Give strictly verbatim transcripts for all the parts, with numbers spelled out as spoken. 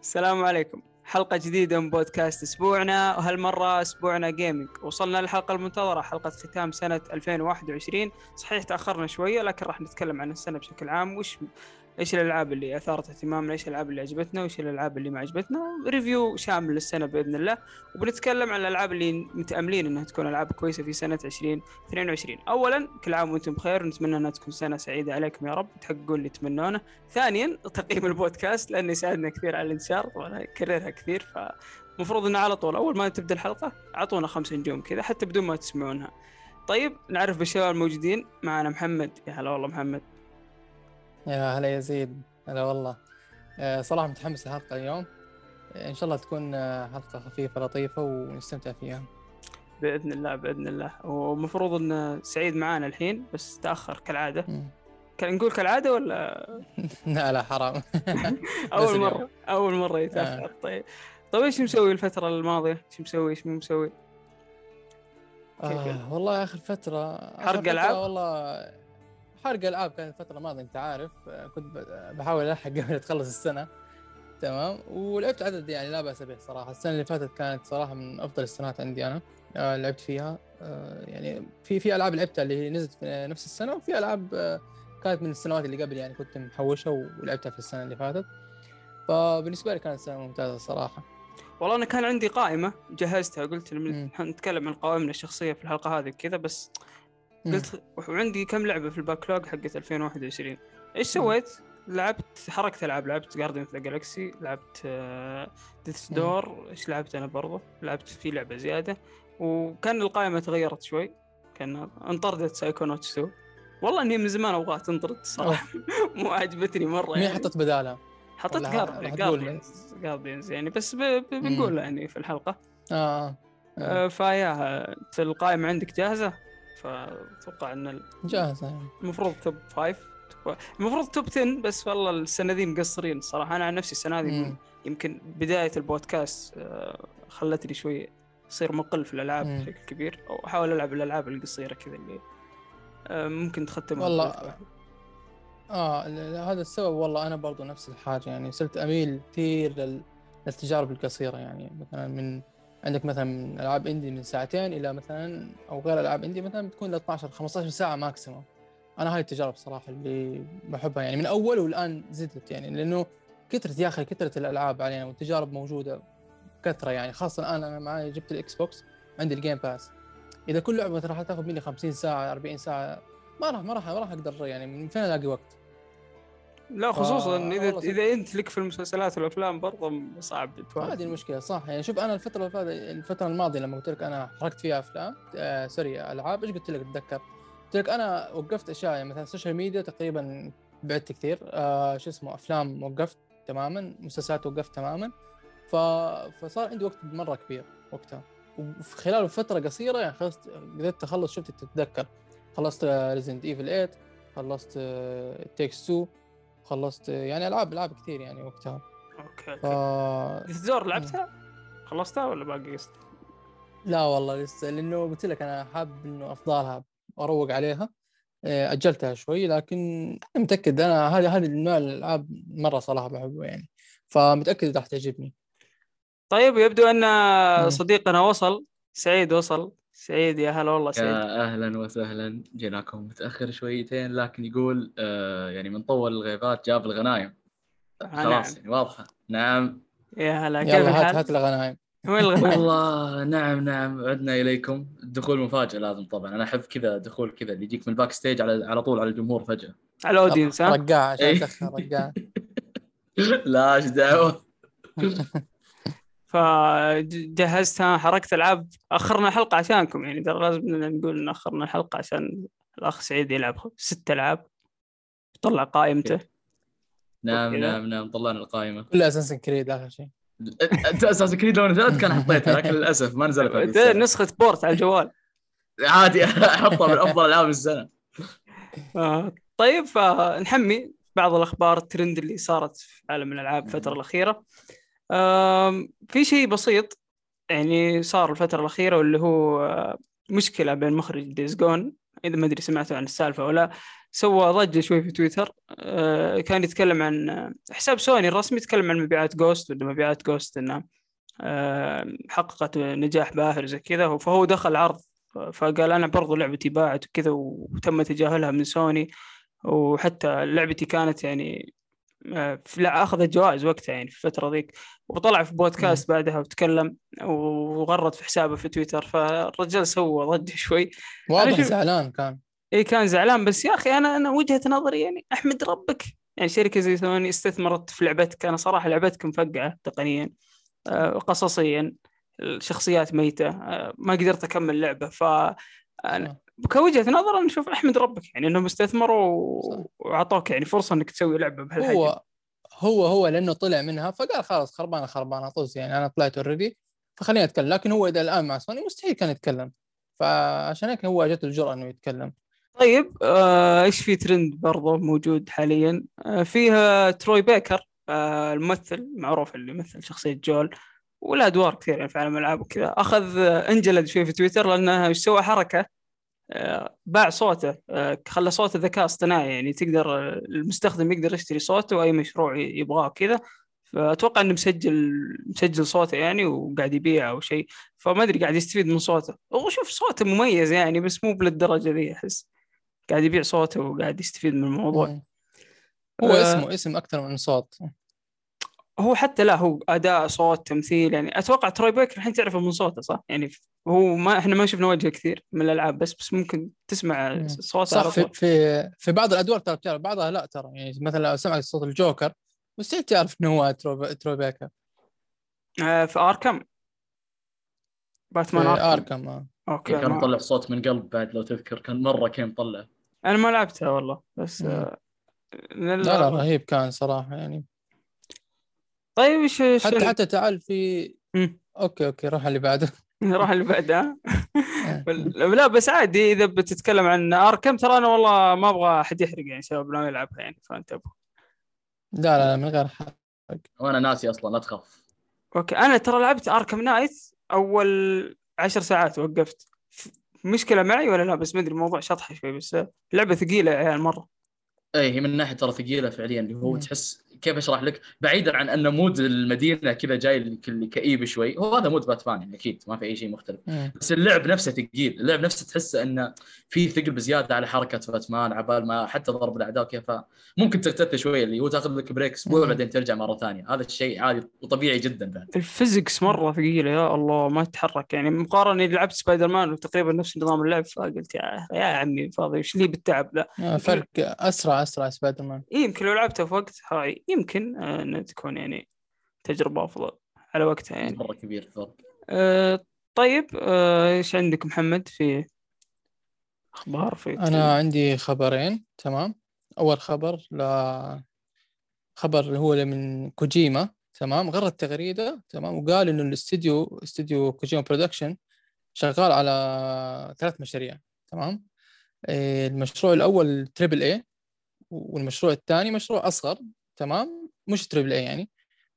السلام عليكم. حلقة جديدة من بودكاست أسبوعنا، وهالمرة أسبوعنا جيمنج. وصلنا للحلقة المنتظرة، حلقة ختام سنة ألفين وواحد وعشرين. صحيح تأخرنا شوية، لكن راح نتكلم عن السنة بشكل عام. وش إيش الألعاب اللي أثارت اهتمامنا، إيش الألعاب اللي عجبتنا، وإيش الألعاب اللي ما عجبتنا. ريفيو شامل للسنة بإذن الله. وبنتكلم عن الألعاب اللي متأملين أنها تكون ألعاب كويسة في سنة عشرين اثنين وعشرين. أولا، كل عام وأنتم بخير، ونتمنى أنها تكون سنة سعيدة عليكم يا رب، تحققون اللي تمنونه. ثانيا، تقييم البودكاست لأنه يساعدنا كثير على الانتشار، وأنا أكررها كثير. فمفروض أن على طول أول ما تبدأ الحلقة أعطونا خمس نجوم كذا حتى بدون ما تسمعونها. طيب، نعرف بالشباب الموجودين معنا. محمد، يا هلا والله محمد. يا هلا يزيد، هلا والله. آه، صراحة متحمس الحلقة اليوم. آه، إن شاء الله تكون آه، حلقة خفيفة لطيفة ونستمتع فيها بإذن الله بإذن الله. ومفروض أن سعيد معانا الحين، بس تأخر كالعادة. مم. كان نقول كالعادة ولا لا لا حرام. بس أول اليوم مرة أول مرة آه. يتأخر. طيب طيب إيش مسوي الفترة الماضية؟ إيش مسوي إيش مو مسوي؟ كيف آه والله آخر فترة آخر حرق فترة ألعاب؟ والله حرق ألعاب. كانت الفترة الماضية أنت عارف، آه، كنت ب- بحاول ألحق قبل تخلص السنة. تمام، ولعبت عدد يعني لا بأس به صراحة. السنة اللي فاتت كانت صراحة من أفضل السنوات عندي أنا. آه لعبت فيها. آه يعني في في ألعاب لعبتها اللي هي نزلت في نفس السنة، وفي ألعاب آه كانت من السنوات اللي قبل، يعني كنت محوشة ولعبتها في السنة اللي فاتت. فبالنسبة لي كانت سنة ممتازة صراحة. والله أنا كان عندي قائمة جهزتها، قلت مم. نتكلم عن قوائمنا الشخصية في الحلقة هذه كذا بس. مم. قلت وعندي كم لعبة في الباكلوج حقت ألفين وواحد وعشرين. إيش مم. سويت؟ لعبت حركت ألعاب، لعبت جاردن اوف ذا جالكسي، لعبت ديث مم. دور. إيش لعبت أنا برضه؟ لعبت في لعبة زيادة. وكان القائمة تغيرت شوي، كان انطردت سايكونوتس تو. والله إني من زمان أبغاها تنطرد صراحة. أوف. مو عجبتني مرة مين يعني. حطت بدالها؟ حطيت ولا ها- راح تقول؟ جاردينز جاردينز يعني، بس ب... ب... مم. بنقولها يعني في الحلقة. آه. مم. أه فيا أنت القائمة عندك جاهزة؟ فأتوقع أن جاهزة يعني. المفروض توب فايف، المفروض توب عشرة. بس والله السنة ذي مقصرين صراحة. أنا عن نفسي السنة ذي مم. يمكن بداية البودكاست أه خلتني شوي أصير مقل في الألعاب مم. بشكل كبير، أو أحاول ألعب الألعاب القصيرة كذا اللي أه ممكن تختمها بلعبة والله واحدة. آه ل- ل- هذا السبب. والله أنا برضو نفس الحاجة، يعني صرت أميل كثير لل... للتجارب القصيرة. يعني مثلا من عندك مثلا من ألعاب إندي من ساعتين إلى مثلا، أو غير ألعاب إندي مثلا بتكون ل اثناشر خمسة عشر ساعة ماكسيموم. أنا هاي التجارب صراحة اللي بحبها يعني من أول، والآن زدت يعني لأنه كثرة يا أخي كثرة الألعاب علينا والتجارب موجودة كثرة. يعني خاصة الآن أنا معي جبت الإكس بوكس، عندي الجيم باس. إذا كل لعبة مثلا راح تاخذ مني خمسين ساعة أربعين ساعة، ما راح ما راح ما راح أقدر، يعني من فين ألاقي وقت؟ لا، خصوصا فانا إذا والله صرت إذا أنت لك في المسلسلات والأفلام برضه صعب هذه توازن. المشكله صح. يعني شوف انا الفتره اللي فاتت الفتره الماضيه لما قلت لك انا حركت فيها افلام آه سوري العاب، ايش قلت لك اتذكر؟ قلت لك انا وقفت اشياء، يعني مثلا السوشيال ميديا تقريبا بعدت كثير. آه شو اسمه، افلام وقفت تماما، مسلسلات وقفت تماما. ف... فصار عندي وقت مره كبير وقتها. وفي خلال فتره قصيره يعني خلصت، قدرت اخلص. شفت تتذكر خلصت ريزنت ايفل ثمانية، خلصت تيكس تو، خلصت آه، يعني العاب العاب كثير يعني وقتها. أوكي ف أوكي. ديث مم. لعبتها؟ خلصتها ولا باقي قصة؟ لا والله لسه، لانه قلت لك انا حاب انه افضلها واروق عليها. آه، اجلتها شوي، لكن أنا متاكد انا هذا هذا النوع من الالعاب مره صراحه بحبه يعني. فمتاكد راح تعجبني. طيب، يبدو أن مم. صديقنا وصل. سعيد وصل. سعيد، يا هلا والله سعيد. يا أهلا وسهلا، جيناكم متأخر شويتين لكن يقول آه يعني من طول الغيبات جاب الغنايم. آه خلاص نعم. يعني واضحة. نعم يا هلا، كيف يلا هات الحال؟ هات الغنايم. وين الغنايم؟ والله. نعم نعم عدنا إليكم. الدخول مفاجأة لازم طبعا. أنا أحب كذا دخول كذا اللي يجيك من الباك ستيج على على طول على الجمهور فجأة. على الأودينس ها؟ رقاع عشان إيه. تاخر رقاع. لا إيش دعوة. فجهزتها حركت ألعاب. أخرنا الحلقة عشانكم يعني، ترى لازم نقول إن أخرنا الحلقة عشان الأخ سعيد يلعب ست ألعاب، طلع قائمته نعم وكذا. نعم نعم طلعنا القائمة. كل اساسن كريد اخر شيء. أنت أساس كريد لو نزلت كان حطيتها، لكن للأسف ما نزلت هذه السنة. نسخة بورت على الجوال. عادي أحطها من أفضل ألعاب السنة. آه طيب، فنحمي بعض الأخبار الترند اللي صارت في عالم الألعاب الفترة الأخيرة. آم، في شيء بسيط يعني صار الفترة الأخيرة، واللي هو آه، مشكلة بين مخرج ديز جون. إذا ما أدري سمعتوا عن السالفة ولا. سوى ضجة شوي في تويتر. آه، كان يتكلم عن آه، حساب سوني الرسمي، يتكلم عن مبيعات جوست، وإن مبيعات جوست إنها آه، حققت نجاح باهر زي كذا. فهو دخل عرض، فقال أنا برضو لعبتي باعت وكذا وتم تجاهلها من سوني، وحتى لعبتي كانت يعني آه، في- لا أخذت جوائز وقتها يعني في الفترة ذيك. وطلع في مم. بودكاست بعدها وتكلم وغرد في حسابه في تويتر، فالرجال سوى ضجة شوي. أنا واضح شوف، زعلان كان. إيه كان زعلان، بس يا أخي أنا أنا وجهة نظري يعني أحمد ربك. يعني شركة زي سوني استثمرت في لعبتك. أنا صراحة لعبتك مفقعة تقنيا، آه، قصصيا، الشخصيات ميتة، آه، ما قدرت أكمل لعبة. ف أنا- صح كوجهة نظر أنا أشوف أحمد ربك يعني إنهم استثمروا صح. وأعطوك يعني فرصة إنك تسوي لعبة بهالحجم. هو هو هو لانه طلع منها فقال خلاص خربانه خربانه طز، يعني انا طلعت اوريدي فخليني اتكلم. لكن هو اذا الان مع سوني مستحيل كان يتكلم، فعشان هيك هو جت الجرأة انه يتكلم. طيب آه، إيش في ترند برضه موجود حاليا؟ آه، فيها تروي بيكر، آه، الممثل المعروف اللي يمثل شخصية جول ولا أدوار كثير يعني في عالم الألعاب وكذا، أخذ آه، انجلد شوي في تويتر لأنه سوى حركة، آه، باع صوته، آه، خلى صوته ذكاء اصطناعي، يعني تقدر آه، المستخدم يقدر يشتري صوته واي مشروع ي- يبغاه كذا. فاتوقع انه مسجل مسجل صوته يعني وقاعد يبيعه او شيء. فما ادري قاعد يستفيد من صوته. هو شوف صوته مميز يعني، بس مو بالدرجه ذي احس. قاعد يبيع صوته وقاعد يستفيد من الموضوع. مم. هو أه، اسمه اسم اكثر من صوت. هو حتى لا هو اداء صوت تمثيل يعني. اتوقع تروي بيكر الحين تعرفه من صوته صح يعني. هو ما احنا ما شفنا وجهه كثير من الالعاب، بس بس ممكن تسمع مم. صوته صح. على في طول. في في بعض الادوار ترى بتعرف، بعضها لا ترى. يعني مثلا لو سمعت صوت الجوكر مستحيل تعرف انه هو ترو ترو بيكر. أه، في اركم، في باتمان اركم. اركم آه. اوكي كان ما مطلع صوت من قلب بعد لو تذكر، كان مره كان مطلع. انا ما لعبتها والله، بس مم. آه، لا لا لل- رهيب كان صراحة يعني. طيب ايش ايش حتى عندك؟ حتى تعال في مم. اوكي اوكي روح اللي بعده. نروح اللي بعدها. آه. مم. لا بس عادي اذا بتتكلم عن اركم، ترى انا والله ما ابغى احد يحرق يعني سبب لا يلعبها يعني، فانتبه. لا لا لا من غير حرق. وانا ناسي اصلا، لا تخاف. اوكي انا ترى لعبت اركم نايت اول عشر ساعات وقفت. ف- مشكلة معي ولا لا؟ بس ما ادري، الموضوع شطح شوي، بس لعبة ثقيلة يا عيال مرة. اي هي من ناحيه ترى ثقيله فعليا، اللي هو مم. تحس كيف اشرح لك، بعيدا عن ان مود المدينه كذا جاي اللي كئيب شوي، هو هذا مود باتمان يعني اكيد ما في اي شيء مختلف. مم. بس اللعب نفسه ثقيل، اللعب نفسه تحس انه في ثقل بزياده على حركه باتمان، عبال ما حتى ضرب الاعداء كيف ممكن ترتد شويه، اللي هو تاخذ لك بريك اسبوع مم. بعدين ترجع مره ثانيه. هذا الشيء عادي وطبيعي جدا بعد. الفيزكس مرة ثقيلة يا الله، ما تتحرك يعني. مقارنة إني لعبت سبايدر مان وتقريبا نفس نظام اللعب، فقلت يا يا عمي فاضي وش لي بالتعب ذا. آه، يمكن فرق اسرع اسرع سبايدر مان. يمكن لو لعبتها في وقت هاي يمكن آه، انها تكون يعني تجربة افضل على وقتها يعني. مره كبير الفرق. أه طيب، آه، ايش عندك محمد في اخبار في الترند؟ انا عندي خبرين تمام. اول خبر ل خبر اللي هو من كوجيما تمام. غرد تغريدة تمام وقال انه الاستديو استديو كوجيما برودكشن شغال على ثلاث مشاريع تمام. إيه، المشروع الاول تريبل اي، والمشروع الثاني مشروع اصغر تمام مش تريبل اي يعني.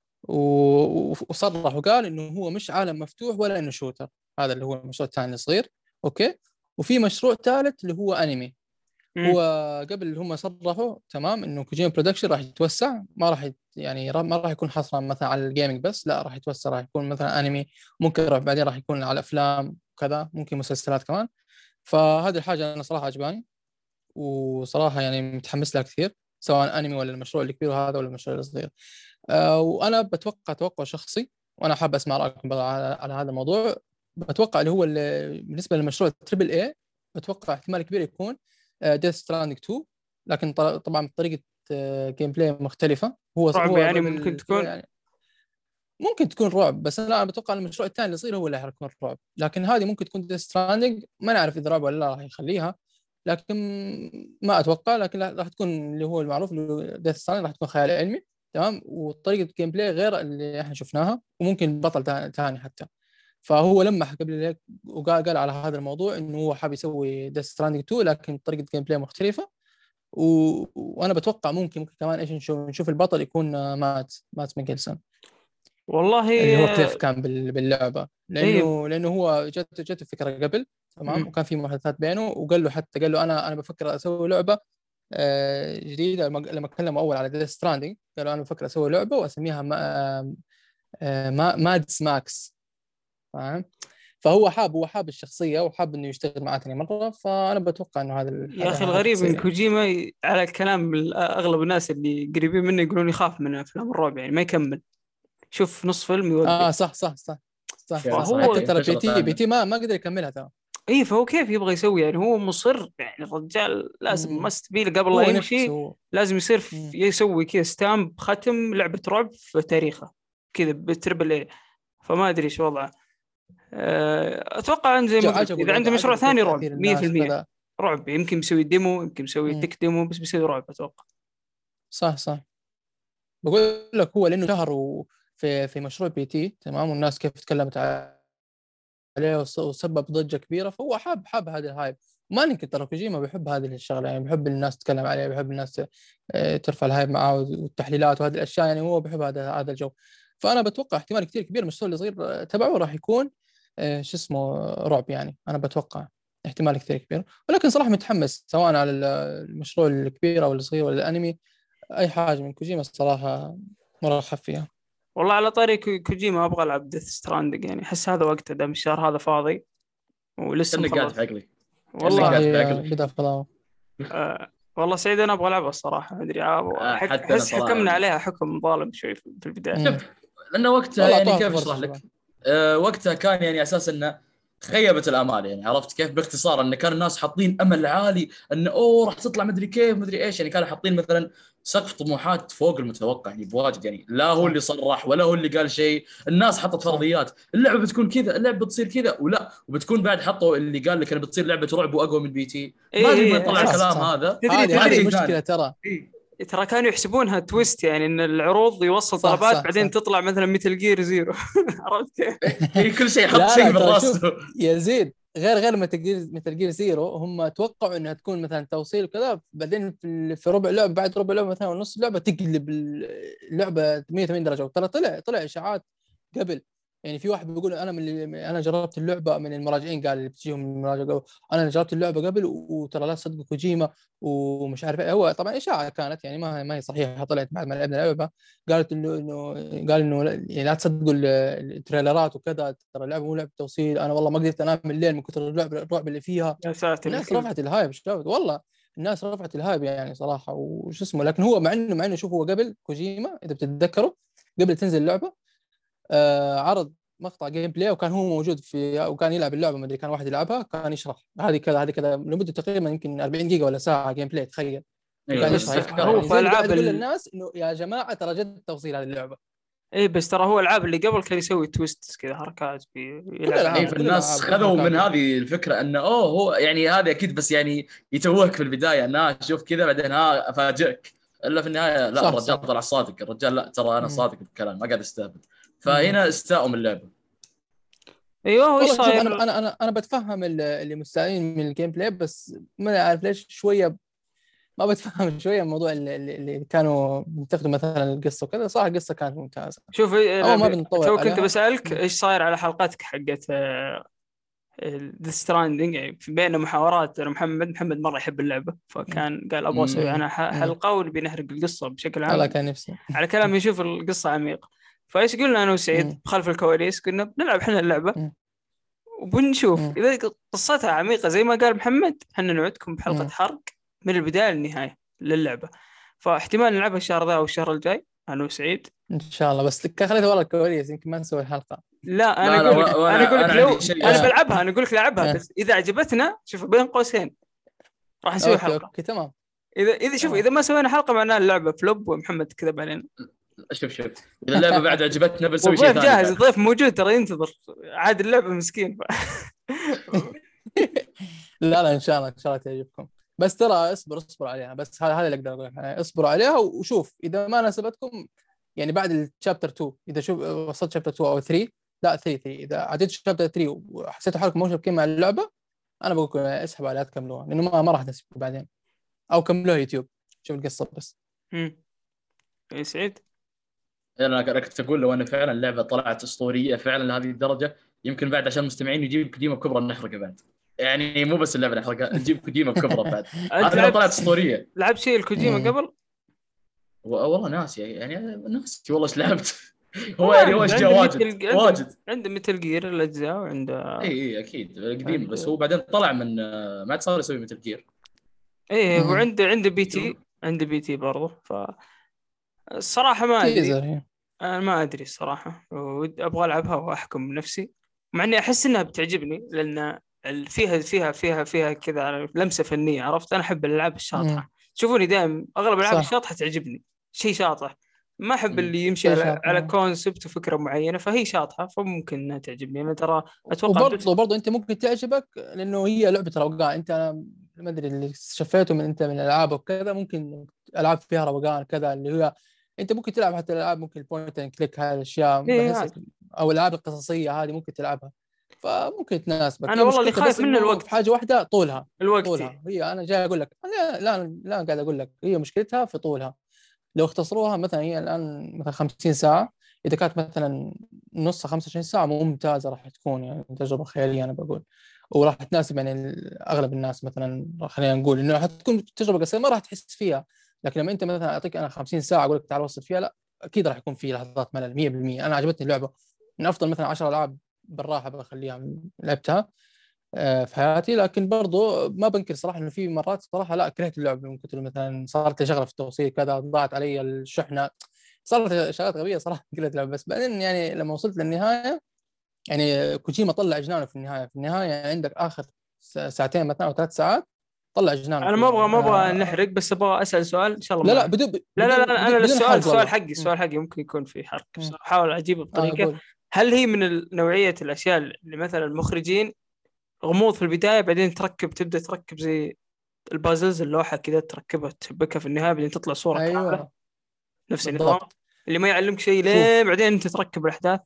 و- وصرح وقال انه هو مش عالم مفتوح ولا انه شوتر. هذا اللي هو المشروع الثاني الصغير. اوكي. وفي مشروع ثالث اللي هو انمي. مم. هو قبل هم صرحوا تمام انه كوجيما برودكشن راح يتوسع، ما راح يت- يعني را- ما راح يكون حصرا مثلا على الجيمنج بس، لا راح يتوسع، راح يكون مثلا انمي، ممكن راح بعدين راح يكون على افلام وكذا، ممكن مسلسلات كمان. فهذه الحاجه انا صراحه عجباني، وصراحه يعني متحمس لها كثير، سواء انمي ولا المشروع الكبير هذا ولا المشروع الصغير. آه، وانا بتوقع توقع شخصي، وانا حاب اسمع رايكم بقى على, على هذا الموضوع. بتوقع اللي هو اللي بالنسبه للمشروع تريبل اي، بتوقع احتمال كبير يكون ديث ستراندنج تو، لكن ط- طبعا بطريقه جيم بلاي مختلفه. هو رعب هو يعني ممكن قبل كذا تكون. يعني ممكن تكون رعب، بس انا بتوقع ان المشروع الثاني اللي يصير هو اللي حيكون رعب. لكن هذه ممكن تكون ديث ستراندنج، ما نعرف اذا رعب ولا لا راح يخليها، لكن ما اتوقع. لكن راح تكون اللي هو المعروف اللي ديث ستراندنج راح تكون خيال علمي تمام، وطريقه جيم بلاي غير اللي احنا شفناها، وممكن بطل ثاني حتى. فهو لمح قبل هيك وقال قال على هذا الموضوع انه هو حاب يسوي ديث ستراندنج تو لكن بطريقه جيم بلاي مختلفه. و... وانا بتوقع ممكن ممكن كمان ايش نشوف نشوف البطل يكون مات مات ميكلسون، والله اللي هو كليف آه، كان بال- باللعبه، ايه. لانه لانه هو جت جت الفكره قبل تمام، مم. وكان في محادثات بينه، وقال له حتى قال له انا انا بفكر اسوي لعبه آه، جديده. لما لما تكلموا اول على ديث ستراندنج قالوا انا بفكر اسوي لعبه واسميها ما آه، ما مادس ماكس، فاهم؟ فهو حاب هو حاب الشخصيه وحاب انه يشتغل معاه ثاني مره، فانا بتوقع انه هذا ال- يا هذا اخي هذا الغريب من حتصير يعني. كوجيما ي- على كلام ال- اغلب الناس اللي قريبين منه يقولون يخاف من افلام الرعب، يعني ما يكمل، شوف نص فيلم اه يوقف. صح صح صح صح يا صح. صحيح حتى فهو ترى بي انتشرت تي بي عنه. تي ما ما قدر يكملها ترى. اي فهو كيف يبغى يسوي؟ يعني هو مصر، يعني الرجال لازم مم. مست بي قبل لا هو يمشي نفسه. لازم يصير مم. في- يسوي كذا ستامب ختم لعبة رعب في تاريخه كذا بتربل اي. فما ادري ايش وضعه. أه، اتوقع انه زي ما قلت عجبه اذا عنده برضه، مشروع عجبه كيف ثاني رعب تاثير الناس مية بالمية. وكذا. رعب يمكن بيسوي ديمو، يمكن بيسوي مم. تك ديمو، بس بيسوي رعب اتوقع. صح صح. بقول لك هو لانه شهر و- في في مشروع بي تي تمام، والناس كيف تكلمت عليه وس- وسبب ضجة كبيرة، فهو حاب حاب هذا الهايب. ما ننكر ترى كوجيما بيحب هذه الشغلة، يعني بيحب الناس تتكلم عليه، بيحب الناس آه، ترفع الهايب معاه والتحليلات وهذه الأشياء، يعني هو بيحب هذا هذا الجو. فأنا بتوقع احتمال كثير كبير المشروع اللي يصير آه، تبعه راح يكون آه، شو اسمه رعب، يعني أنا بتوقع احتمال كثير كبير. ولكن صراحة متحمس سواء على ال- المشروع الكبير أو الصغير ولا الأنمي، أي حاجة من كوجيما الصراحة مرحب فيها. والله على طاري كو- كوجيما ابغى العب ديث ستراندنج، يعني احس هذا وقته، دام الشهر هذا فاضي ولسه كأنك قاعد مخلص. في عقلي، كأنك والله صح، قاعد في هي عقلي. بدأ فضاوة. آه والله سعيد، انا ابغى العبها الصراحه، ما ادري آه، آه، حك- حتى انا احس حكمنا صراحة. عليها حكم ظالم شوي في في البدايه. امم. شوف، لانه وقتها والله يعني أعطوها كيف فرصة اشرح شباب. لك، أه وقتها كان يعني اساس انه خيبت الامال، يعني عرفت كيف باختصار، انه كان الناس حاطين امل عالي انه اوه راح تطلع مدري كيف مدري ايش، يعني كانوا حاطين مثلا سقف طموحات فوق المتوقع يعني بواجد، يعني لا هو صح اللي صرح ولا هو اللي قال شيء، الناس حطت صح. فرضيات اللعبه بتكون كذا، اللعبه بتصير كذا ولا، وبتكون بعد حطوا اللي قال لك انها بتصير لعبه رعب واقوى من بي تي، اي ما ادري من اي طلع صح احس. الكلام صح. هذا. تدري هذه هذا هذه تدري شيء ثاني. المشكلة ترى. إيه. ترى كانوا يحسبونها تويست، يعني ان العروض يوصل صح طلبات صح بعدين صح. تطلع مثلا مثل جير زيرو. عرفت كيف؟ إيه، كل شيء يحط لا شيء لا من ترى شوف راسه. يا زيد، غير غير مثل جير مثل جير زيرو، هم توقعوا انها تكون مثلا توصيل وكذا، بعدين في ال- في ربع لعبه، بعد ربع لعبه مثلا ونص لعبه تقلب اللعبه مية وثمانين درجه. وترى طلع طلع اشاعات قبل، يعني في واحد بيقول انا من اللي انا جربت اللعبه، من المراجعين قال اللي بتجيهم من المراجعه قالوا انا جربت اللعبه قبل وترى لا تصدقوا كوجيما ومش عارف ايه. هو طبعا اشاعه كانت يعني ما ما هي صحيحه، طلعت بعد ما لعبنا اللعبه، قالت انه انه قال انه لا- يعني لا تصدقوا ال- التريلرات وكذا، ترى اللعبه مو لعبه توصيل، انا والله ما قدرت انام الليل من كثر اللعب الرعب اللي فيها. يا ساتر الناس الكذب. رفعت الهايب شباب والله، الناس رفعت الهايب يعني صراحه وش اسمه. لكن هو مع انه مع انه شوف، هو قبل كوجيما اذا بتتذكروا قبل تنزل اللعبه آه عرض مقطع جيم بلاي، وكان هو موجود في وكان يلعب اللعبه، ما ادري كان واحد يلعبها كان يشرح هذه كذا هذه كذا لمده تقريبا يمكن أربعين دقيقه ولا ساعه جيم بلاي، تخيل. اي وكان بس يشرح اتذكرها. هو يعني في زي اللي العاب قاعد يقول ال... للناس انه يا جماعه ترى جد توصيل هذه اللعبه. اي بس ترى هو العاب اللي قبل كان يسوي تويست كذا حركات في كل يلعب اي الالعاب عليها. كل فالناس الالعاب خذوا من حركاته. هذه الفكره انه اوه هو يعني هذا اكيد، بس يعني يتوهك في البدايه انه شوف كذا بعدين ها افاجئك، الا في النهايه لا، صح الرجال صح. طلع صادق، الرجال لا ترى انا مم. صادق بالكلام ما قاعد استهبل، مم. فهنا استاءوا من اللعبه. ايوه هو ايش والله شوف انا صاير. انا انا انا بتفهم ال- اللي مستائين من الجيم بلاي، بس ما عارف ليش شويه ما بتفهم شويه الموضوع اللي, اللي اللي كانوا بينتقدوا مثلا القصه وكذا. صح القصه كانت ممتازه، شوف إيه، اما انا ما ب... بنطول تو كنت عليها. بسالك مم. ايش صاير على حلقاتك حقت ذا ستراندنج، يعني في بين محاورات انا محمد محمد مره يحب اللعبه، مم. فكان قال ابغى اسوي امم انا ح- مم. حلقه ونبي نحرق القصه بشكل الله عام، كان نفسي. على كلام يشوف القصه عميقه. فايش قلنا انا وسعيد مم. خلف الكواليس؟ قلنا بنلعب احنا اللعبه مم. وبنشوف مم. اذا قصتها عميقه زي ما قال محمد، احنا نوعدكم بحلقه مم. حرق من البدايه للنهايه للعبه. فاحتمال نلعبها الشهر ذا او الشهر الجاي انا وسعيد. ان شاء الله، بس خليتها والله كويس يمكن ما نسوي الحلقه. لا انا لا لا اقول لك و- انا اقول وانا لك انا عندي لو شيء انا آه. اسمه. بلعبها انا اقول لك لعبها، آه. بس اذا عجبتنا شوف بين قوسين راح نسوي اوكي حلقه. اوكي تمام اذا اذا شوف تمام. اذا ما سوينا حلقه معناها اللعبه فلوب ومحمد كذب علينا. شوف شوف اذا اللعبه بعد عجبتنا بنسوي شيء والضيف ثاني جاهز، بعد. الضيف موجود ترى ينتظر عاد اللعبه مسكين. لا لا ان شاء الله ان شاء الله تعجبكم، بس ترى اصبر اصبر عليها، بس هذا هذا اللي اقدر اقوله يعني اصبروا عليها وشوف اذا ما ناسبتكم يعني بعد الشابتر تو، اذا شوف وصلت شابتر تو او ثري، لا ثري ثري اذا عديت شابتر ثري وحسيتوا حالكم مو شابكين مع اللعبه، انا بقول لكم اسحبوا عليها تكملوها، لانه ما, ما راح تسبقوا بعدين، او كملوها يوتيوب شوف القصه بس. امم يا سعيد. انا كنت اقول لو ان فعلا اللعبه طلعت اسطوريه فعلا لهذه الدرجه، يمكن بعد عشان المستمعين يجيب كديمه كبرى نحرقه بعد. يعني مو بس اللعبه الحلقه نجيب كوجيما بكبره بعد. أنت هذه لعبت طلعت اسطوريه. لعبت شيء الكوجيما مم. قبل؟ و- والله ناسي يعني ناسي والله ايش لعبت. هو هو يعني هو عنده اشياء عنده واجد ميتل عنده واجد. عنده ميتل جير الاجزاء، وعنده اي اي اكيد قديم، بس عنده هو بعدين طلع من آه، ما عاد صار يسوي مثل جير. ايه، مم. وعنده عنده بي شوف تي عنده بي تي برضه. ف الصراحه ما ادري، تيزر هي. انا ما ادري الصراحه، ود- ابغى العبها واحكم بنفسي، مع اني احس انها بتعجبني لان ال- فيها فيها فيها فيها كذا لمسه فنيه، عرفت؟ انا احب الالعاب مم. الشاطحه، شوفوني دائما اغلب الالعاب صح. الشاطحه تعجبني، شيء شاطح. ما احب مم. اللي يمشي شيء على على شاطر. كونسبت وفكره معينه، فهي شاطحه فممكن انها تعجبني. انا ترى اتوقع دوت. وبرضه برضه انت ممكن تعجبك لانه هي لعبه روقان. انت انا ما ادري اللي شفيته من انت من الالعاب وكذا، ممكن العاب فيها روقان كذا اللي هي انت ممكن تلعب حتى الالعاب ممكن البوينت اند كليك هذه الاشياء ايه بحس، عادي. او الالعاب القصصيه هذه ممكن تلعبها، فممكن تناسبك. انا هي والله اللي مشكلتها خايف بس منه انه في الوقت. حاجه واحده، طولها. الوقت طولها هي انا جاي اقول لك، لا لا لا قاعد اقول لك هي مشكلتها في طولها. لو اختصروها مثلا، هي الان مثلا خمسين ساعه، اذا كانت مثلا نصها خمسة وعشرين ساعه ممتازه راح تكون، يعني تجربه خياليه انا بقول، وراح تناسب يعني ال- اغلب الناس. مثلا خلينا نقول انه حتكون تجربه قصيره ما راح تحس فيها، لكن لما انت مثلا اعطيك انا خمسين ساعه اقول لك تعال وصل فيها، لا اكيد راح يكون في لحظات ملل مية بالمية. انا عجبتني اللعبه، من افضل مثلا عشر العاب بالراحه بخليها لعبتها آه، في حياتي. لكن برضو ما بنكر صراحه انه في مرات صراحه لا كرهت اللعبه من كثر مثلا صارت لي شغله في التوصيل كذا، ضاعت علي الشحنه، صارت لي شغلات غبيه صراحه كرهت اللعبه. بس بعدين يعني لما وصلت للنهايه، يعني كوجيما طلع جنانه في النهايه. في النهايه يعني عندك اخر س- ساعتين مثلا او ثلاث ساعات طلع جنانه انا ما فيها ابغى يعني ما ابغى انا. نحرق، بس ابغى اسال سؤال ان شاء الله لا لا ما. بدون لا لا بدون لا، بدون, انا بدون السؤال حرق السؤال والله. حقي م- السؤال حقي ممكن يكون في حرق، بس م. احاول اجيبه اه بطريقه. اقول. هل هي من نوعيه الاشياء اللي مثلا المخرجين غموض في البدايه، بعدين تركب تبدا تركب زي البازلز، اللوحه كذا تركبها تشبكها في النهايه بعدين تطلع صوره كامله، ايوه نفس النظام بالضبط. اللي ما يعلمك شيء ليه شوف، بعدين انت تركب الاحداث؟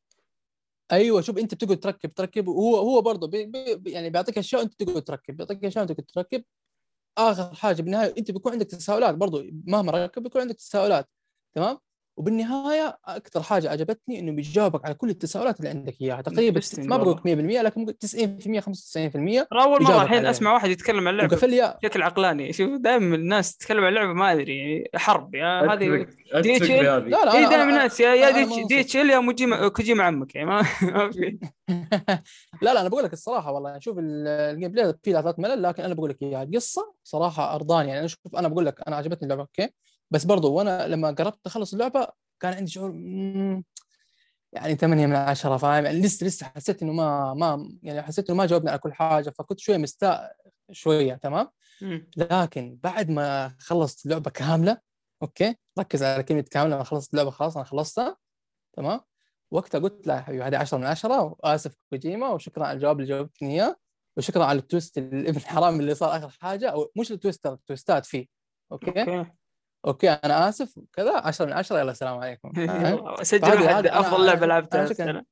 ايوه شوف انت بتقعد تركب تركب وهو هو برضه بي بي يعني بيعطيك اشياء انت تقعد تركب، بيعطيك اشياء انت تقعد تركب. اخر حاجه بالنهايه انت بيكون عندك تساؤلات برضو، مهما ركب بيكون عندك تساؤلات. تمام. وبالنهايه اكثر حاجه عجبتني انه بيجاوبك على كل التساؤلات اللي عندك اياها تقريبا تس... انترستنج ما بقول لك والله. مية بالمية لكن ممكن تسعين بالمية خمسة وتسعين بالمية ترى اول مره بيجاوبك الحين عليها. اسمع واحد يتكلم عن اللعبه وقفل لي. بشكل عقلاني. شوف دائما الناس تتكلم عن اللعبه ما ادري يعني حرب يا هذه اتفق دي اتش اتفق ال. بهذه. لا لا اي انا دائما انا الناس يا يا انا, دي أنا اتش دي منصف. اتش ال يا موجيما كوجيما عمك يعني ما ما في. لا لا انا بقول لك الصراحه والله، شوف ال- الجيم بلاي فيه لحظات ملل، لكن انا بقول لك اياها القصه صراحه ارضاني. يعني انا شوف انا بقول لك انا عجبتني اللعبه اوكي، بس برضو وانا لما قربت اخلص اللعبه كان عندي شعور مم، يعني ثمانية من عشرة فاهم يعني. لسه لسه حسيت انه ما ما يعني حسيت انه ما جاوبني على كل حاجه، فكنت شويه مستاء شويه. تمام. مم. لكن بعد ما خلصت اللعبه كامله، اوكي ركز على كلمه كامله، ما خلصت اللعبه خلاص انا خلصتها. تمام. وقتها قلت لا يا حبيبي هذه عشرة من عشرة، واسف كوجيما وشكرا على الجواب اللي جاوبتني اياه، وشكرا على التويست الابن حرام اللي صار اخر حاجه، او مش التويست التويستات فيه. اوكي اوكي. اوكي انا اسف كذا عشرة من عشرة، يلا السلام عليكم فاهم. يلا سجل فهذه واحد هذه افضل انا انا لعبه شوف لعبتها انا شكرا. السنه.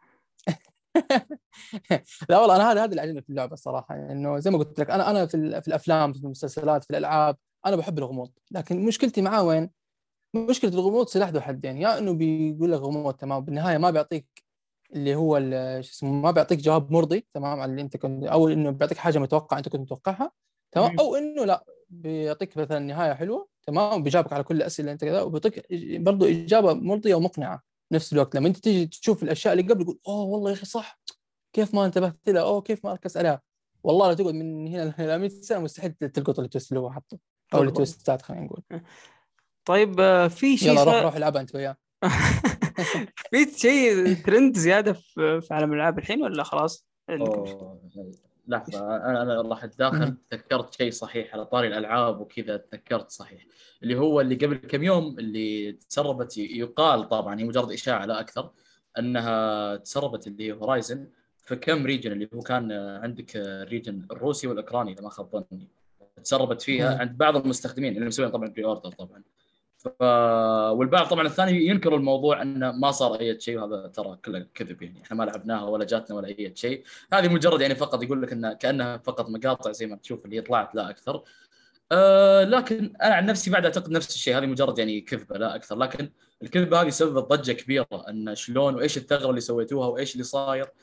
لا والله انا هذا هذا اللي عجبني في اللعبه الصراحه، انه يعني زي ما قلت لك انا انا في, ال- في الافلام في المسلسلات في الالعاب انا بحب الغموض، لكن مشكلتي معاه وين؟ مشكله الغموض سلاح ذو حدين، يا انه بيقول لك غموض تمام بالنهايه ما بيعطيك اللي هو ال- شو اسمه، ما بيعطيك جواب مرضي تمام على اللي انت كنت، او انه بيعطيك حاجه متوقعه انت كنت متوقعها تمام، مم. او انه لا بيعطيك مثلا نهايه حلوه تمام وبيجاوبك على كل الاسئله اللي انت كذا، وبيعطيك برضه اجابه مرضيه ومقنعه نفس الوقت. لما انت تيجي تشوف الاشياء اللي قبل تقول اوه والله يا اخي صح، كيف ما انتبهت لها، اوه كيف ما ركزت عليها. والله لو تقعد من هنا ل مية سنه مستحيل تلقط التويست اللي هو حطه، او بالضبط. التويستات خلينا نقول. طيب آه، في شيء يلا روح صار. روح العبها انت وياه. في شيء ترند زياده في في عالم الالعاب الحين ولا خلاص عندكم شيء؟ أوه. لحظة أنا أنا راح أتداخل. تذكرت شيء صحيح على طاري الألعاب وكذا، تذكرت صحيح اللي هو اللي قبل كم يوم اللي تسربت، يقال طبعا هي مجرد إشاعة لا أكثر، أنها تسربت اللي هي هورايزن في كم ريجن، اللي هو كان عندك الريجن الروسي والأوكراني إذا ما خاب ظني، تسربت فيها عند بعض المستخدمين اللي مسوين طبعا بري أوردر طبعا. ف... والبعض طبعا الثاني ينكر الموضوع انه ما صار اي شيء، وهذا ترى كله كذب، يعني احنا ما لعبناها ولا جاتنا ولا اي شيء. هذه مجرد يعني فقط يقول لك انها كانها فقط مقاطع زي ما تشوف اللي طلعت لا اكثر. أه لكن انا عن نفسي بعد اعتقد نفس الشيء، هذه مجرد يعني كذبه لا اكثر. لكن الكذبه هذه سببت ضجه كبيره ان شلون وايش الثغره اللي سويتوها وايش اللي صاير.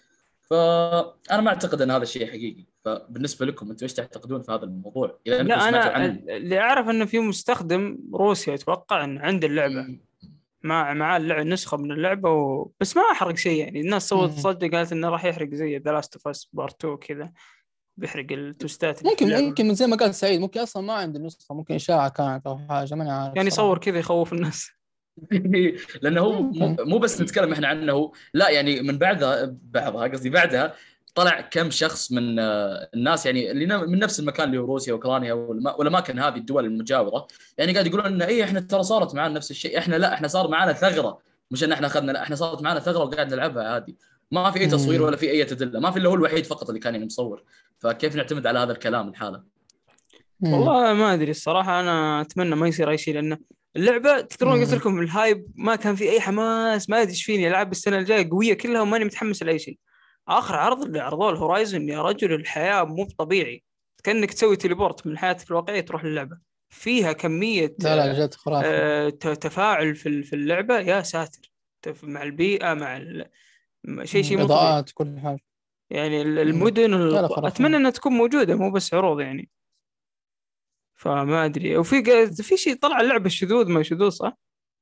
فانا ما اعتقد ان هذا الشيء حقيقي. فبالنسبه لكم انتم ايش تعتقدون في هذا الموضوع اذا انكم لا سمعتوا انا عنه؟ اللي اعرف انه في مستخدم روسيا اتوقع انه عند اللعبه مم. مع مع اللعبة نسخة من اللعبة و... بس ما أحرق شيء يعني. الناس سوت مم. تصدق قالت إنه راح يحرق زي The Last of Us Part تو كذا، بيحرق التوستات اللي في ممكن اللعبة. ممكن زي ما قال سعيد، ممكن اصلا ما عنده نسخه، ممكن اشاعه كانت او حاجه، ماني عارف يعني صراحه. يصور كذا يخوف الناس. لانه هو مو ممكن. مو بس نتكلم احنا عنه، لا يعني من بعدها بعضها قصدي بعدها طلع كم شخص من آه، الناس يعني اللي ن- من نفس المكان اللي هو روسيا واوكرانيا والم- والاماكن هذه الدول المجاوره، يعني قاعد يقولون ان اي احنا ترى صارت معنا نفس الشيء، احنا لا احنا صار معنا ثغره، مش ان احنا اخذنا، لا احنا صارت معنا ثغره وقاعد نلعبها عادي، ما في اي تصوير مم. ولا في اي ادله، ما في الا هو الوحيد فقط اللي كان يعني مصور. فكيف نعتمد على هذا الكلام الحاله؟ مم. والله ما أدري الصراحة، أنا أتمنى ما يصير أي شيء، لأن اللعبة تذكرون قلت مم. لكم الهايب ما كان في أي حماس، ما أدري إيش فيني. ألعاب السنة الجاية قوية كلها وماني متحمس لأي شيء. آخر عرض اللي عرضوه الهورايزون يا رجل الحياة مو طبيعي، كأنك تسوي تليبورت من حياتك الواقعية تروح للعبة. فيها كمية لا لا جد خرافي. آه، ت- تفاعل في ال- في اللعبة يا ساتر، تف- مع البيئة مع ال... م- شيء مم. شيء مو طبيعي. اضاءات كل حاجه. يعني ال- مم. المدن لا لا ال... خرافي. أتمنى أنها تكون موجودة مو بس عروض يعني. فما أدري. وفي ق- في شيء طلع اللعبة الشذوذ، ما شذوذ صح؟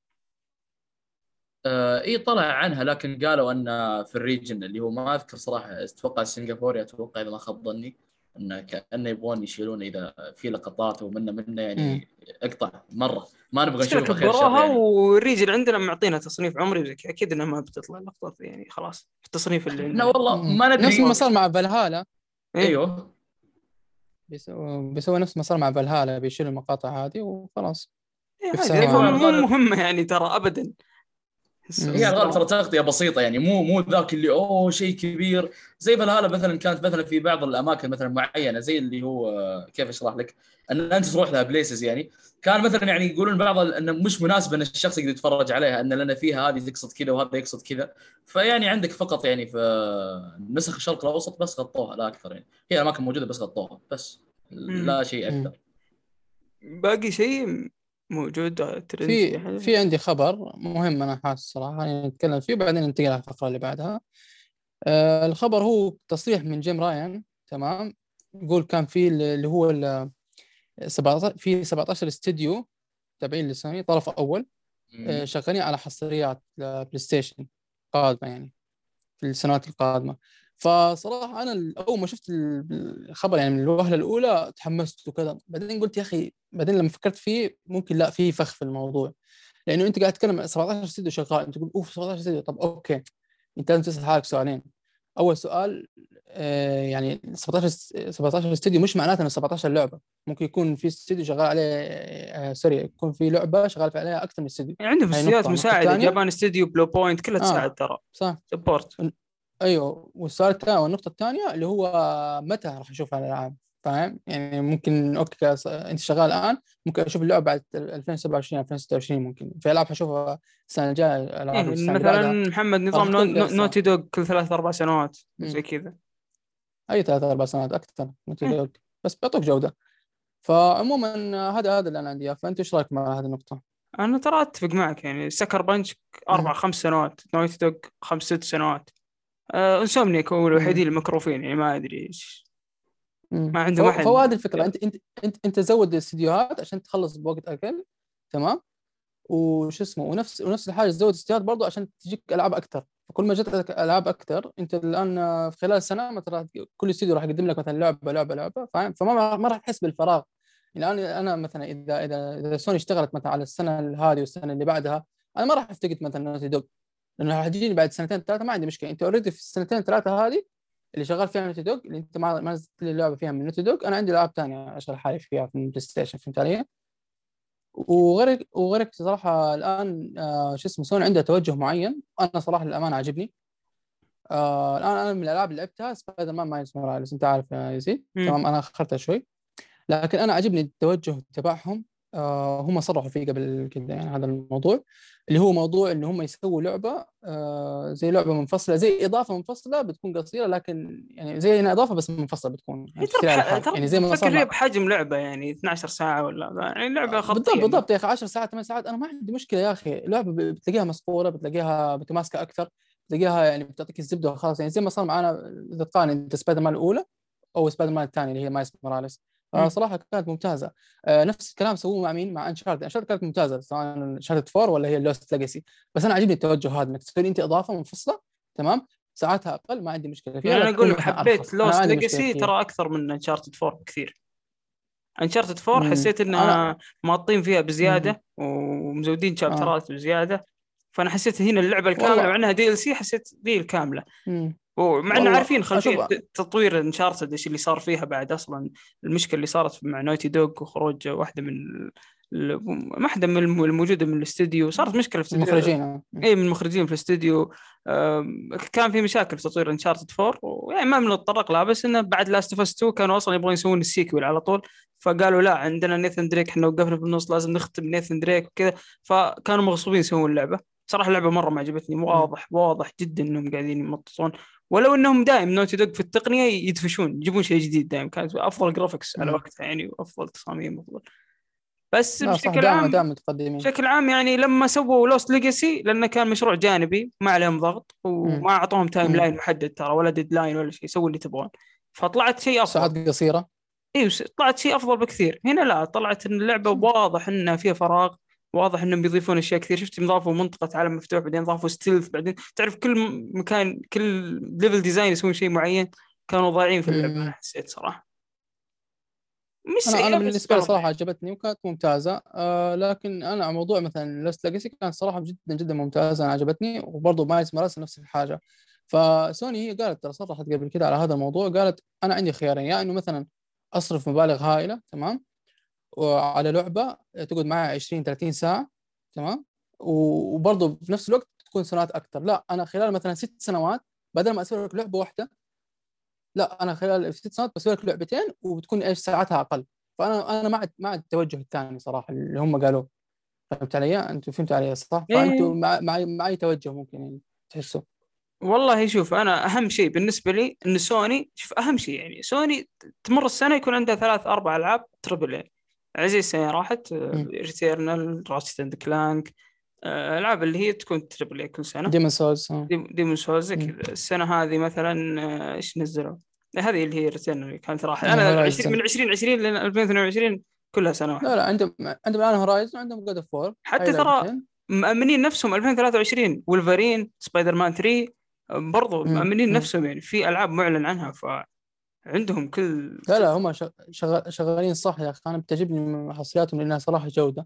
آه اي طلع عنها، لكن قالوا ان في الريجن اللي هو ما اذكر صراحه، اتوقع سنغافوري، اتوقع اذا ما خاب ظني، انه كانه يبغون يشيلون اذا في لقطات ومنه منه مم. يعني اقطع مره ما نبغى مشكلة نشوفها، خير شر كبروها، يعني. والريجل عندنا معطينا تصنيف عمري وزي كذا، أكيد إنها ما بتطلع لقطات يعني، خلاص التصنيف اللي احنا عندنا. والله مم. ما نفس ندري. ما صار مع فالهالا. إيه؟ ايوه بيسوي بيسوي نفس ما صار مع فالهالا، بيشيل المقاطع هذه وخلاص إيه عادي، يفسحوها ايوه مو على عليه. مو الغالب، مهمة يعني ترى أبدا. هي على الغالب ترى الصراحة. تغطيه بسيطه يعني، مو مو ذاك اللي اوه شيء كبير. زي فالهالا مثلا كانت مثلا في بعض الاماكن مثلا معينه، زي اللي هو آه، كيف اشرح لك، ان انت تروح لها بليسز يعني، كان مثلا يعني يقولون بعض انه مش مناسبه ان الشخص يقدر يتفرج عليها، ان لان فيها هذه تقصد كذا وهذا يقصد كذا. فيعني عندك فقط يعني في نسخ الشرق الاوسط بس غطوها لا اكثر يعني، هي اماكن موجوده بس غطوها بس، مم. لا شيء مم. اكثر. باقي شيء موجود ترند في في حاجة؟ في عندي خبر مهم انا حاسس صراحه يعني نتكلم فيه بعدين ننتقل على الفقره اللي بعدها. آه الخبر هو تصريح من جيم رايان، تمام. يقول كان في اللي هو ال سبعة عشر في سبعة عشر استديو تابعين لسوني طرف اول، آه شغالين على حصريات لبلاي ستيشن قادمه يعني في السنوات القادمه. فصراحه انا اول ما شفت الخبر يعني من الوهله الاولى تحمست وكذا، بعدين قلت يا اخي، بعدين لما فكرت فيه ممكن لا في فخ في الموضوع، لانه انت قاعد تتكلم عن سبعة عشر استديو شغال، انت تقول اوف سبعة عشر استديو، طب اوكي انت لازم تسال حالك سؤالين. اول سؤال آه يعني سبعة عشر سبعة عشر استديو مش معناته انه سبعة عشر لعبه، ممكن يكون في استديو شغال عليه آه سوري يكون في لعبه شغال عليها اكثر من استديو. يعني عندهم هاي استديوهات نقطه. النقطه مساعدة، الثانيه جابان استديو، بلو بوينت، كلها تساعد اه ترى صح سبورت. ايوه. والسؤال الثاني والنقطه الثانيه اللي هو متى راح اشوف الالعاب، فاهم يعني؟ ممكن اوكي كاس... انت شغال الان، ممكن اشوف اللعبه بعد ألفين وسبعة وعشرين ألفين وستة وعشرين، ممكن في العاب حشوفها السنه الجايه، العاب إيه السنه اللي بعدها، مثلا محمد فراح نظام نو... تكون نو... قصه. نوتي دوغ كل ثلاث أربع سنوات مم. زي كذا. اي ثلاث اربع سنوات اكثر إيه. دوك. بس بيعطوك جوده. فعموما هذا هذا اللي انا عندي اياه. فانت ايش رايك مع هذه النقطه؟ أنا ترى أتفق معك يعني. سكر بنش أربع مم. خمس سنوات، نوتي دوغ خمس ست سنوات، آه انسومنيك هو الوحيدين مم. المكروفين يعني، ما أدري إيش، مم. ما عندهم فهو فهو أحد. هذه الفكره، انت انت انت انت زود الاستديوهات عشان تخلص بوقت اقل، تمام. وش اسمه ونفس ونفس الحاجه تزود استديوهات برضو عشان تجيك العاب اكثر. فكل ما جتك العاب اكثر انت الان في خلال سنه مثلا كل استديو راح يقدم لك مثلا لعبه لعبه لعبه، فاهم؟ فما ما راح تحس بالفراغ. الان انا مثلا اذا اذا اذا سوني اشتغلت مثلا على السنه هذه والسنه اللي بعدها، انا ما راح افتقد مثلا نوتي دوغ، لانه راح تجيني بعد سنتين ثلاثه ما عندي مشكله. انت اوريدي في السنتين ثلاثه هذه اللي شغال فيها نوتي دوغ، اللي انت ما ما نزلت لي اللعبه فيها من نوتي دوغ، انا عندي العاب ثانيه اشغل حالي فيها في البلاي ستيشن، فهمت علي؟ وغيرك وغيرك صراحة الآن آه شو اسمه سوني عندها توجه معين، أنا صراحة للأمانة عجبني. آه الآن أنا من الألعاب اللي لعبتها سبايدر مان مايلز موراليس، أنت عارف يا يزيد، مم. تمام. أنا أخرتها شوي لكن أنا عجبني التوجه تبعهم. آه هم صرحوا فيه قبل كده يعني هذا الموضوع، اللي هو موضوع إن هم يسووا لعبة آه زي لعبة منفصلة، زي إضافة منفصلة بتكون قصيرة، لكن يعني زي إنها إضافة بس منفصلة بتكون هي يعني ترى تشتريها بح... لحال، ترى يعني زي ما صار بفكر هي مع بحجم لعبة يعني اثنتي عشرة ساعة ولا يعني لعبة بالضبط خطية ما. بالضبط يا اخي عشر ساعات ثمان ساعات انا ما عندي مشكله يا اخي. لعبه بتلاقيها مسطوره، بتلاقيها متماسكه اكثر. تلاقيها يعني بتعطيك الزبده وخلاص، يعني زي ما صار معنا اذا تقارن انت سبايدر مان الاولى او سبايدر مان الثانيه اللي هي مايلز موراليس، فصراحه كانت ممتازه. آه نفس الكلام سووه مع مين؟ مع انشارتد. انشارتد كانت ممتازه سواء انشارتد فور ولا هي لوست ليجاسي، بس انا عجبني التوجه هذا انك تسوي انت اضافه منفصله، تمام، ساعاتها اقل ما عندي مشكله فيها، يعني انا لكن اقول تكون لك مثلا حبيت ارخص انا ما لوست عندي مشكله ليجاسي فيها. ترى اكثر من انشارتد فور بكثير. انشارتد فور امم حسيت انا انها ماطين فيها امم بزياده ومزودين اه شابترات بزياده، فانا حسيت هنا اللعبه الكامله مع والله انها دي ال سي، حسيت دي الكامله. امم ومع ان والله عارفين اشوف. خلفيه تطوير انشارتد ايش اللي صار فيها بعد اصلا، المشكله اللي صارت مع نوتي دوغ وخروج واحده من ال- واحده من الم- الموجوده من الاستديو، صارت مشكله في استديو، المخرجين آه. اي من المخرجين في الاستديو. آم، كان في مشاكل في تطوير انشارتد فور، ويعني ما بنتطرق لها، بس انه بعد لاست اوف اس تو كانوا اصلا يبغون يسوون السيكويل على طول، فقالوا لا عندنا نيثن دريك، احنا وقفنا في النص لازم نختم نيثن دريك وكذا، فكانوا مغصوبين يسوون اللعبه. صراحه اللعبه مره ما عجبتني، امم واضح واضح جدا انهم قاعدين يمططون، ولو انهم دائم نوتي دوغ في التقنيه يدفشون يجيبون شيء جديد دائم، كانت افضل جرافيكس على امم وقتها يعني، وافضل تصاميم افضل. بس لا صح، بشكل دائما عام، دائما متقدمين. بشكل عام يعني لما سووا لوست ليجاسي لانه كان مشروع جانبي ما عليهم ضغط امم وما اعطوهم تايم امم لاين محدد ترى، ولا ديدلاين ولا شيء، سووا اللي تبغون، فطلعت شيء افضل. ساعات قصيره. ايوه طلعت شيء افضل بكثير. هنا لا، طلعت ان اللعبه واضح انها فيها فراغ، واضح انهم بيضيفون اشياء كثير. شفت ضافوا منطقه عالم مفتوح، بعدين ضافوا ستيلث، بعدين تعرف كل م- مكان كل ليفل ديزاين يسوون شيء معين، كانوا ضايعين في اللعبه انا امم حسيت صراحه. مش انا انا سيئه بس بالنسبه لي كانوا صراحه ضايعين. عجبتني وكانت ممتازه. آه لكن انا على موضوع مثلا لوست ليجاسي كانت صراحه جدا جدا ممتازه، انا عجبتني. وبرضه مايلز موراليس نفس الحاجه. فسوني هي قالت ترى، صرحت قبل كده على هذا الموضوع، قالت انا عندي خيارين، يا يعني انه مثلا اصرف مبالغ هائله تمام وعلى لعبه تقعد معي عشرين ثلاثين ساعه تمام، وبرضه في نفس الوقت تكون سنوات اكثر، لا انا خلال مثلا ست سنوات بدل ما اسوي لك لعبه واحده، لا انا خلال ست سنوات بسوي لك لعبتين وبتكون ايش ساعتها اقل. فانا انا مع مع التوجه الثاني صراحه اللي هم قالوه. فهمت علي؟ انتم فهمتوا علي صح؟ ايه فانتم مع مع مع اي توجه ممكن يعني تحسوا. والله شوف، انا اهم شيء بالنسبه لي ان سوني، شوف اهم شيء يعني سوني تمر السنه يكون عندها ثلاث اربع العاب تربل اي، زي السنه راحت ريتيرنال، راتشت اند كلانك، العاب اللي هي تكون تربل اي كل سنه. ديمون سولز. ديمون سولز زي كذا. السنه هذه مثلا آه، ايش نزلوا؟ هذه اللي هي ريتيرنال كانت راحت، انا عشرين هورايزن. من عشرين عشرين ل ألفين واثنين وعشرين كلها سنه لا واحده. لا، عندهم عندهم الان هورايزن، عندهم جود اوف فور، هاي حتى ترى لعبتين. مأمنين نفسهم ألفين وثلاثة وعشرين ولفرين، سبايدر مان ثري، برضو مم. مأمنين مم. نفسهم يعني في ألعاب معلن عنها، فعندهم كل لا كل لا، هم شغ- شغال شغالين صح يا اخي، انا بتعجبني حصرياتهم لانها صراحه جوده،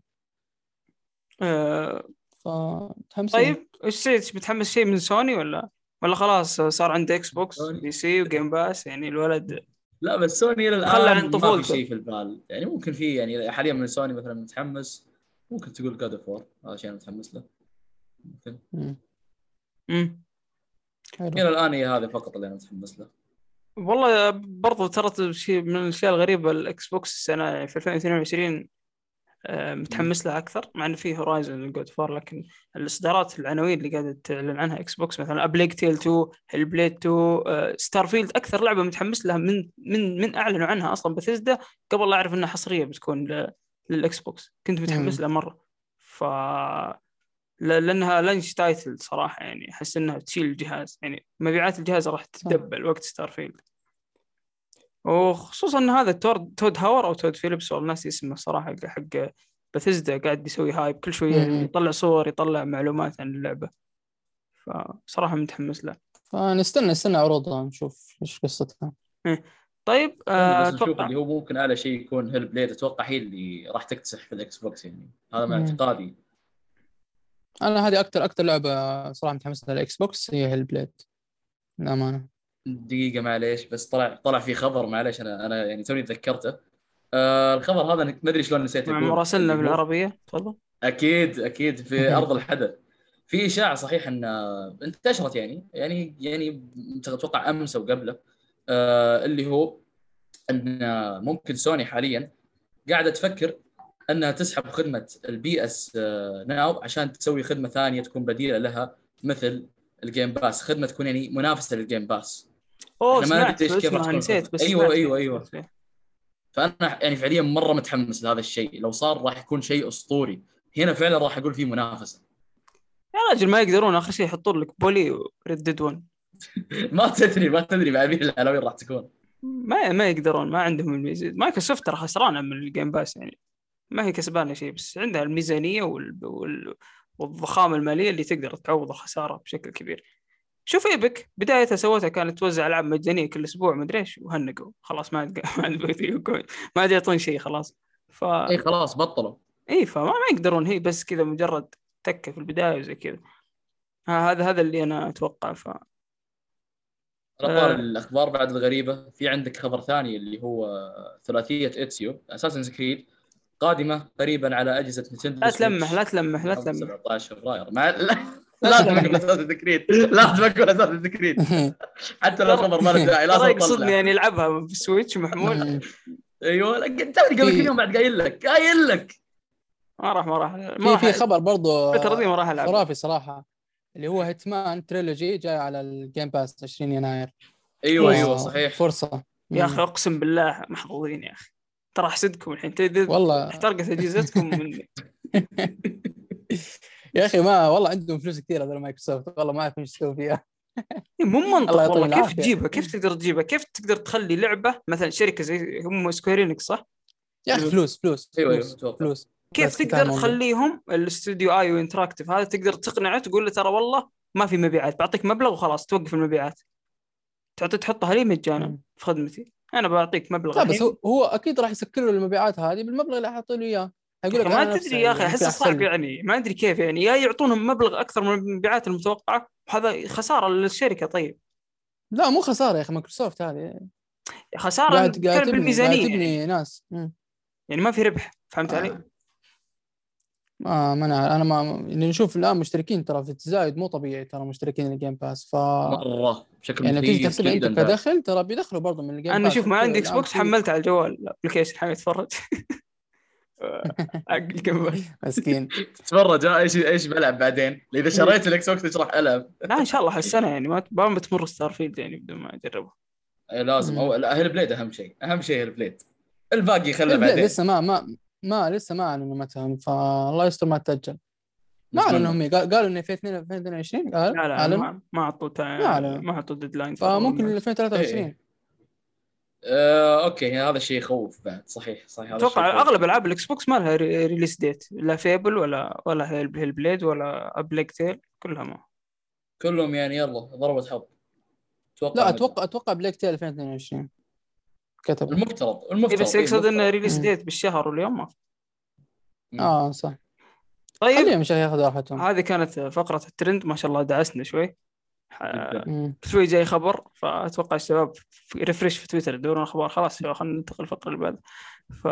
آه. فمتحمسين. طيب ايش شيء بتحمس شيء من سوني، ولا ولا خلاص صار عنده اكس بوكس سوني. بي سي وجيم باس يعني الولد لا بس سوني الى تخلى عن الان ما في طفولته؟ شيء في البال، يعني ممكن في يعني حاليا من سوني مثلا متحمس، ممكن تقول جاد اوف وور، هذا شيء أنا متحمس له ممكن. مم. امم حلو. الى الان هي هذه فقط اللي انا متحمس له. والله برضو ترى شيء من الاشياء الغريبه، الاكس بوكس السنه يعني في ألفين واثنين وعشرين آه، مم. متحمس لها اكثر، مع انه فيه هورايزن جود فور، لكن الاصدارات العناوين اللي قاعده تعلن عنها اكس بوكس مثلا ابليك تيل تو، هيل بليد تو، ستار فيلد، اكثر لعبه متحمس لها من من من اعلنوا عنها اصلا بثيسدا قبل لا اعرف انها حصريه بتكون ل- للاكس بوكس، كنت متحمس مم. لها مره. ف ل- لانها لانش تايتل صراحه، يعني احس انها تشيل الجهاز، يعني مبيعات الجهاز راح صح. تدبل وقت ستار فيلد. وخصوصا ان هذا تود تود هاور او تود فيليبس والله ناسي اسمه صراحه، حق بثزدا، قاعد يسوي هايب كل شويه، مم. يطلع صور يطلع معلومات عن اللعبه، فصراحه متحمس له. فنستنى نستنى عروضها نشوف ايش قصتها. إيه. طيب استنى آه، بس نشوف اتوقع اللي هو ممكن اعلى شيء يكون هيل بليد، اتوقع هي اللي راح تكتسح في الاكس بوكس، يعني هذا من مم. اعتقادي. انا هذه اكثر اكثر لعبه صراحه متحمس لها الاكس بوكس هي هيل بليد للامانه. دقيقة معليش، بس طلع طلع في خبر، معليش انا انا يعني توني تذكرته. آه الخبر هذا ما ادري شلون نسيت مع اقول مراسلنا اللي هو. بالعربيه تفضل. اكيد اكيد في ارض الحدث. في اشاعه صحيح ان انتشرت، يعني يعني يعني اتوقع امس او قبله. آه اللي هو ان ممكن سوني حاليا قاعده تفكر انها تسحب خدمه البي اس ناو عشان تسوي خدمه ثانيه تكون بديله لها، مثل الجيم باس، خدمه تكون يعني منافسه للجيم باس. اوه احنا ما ندري سمعت ايش كيف راح اسمها، تكون نسيت الخدمه. بس ايوه سمعت فيه ايوه سمعت ايوه. فيه. فانا يعني فعليا مره متحمس لهذا الشيء، لو صار راح يكون شيء اسطوري، هنا فعلا راح اقول فيه منافسه. يا راجل ما يقدرون اخر شيء يحطون لك بولي وريد ون. ما تدري ما تدري معابير الحلوين راح تكون. ما ما يقدرون، ما عندهم الميزة. مايكروسوفت ترى خسرانه من الجيم باس يعني، ما هي كسبانه شيء، بس عندها الميزانيه وال... وال... والضخامه الماليه اللي تقدر تعوض الخساره بشكل كبير. شوف ايبك بدايتها سوتها كانت توزع العاب مجانيه كل اسبوع مدري ايش، وهنقوا خلاص ما عاد ما عاد بيقول- ما عاد يعطون شيء خلاص. ف اي خلاص بطلوا. اي فما ما يقدرون، هي بس كذا مجرد تكه في البدايه وزي كذا. ها- هذا هذا اللي انا اتوقع. ف على طار آه، الاخبار بعد الغريبه، في عندك خبر ثاني اللي هو ثلاثيه اتسيو اساسن كريد قادمه قريبا على اجهزه نينتندو لا تلمح لا سويتش تلمح لا يوم تلمح سبعة عشر فبراير. مع لا لا لازم تلمح. اقول اساسن كريد، لازم اقول اساسن كريد حتى لو الخبر ما له داعي لازم ترى يقصدني اطلع. يعني يلعبها في سويتش محمول. ايوه توني قبل كم في يوم بعد قايل لك قايل لك ما راح ما راح ما في في راح خبر برضو الفترة دي ما راح العب. خرافي صراحه، اللي هو هيتمان تريلوجي جاي على الجيم باس عشرين يناير. ايوه ايوه صحيح. فرصه. يا اخي مم. اقسم بالله محظوظين يا اخي، ترى احسدكم الحين تدري والله احترقت اجهزتكم من يا اخي ما والله عندهم فلوس كثير هذول مايكروسوفت، والله ما اعرف ايش يسوي فيها. مو الله منطق يعطيهم والله. كيف العافيه. تجيبها؟ كيف تقدر تجيبها؟ كيف تقدر تخلي لعبة مثلا شركة زي هم سكويرينكس صح؟ يا اخي فلوس فلوس ايوه ايوه فلوس اتوقع. فلوس كيف بس كذا تقدر الموضوع. تخليهم الاستوديو ايو انتراكتيف هذا تقدر تقنعه تقول له ترى والله ما في مبيعات، بعطيك مبلغ وخلاص توقف المبيعات، تعطي تحطها لي مجانا مم. في خدمتي، انا بعطيك مبلغ لا بس الحين. هو هو اكيد راح يسكر له المبيعات هذه بالمبلغ اللي حاطين له اياه. يا يقول أخي لك ما انا نفسي تدري يا اخي ممكن احس احسن صعب لي. يعني، ما ادري كيف يعني، يا يعطونهم مبلغ اكثر من المبيعات المتوقعه وهذا خساره للشركه. طيب لا مو خساره يا اخي، مايكروسوفت هذه خساره قاعد قاعد نتكلم تبني قاعد بالميزانيه يعني، تبني ناس. مم. يعني ما في ربح، فهمت علي؟ آه. ما ما انا انا ما اللي نشوف الان مشتركين ترى في التزايد مو طبيعي، ترى مشتركين الجيم باس. ف مره بشكل يعني تيجي كبير تحسب انت جدا ذا. كدخل ترى بيدخلوا برضه من الجيم انا باس. شوف ما اوكي عندي اكس الان بوكس، في حملت على الجوال الابلكيشن حق اتفرج حق الجوال. مسكين. تتفرج ها ايش ايش بلعب بعدين اذا شريت الاكس بوكس ايش راح العب. لا ان شاء الله هالسنه يعني ما ما بتمر ستار فيلد يعني بدون ما اجربه. إيه لازم مم. او لا هيل بليد اهم شيء، اهم شيء هيل بليد، الباقي خله البلاد بعدين. لسه ما ما ما لسه ما اعلنوا متى، فالله يستر ما تاجل. ما اعلنوا نتمنى. هم قال- قالوا انه في اثنين ألفين واثنين وعشرين. قال لا لا اعلنوا ما ما حطوا ما اعلنوا، ما حطوا ديدلاين فممكن الناس. ألفين وثلاثة وعشرين. إيه. آه، اوكي هذا الشيء يخوف بعد. صحيح صحيح هذا الشيء اتوقع يخوف. اغلب العاب الاكس بوكس ما لها ري- ريليس ديت، لا فيبل ولا ولا هيل هيل بليد ولا بليك تيل، كلها ما. كلهم يعني يلا ضربة حظ. اتوقع لا متى. اتوقع اتوقع بلاك تيل ألفين واثنين وعشرين كتبوا. المفترض إيه المفترض بس إيه يقصد انه المفترض. ريليس مم. ديت بالشهر واليوم ما في. مم. اه صح. طيب خليهم يا ياخذوا راحتهم. هذه كانت فقرة الترند، ما شاء الله دعسنا شوي. جدا. مم. شوي جاي خبر، فأتوقع الشباب ريفرش في تويتر يدورون أخبار. خلاص خلينا ننتقل الفقرة اللي بعد. ف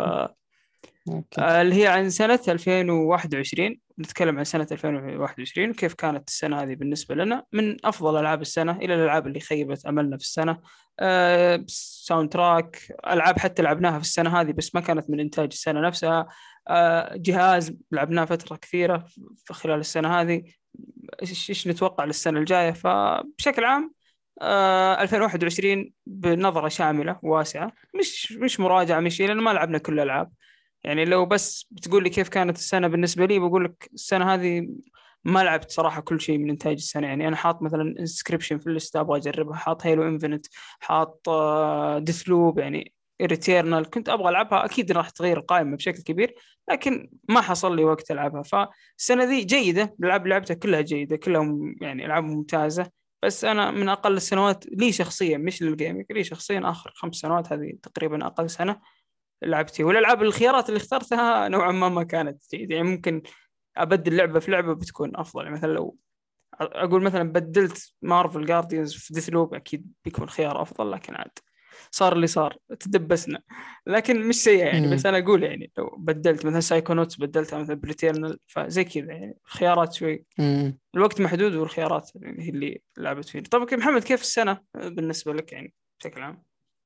اوكي. آه، اللي هي عن سنة ألفين وواحد وعشرين. نتكلم عن سنة ألفين وواحد وعشرين وكيف كانت السنة هذه بالنسبة لنا، من أفضل ألعاب السنة إلى الألعاب اللي خيبت أملنا في السنة. أه ساوند تراك، ألعاب حتى لعبناها في السنة هذه بس ما كانت من إنتاج السنة نفسها. أه جهاز لعبناه فترة كثيرة في خلال السنة هذه. إيش إيش نتوقع للسنة الجاية؟ فبشكل عام أه ألفين وواحد وعشرين بنظرة شاملة واسعة، مش مش مراجعة مش شيء، لأنه ما لعبنا كل الألعاب. يعني لو بس بتقول لي كيف كانت السنة بالنسبة لي بقول لك السنة هذه ما لعبت صراحة كل شيء من إنتاج السنة. يعني أنا حاط مثلا انسكريبشن في الليست أبغى أجربها، حاط هيلو إنفينيت، حاط ديث لوب يعني ريتيرنال كنت أبغى ألعبها، أكيد راح تغير القائمة بشكل كبير لكن ما حصل لي وقت ألعبها. فالسنة ذي جيدة، الألعاب لعبتها كلها جيدة، كلهم يعني ألعاب ممتازة. بس أنا من أقل السنوات لي شخصيا مش للجيمنج، لي شخصيا آخر خمس سنوات هذه تقريبا أقل سنة لعبتي. والألعاب الخيارات اللي اخترتها نوعا ما ما كانت جيدة، يعني ممكن أبدل لعبة في لعبة بتكون أفضل. يعني مثلا لو أقول مثلا بدلت مارفل جارديانز في ديث لوب أكيد بيكون خيار أفضل، لكن عاد صار اللي صار تدبسنا، لكن مش سيئة يعني. بس أنا أقول يعني لو بدلت مثلا سايكونوتس بدلتها مثلا بريتيرنال فزي كذا يعني خيارات شوي. مم. الوقت محدود والخيارات يعني هي اللي لعبت فيه. طب محمد كيف السنة بالنسبة لك يعني بشكل عام؟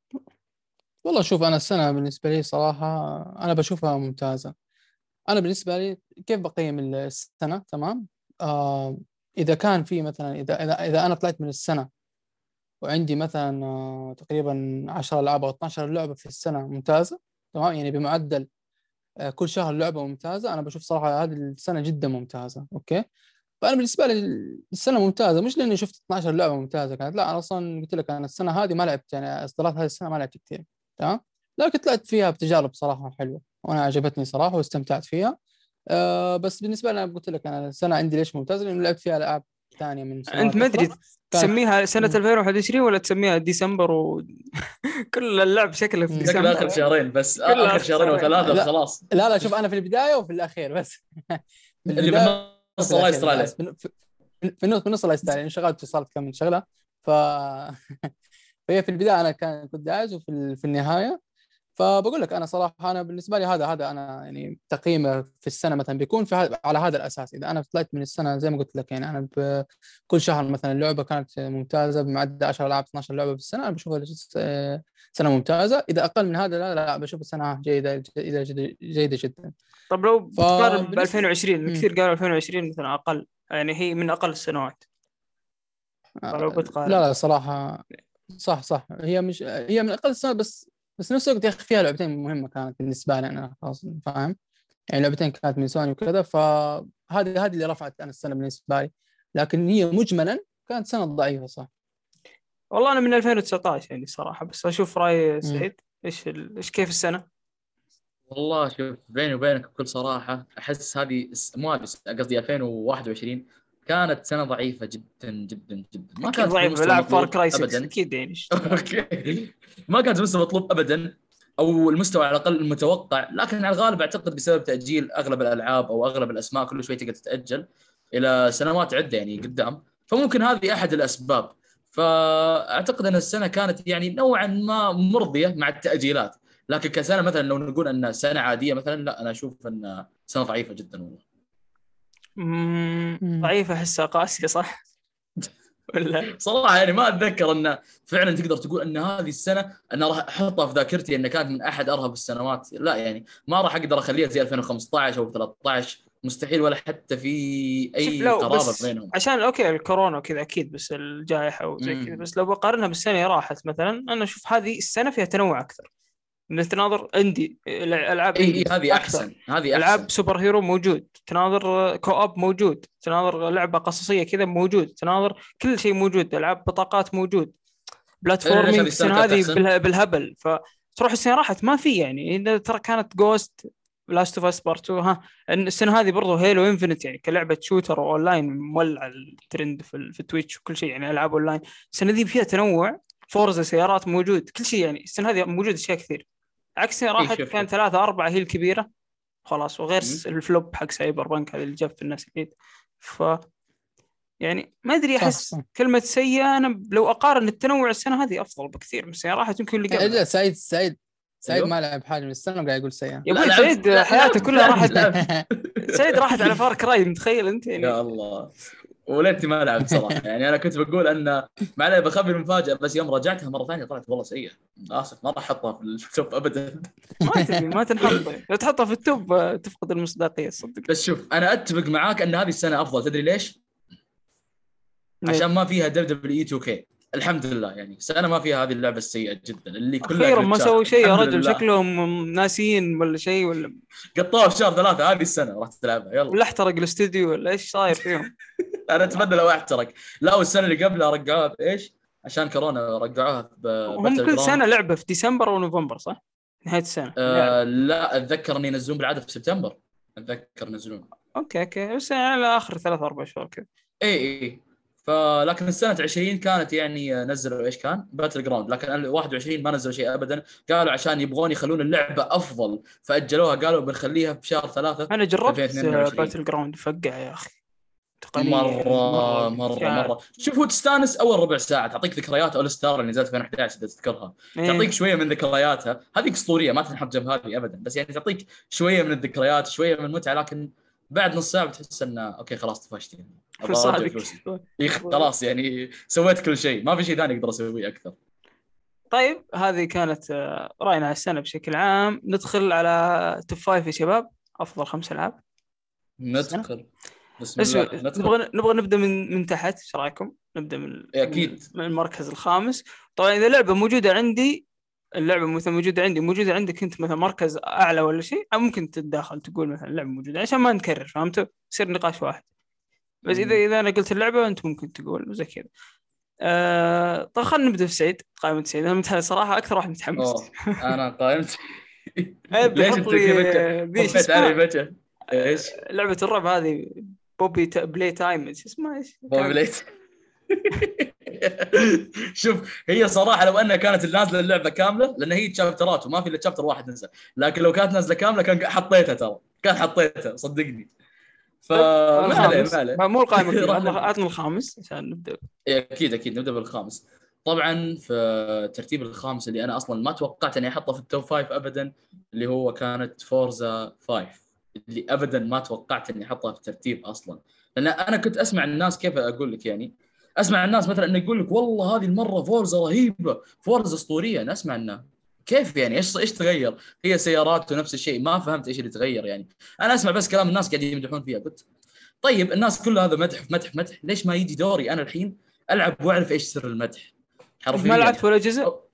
والله شوف انا السنه بالنسبه لي صراحه انا بشوفها ممتازه. انا بالنسبه لي كيف بقيم السنه تمام. آه اذا كان في مثلا اذا اذا اذا انا طلعت من السنه وعندي مثلا آه تقريبا عشرة العاب او اثنا عشر لعبه في السنه ممتازه تمام، يعني بمعدل آه كل شهر لعبه ممتازه، انا بشوف صراحه هذه السنه جدا ممتازه. اوكي فانا بالنسبه لي السنه ممتازه، مش لاني شفت اثنا عشر لعبه ممتازه كانت، لا انا اصلا قلت لك انا السنه هذه ما لعبت يعني اصدارات هذه السنه ما لعبت كثير تمام، لكن طلعت فيها بتجارب صراحه حلوه وانا عجبتني صراحه واستمتعت فيها. أه بس بالنسبه لي انا قلت لك انا السنه عندي ليش ممتازه لانه لعبت فيها العاب ثانيه من انت سنوات ما اخرى ادري كانت. تسميها سنة مم. ألفين وواحد وعشرين ولا تسميها ديسمبر وكل اللعب شكله في مم. شكل اخر ديسمبر. شهرين بس، كلها اخر آخر شهرين شهرين. وثلاثه لا خلاص. لا لا شوف انا في البدايه وفي الاخير بس في اللي البدايه بالنص وفي الله الاخير يستر عليه. بس في في في النص في النص الله يستاهل يعني شغلت اتصالات كم من شغله ف فهي في البدايه انا كان كنت داعس وفي ال- في النهايه. فبقول لك انا صراحه انا بالنسبه لي هذا هذا انا يعني تقييمه في السنه مثلا بيكون في هذا على هذا الاساس. اذا انا طلعت من السنه زي ما قلت لك يعني انا بكل شهر مثلا اللعبه كانت ممتازه بمعدل عشر العاب اثنا عشر لعبه في السنه، انا بشوفها س- سنه ممتازه. اذا اقل من هذا لا لا بشوف السنه جيده جيده جيده, جيدة جدا. طب لو بتقارن ب فبالنسبه ألفين وعشرين، مم. كثير قالوا ألفين وعشرين مثلا اقل، يعني هي من اقل السنوات، آه، فلو لا بتقارن. لا صراحه صح صح هي مش هي من اقل السنوات، بس بس نفس الوقت يا اخي فيها لعبتين مهمه كانت بالنسبه لي انا خلاص فاهم يعني لعبتين كانت من سوني وكذا، فهذه هذه اللي رفعت انا السنه بالنسبه لي، لكن هي مجملا كانت سنه ضعيفه صح. والله انا من ألفين وتسعة عشر يعني صراحة، بس اشوف راي امم سعيد. ايش ال... ايش كيف السنة؟ والله شوف بيني وبينك بكل صراحه احس هذه الس- مو هذه الس- قصدي ألفين وواحد وعشرين كانت سنه ضعيفه جدا جدا جدا، ما اكيد كانت ضعيف، بالمستوى بلعب فار المطلوب كراي ستة ابدا. اكيد يعني. اوكي، ما كانت بالمستوى المطلوب ابدا، او المستوى على الاقل المتوقع، لكن على الغالب اعتقد بسبب تاجيل اغلب الالعاب او اغلب الاسماء كل شوي تقدر تتاجل الى سنوات عده يعني قدام، فممكن هذه احد الاسباب. فاعتقد ان السنه كانت يعني نوعا ما مرضيه مع التاجيلات، لكن كسنه مثلا لو نقول ان سنه عاديه مثلا، لا انا اشوف ان سنه ضعيفه جدا والله. مم... امم ضعيف، احسها قاسية صح ولا؟ صراحه يعني ما اتذكر ان فعلا تقدر تقول ان هذه السنه انا راح احطها في ذاكرتي ان كانت من احد ارهب السنوات، لا يعني ما راح اقدر اخليها زي ألفين وخمسة عشر او ثلاثة عشر، مستحيل ولا حتى في شوف اي لو قرابه بس بينهم. عشان اوكي الكورونا وكذا اكيد، بس الجائحة وزي كذا، امم بس لو بقارنها بالسنة اللي راحت مثلا، انا اشوف هذه السنة فيها تنوع اكثر، من تناظر اندي العاب اي اي انديز هذه اكثر، احسن، هذه العاب احسن. سوبر هيرو موجود، تناظر كوب موجود، تناظر لعبه قصصيه كذا موجود، تناظر كل شيء موجود، العاب بطاقات موجود، تدري ليش هذه بلاتفورمينج السنه السنه كانت هذه احسن؟ بالها- بالهبل. فتروح السنه راحت ما في يعني إذا ترى كانت جوست، لاست اوف اس بارت تو، ها إن السنه هذه برضو هيلو انفنت يعني كلعبه شوتر اونلاين مولع الترند في, ال- في تويتش وكل شيء يعني العاب اونلاين. السنه دي فيها تنوع، فورزا سيارات موجود، كل شيء يعني السنه هذه موجود اشياء كثير، عكس سنة اي راحت شوف كان شوف ثلاثة أربعة هي الكبيرة خلاص، وغير مم. الفلوب حق سايبر بانك هذا اللي جاب في الناس أكيد. ف يعني ما أدري، صح أحس صح كلمة سيئة أنا لو أقارن التنوع السنة هذه أفضل بكثير من السنة راحت، يمكن اللي يعني قبلها. لا سعيد سعيد سعيد ايوه ما لعب حاجه من السنه وقاعد يقول سيئه. يا لا أبوي لعبت، سعيد لا حياته لعبت كلها لعبت راحت، لعبت سعيد راحت على فار كراي، متخيل أنت يا يعني. الله، وليتني ما لعبت صراحه. يعني انا كنت بقول ان معلي بخبي المفاجاه، بس يوم رجعتها مره ثانيه طلعت والله سيئه. اسف ما راح احطها في التوب ابدا. ما تبي ما تنحط، لو تحطها في التوب آه، تفقد المصداقية صدق. بس شوف انا اتفق معاك ان هذه السنه افضل، تدري ليش؟ عشان ليه؟ ما فيها دبليو دبليو اي تو كيه. الحمد لله يعني سنه ما فيها هذه اللعبه السيئه جدا اللي كلها أخيرا ما جلتشات، سووا شيء يا الحمد رجل، لله. شكلهم ناسيين ولا شيء، ولا قطوها في شهر ثلاثه هذه السنه راح تلعبها يلا. ولا احترق الاستوديو ولا ايش صاير فيهم. انا اتمنى لو احترق. لا والسنه اللي قبلها رجعوها بايش؟ عشان كورونا رجعوها هم بباتل كل سنة جراوند. لعبة في ديسمبر أو نوفمبر صح؟ نهاية السنة اللي أعرف. آه لا اتذكر ان ينزلون بالعاده في سبتمبر، اتذكر ينزلون. أوكي أوكي، بس يعني على آخر ثلاث أربع شهور كذا. اي اي فلكن السنه عشرين كانت يعني نزلوا ايش كان باتل جراوند، لكن واحد وعشرين ما نزلوا شيء ابدا. قالوا عشان يبغون يخلون اللعبه افضل فاجلوها، قالوا بنخليها في شهر ثلاثة أنا جربت ألفين واثنين وعشرين. باتل جراوند، فقع يا أخي تقنيا مره مرة مره جاد. مره شوف هو تستانس اول ربع ساعه، تعطيك ذكريات اول ستار اللي نزلت في ألفين وأحد عشر اذا تذكرها، تعطيك إيه. شويه من ذكرياتها، هذيك اسطوريه ما تنحط جنب هذه ابدا، بس يعني تعطيك شويه من الذكريات شويه من المتعه، لكن بعد نص ساعه بتحس انه اوكي خلاص طفشت يعني ابغى ارجع صادق. فلوسي. إيه خلاص يعني سويت كل شيء، ما في شيء ثاني اقدر اسويه اكثر. طيب هذه كانت آه، رأينا على السنة بشكل عام. ندخل على توب فايف يا شباب، أفضل خمس ألعاب السنة. ندخل بسم بس الله ندخل. نبغى نبغى نبدا من من تحت، ايش رايكم؟ نبدا من اكيد من المركز الخامس. طبعا اذا لعبه موجوده عندي، اللعبه مثلا موجوده عندي موجوده عندك انت مثلا مركز اعلى ولا شيء، ممكن تتداخل تقول مثلا اللعبه موجوده عشان ما نكرر، فهمتوا؟ يصير نقاش واحد. بس اذا مم. اذا انا قلت اللعبه انت ممكن تقول زي كذا. آه طيب خلينا نبدا في سعيد، قائمه سعيد. انا متح- صراحه اكثر واحد متحمس. اوه انا قائمت. ابي ليش احط انت كذا فجأة لي ذي شو طفيت علي اسمها، فجأة؟ ايش؟ لعبه الرعب هذه، بوبي تا... بلاي تايم، شو اسمها ايش بوبي كان؟ بليت. شوف هي صراحه لو انها كانت نازله اللعبه كامله، لان هي تشابترات وما في الا تشابتر واحد نزل، لكن لو كانت نازله كامله كان حطيتها، ترى كان حطيتها صدقني. طيب فما عليه ما الخامس، عليه. ما- مو القائمه كلها، راح عطنا نبدا. عطنا الخامس عشان نبدا. إيه، اكيد اكيد نبدا بالخامس. طبعا في ترتيب الخامس اللي انا اصلا ما توقعت اني احطه في التوب فايف ابدا، اللي هو كانت فورزا فايف، اللي ابدا ما توقعت اني احطها في الترتيب اصلا. لان انا كنت اسمع الناس، كيف اقول لك يعني، اسمع الناس مثلا انه يقول لك والله هذه المره فورزا رهيبه، فورزا اسطوريه. انا اسمع انه كيف يعني، ايش ايش تغير؟ هي سيارات ونفس الشيء، ما فهمت ايش اللي تغير يعني. انا اسمع بس كلام الناس قاعدين يمدحون فيها. قلت طيب الناس كل هذا مدح في مدح في مدح، ليش ما يجي دوري انا الحين العب واعرف ايش سر المدح ما حرفيا. لعبت ولا جزء؟ أو-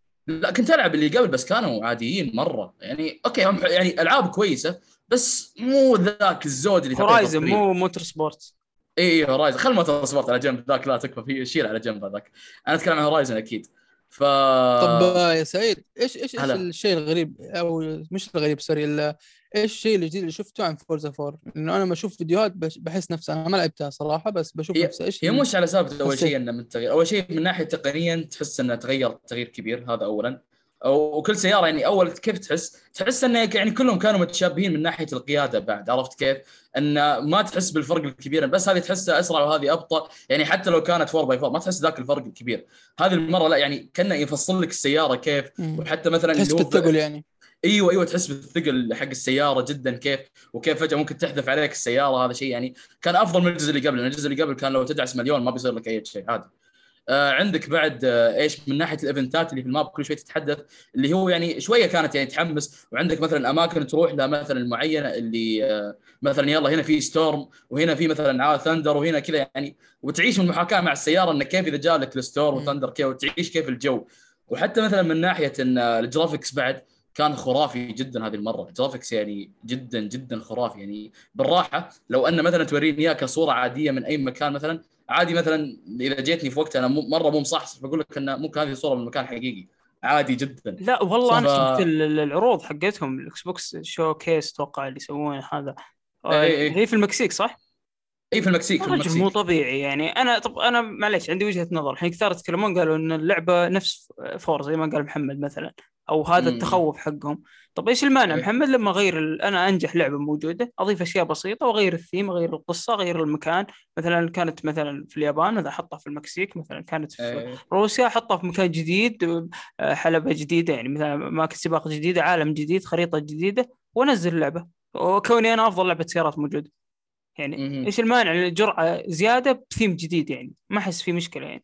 لا كنت العب اللي قبل بس كانوا عاديين مره يعني. اوكي هم يعني العاب كويسه بس مو ذاك الزود اللي تعطيه هورايزن تقرير. مو موتور سبورت. اي اي هورايزن، خل موتور سبورت على جنب، ذاك لا تكفى فيه، شيل على جنب هذاك. انا اتكلم عن هورايزن اكيد. ف طب آه، يا سعيد، ايش ايش ايش هلا الشيء الغريب، او مش الغريب سوري ال- ايش الشيء الجديد اللي شفته عن فورزا فور؟ لانه انا لما اشوف فيديوهات بش- بحس نفسي، انا ما لعبتها صراحه بس بشوف هي نفسي ايش هي اللي مش على سالفه اول شيء حسيت. انه من التغيير. اول شيء من ناحيه تقنيا تحس انه تغير تغيير كبير، هذا اولا. أو- وكل سياره يعني اول كيف تحس تحس انه يعني كلهم كانوا متشابهين من ناحيه القياده بعد، عرفت كيف؟ ان ما تحس بالفرق الكبير، بس هذه تحسها اسرع وهذه ابطا يعني. حتى لو كانت فور باي فور ما تحس ذاك الفرق الكبير. هذه المره لا، يعني كانه يفصل لك السياره كيف. مم. وحتى مثلا تحس اللي هو بالثقل يعني. ايوه ايوه تحس بالثقل حق السياره جدا كيف. وكيف فجاه ممكن تحذف عليك السياره، هذا شيء يعني كان افضل من الجزء اللي قبل. لان الجزء اللي قبل كان لو تدعس مليون ما بيصير لك اي شيء عادي. آه عندك بعد آه ايش من ناحيه الايفنتات اللي في الماب كل شوي تتحدث، اللي هو يعني شويه كانت يعني تحمس. وعندك مثلا اماكن تروح لها مثلا معينه، اللي آه مثلا يلا هنا في ستورم، وهنا في مثلا عاد ثندر، وهنا كذا يعني. وتعيش من المحاكاه مع السياره انك كيف اذا جاء لك الستورم مم. وثندر كيف، وتعيش كيف الجو. وحتى مثلا من ناحيه ان آه، الجرافيكس بعد كان خرافي جدا هذه المره. الجرافيكس يعني جدا جدا خرافي يعني. بالراحه لو ان مثلا توريني اياه كصوره عاديه من اي مكان مثلا عادي، مثلا اذا جيتني في وقت انا مره مو مصحصح بقول لك ان ممكن هذه صوره من مكان حقيقي عادي جدا. لا والله صح انا ف شفت ال- ال- العروض حقتهم، الاكس بوكس شو كيس اتوقع اللي يسوونه هذا. اي آه، اي هي في المكسيك صح؟ اي في المكسيك في الرجل مو المكسيك. طبيعي يعني. انا طب انا معليش عندي وجهة نظر. الحين كثار يتكلمون قالوا ان اللعبة نفس فور زي ما قال محمد مثلا، او هذا امم التخوف حقهم. طب ايش المانع إيه. محمد لما اغير ال... انا انجح لعبة موجودة اضيف اشياء بسيطة واغير الثيم، اغير القصة، اغير المكان. مثلا كانت مثلا في اليابان اذا احطها في المكسيك، مثلا كانت في إيه. روسيا احطها في مكان جديد، آه، حلبة جديدة يعني، مثلا اماكن سباق جديدة، عالم جديد، خريطة جديدة، وانزل اللعبة. وكوني انا افضل لعبة سيارات موجودة يعني، مهم. ايش المانع الجرعه زياده بثيم جديد يعني؟ ما احس في مشكله يعني.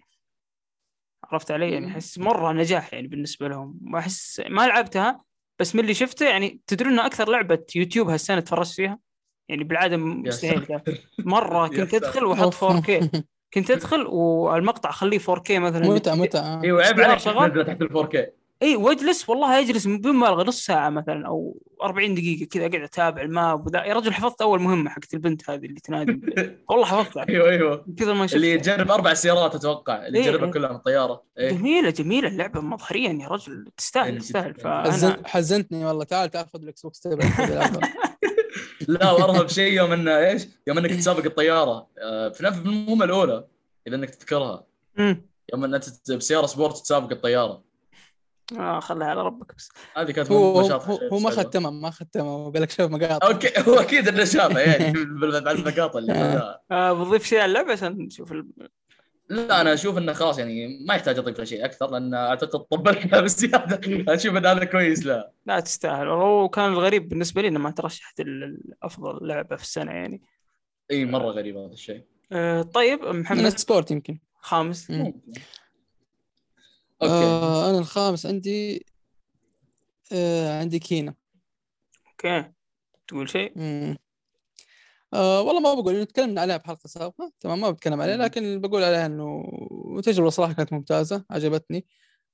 عرفت علي يعني؟ مم. احس مره نجاح يعني بالنسبه لهم. ما احس ما لعبتها بس من اللي شفته يعني. تدرون اكثر لعبه يوتيوب هالسنه تفرجت فيها يعني بالعاده يا مستحيل ذا. ساتر. مره يا كنت ادخل ساتر. واحط اوف. فور كيه. كنت ادخل والمقطع اخليه فور كيه مثلا، متعه متعه. ايوه اتش عيب دي ار عليك شغال. تنزل تحت الفور كي. اي واجلس والله اجلس بدون مبالغه نص ساعه مثلا او أربعين دقيقه كذا اقعد اتابع الماب وذا. يا رجل حفظت اول مهمه حقت البنت هذه اللي تنادي بال- والله حفظتها ايوه ايوه من كثر ما اللي شفتها. يجرب اربع سيارات اتوقع، اللي ايه يجربها إيه. كلها من الطياره. ايه جميلة جميلة اللعبة مظهريا يا رجل، تستاهل إيه، تستاهل. جدا حزن فأنا حزنتني والله. تعال تعال خذ الاكس بوكس تبعي خذ العبها. لا وارهب شيء يوم انه ايش، يوم انك تسابق الطياره آه، في نفس المهمه الاولى اذا انك تذكرها، امم يوم انك تت- بسياره سبورت تسابق الطياره. آه خلها على ربك بس. هذه كانت هو مهمه هو شاطحه هو شيء هو بس ما حلوه. ختمها ما ختمها قال لك شوف مقاطع. اوكي هو اكيد انه شافه يعني بعد اللقطه اللي خذاها. آه بضيف شيء على اللعبة عشان نشوف ال... لا انا اشوف انه خلاص يعني ما يحتاج اضيف له شيء اكثر، لان اعتقد طبلنا بزياده. اشوف ان هذا كويس. لا لا تستاهل. هو كان الغريب بالنسبة لي إنه ما ترشحت ال- ال- أفضل لعبة في السنة يعني. اي مره غريب هذا الشيء. آه طيب من محمد سبورت يمكن. خامس. مم. ممكن. اوكي. آه انا الخامس عندي آه عندي كينا. أوكي تقول شيء. مم. آه والله ما بقول إنه تكلمنا عليها بحلقة سابقة تمام، ما بتكلم عليها، لكن بقول عليها إنه تجربة صراحة كانت ممتازة عجبتني.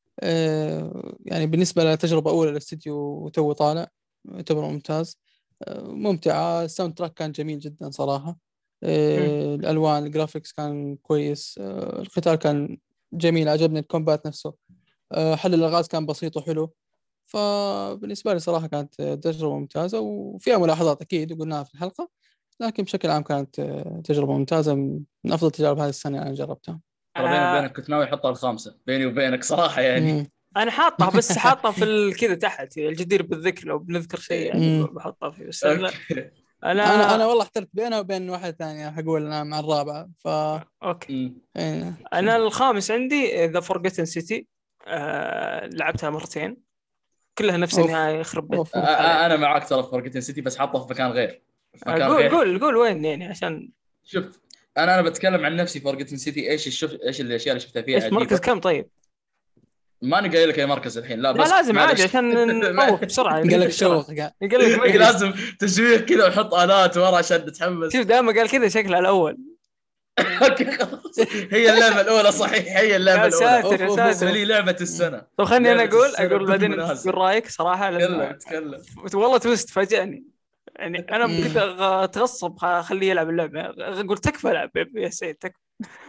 آه يعني بالنسبة لتجربة أولى للاستديو وتو طالع يعتبر ممتاز. آه ممتعة. الساوند تراك كان جميل جدا صراحة. آه، الالوان الجرافيكس كان كويس، آه، القتال كان جميل، عجبني الكومبات نفسه، آه، حل الالغاز كان بسيط وحلو. فبالنسبه لي صراحه كانت آه، تجربه ممتازه، وفيها ملاحظات اكيد وقلناها في الحلقه، لكن بشكل عام كانت آه، تجربه ممتازه، من افضل تجارب هذه السنه انا جربتها. ترى بيني آه وبينك كنت ناوي احطها الخامسه بيني وبينك صراحه يعني. مم. انا حاطها، بس حاطها في ال- كذا تحت الجدير بالذكر، لو بنذكر شيء يعني مم. بحطها فيه، بس لا. اوكي. انا انا انا والله احترت بينها وبين واحده ثانيه، حقول انا مع الرابعه. ف اوكي. أمم. إيه. انا الخامس عندي ذا فورجتن سيتي. آه لعبتها مرتين، كلها نفس اوف النهايه، يخرب بيت اوف أ- اوف. عليه. أ- انا معاك ترى في فورجيتن سيتي، بس حاطه في مكان غير، في آه مكان قول غير. قول قول وين يعني عشان شوف، انا انا بتكلم عن نفسي. فورجيتن سيتي ايش الشوف ايش الاشياء اللي شفتها فيها ايش مركز عجيبه. كم طيب؟ ماني قايل لك اي مركز الحين، لا لا بس لازم عادي معلش. عشان نطوف بسرعه قال لك نمشي بسرعه. شوق قال. يقول لك ما ادري. لازم تشويق كذا وحط الات ورا عشان تتحمس. شوف دائما قال كذا شكلها الاول. اوكي خلاص. هي اللعبه الاولى صحيح، هي اللعبه يا الاولى ساتر اوف يا اوف اوف بالنسبه ساتر. لي لعبه السنه. طب خلني انا لعبه اقول السنه اقول بدون بعدين انت منازع. تقول رايك صراحه، تكلم لان تكلم. والله تويست فاجأني. يعني انا بديت مم. أغ- اتغصب اخليه يلعب اللعبه، قلت تكفى العب يا سيد تكفى.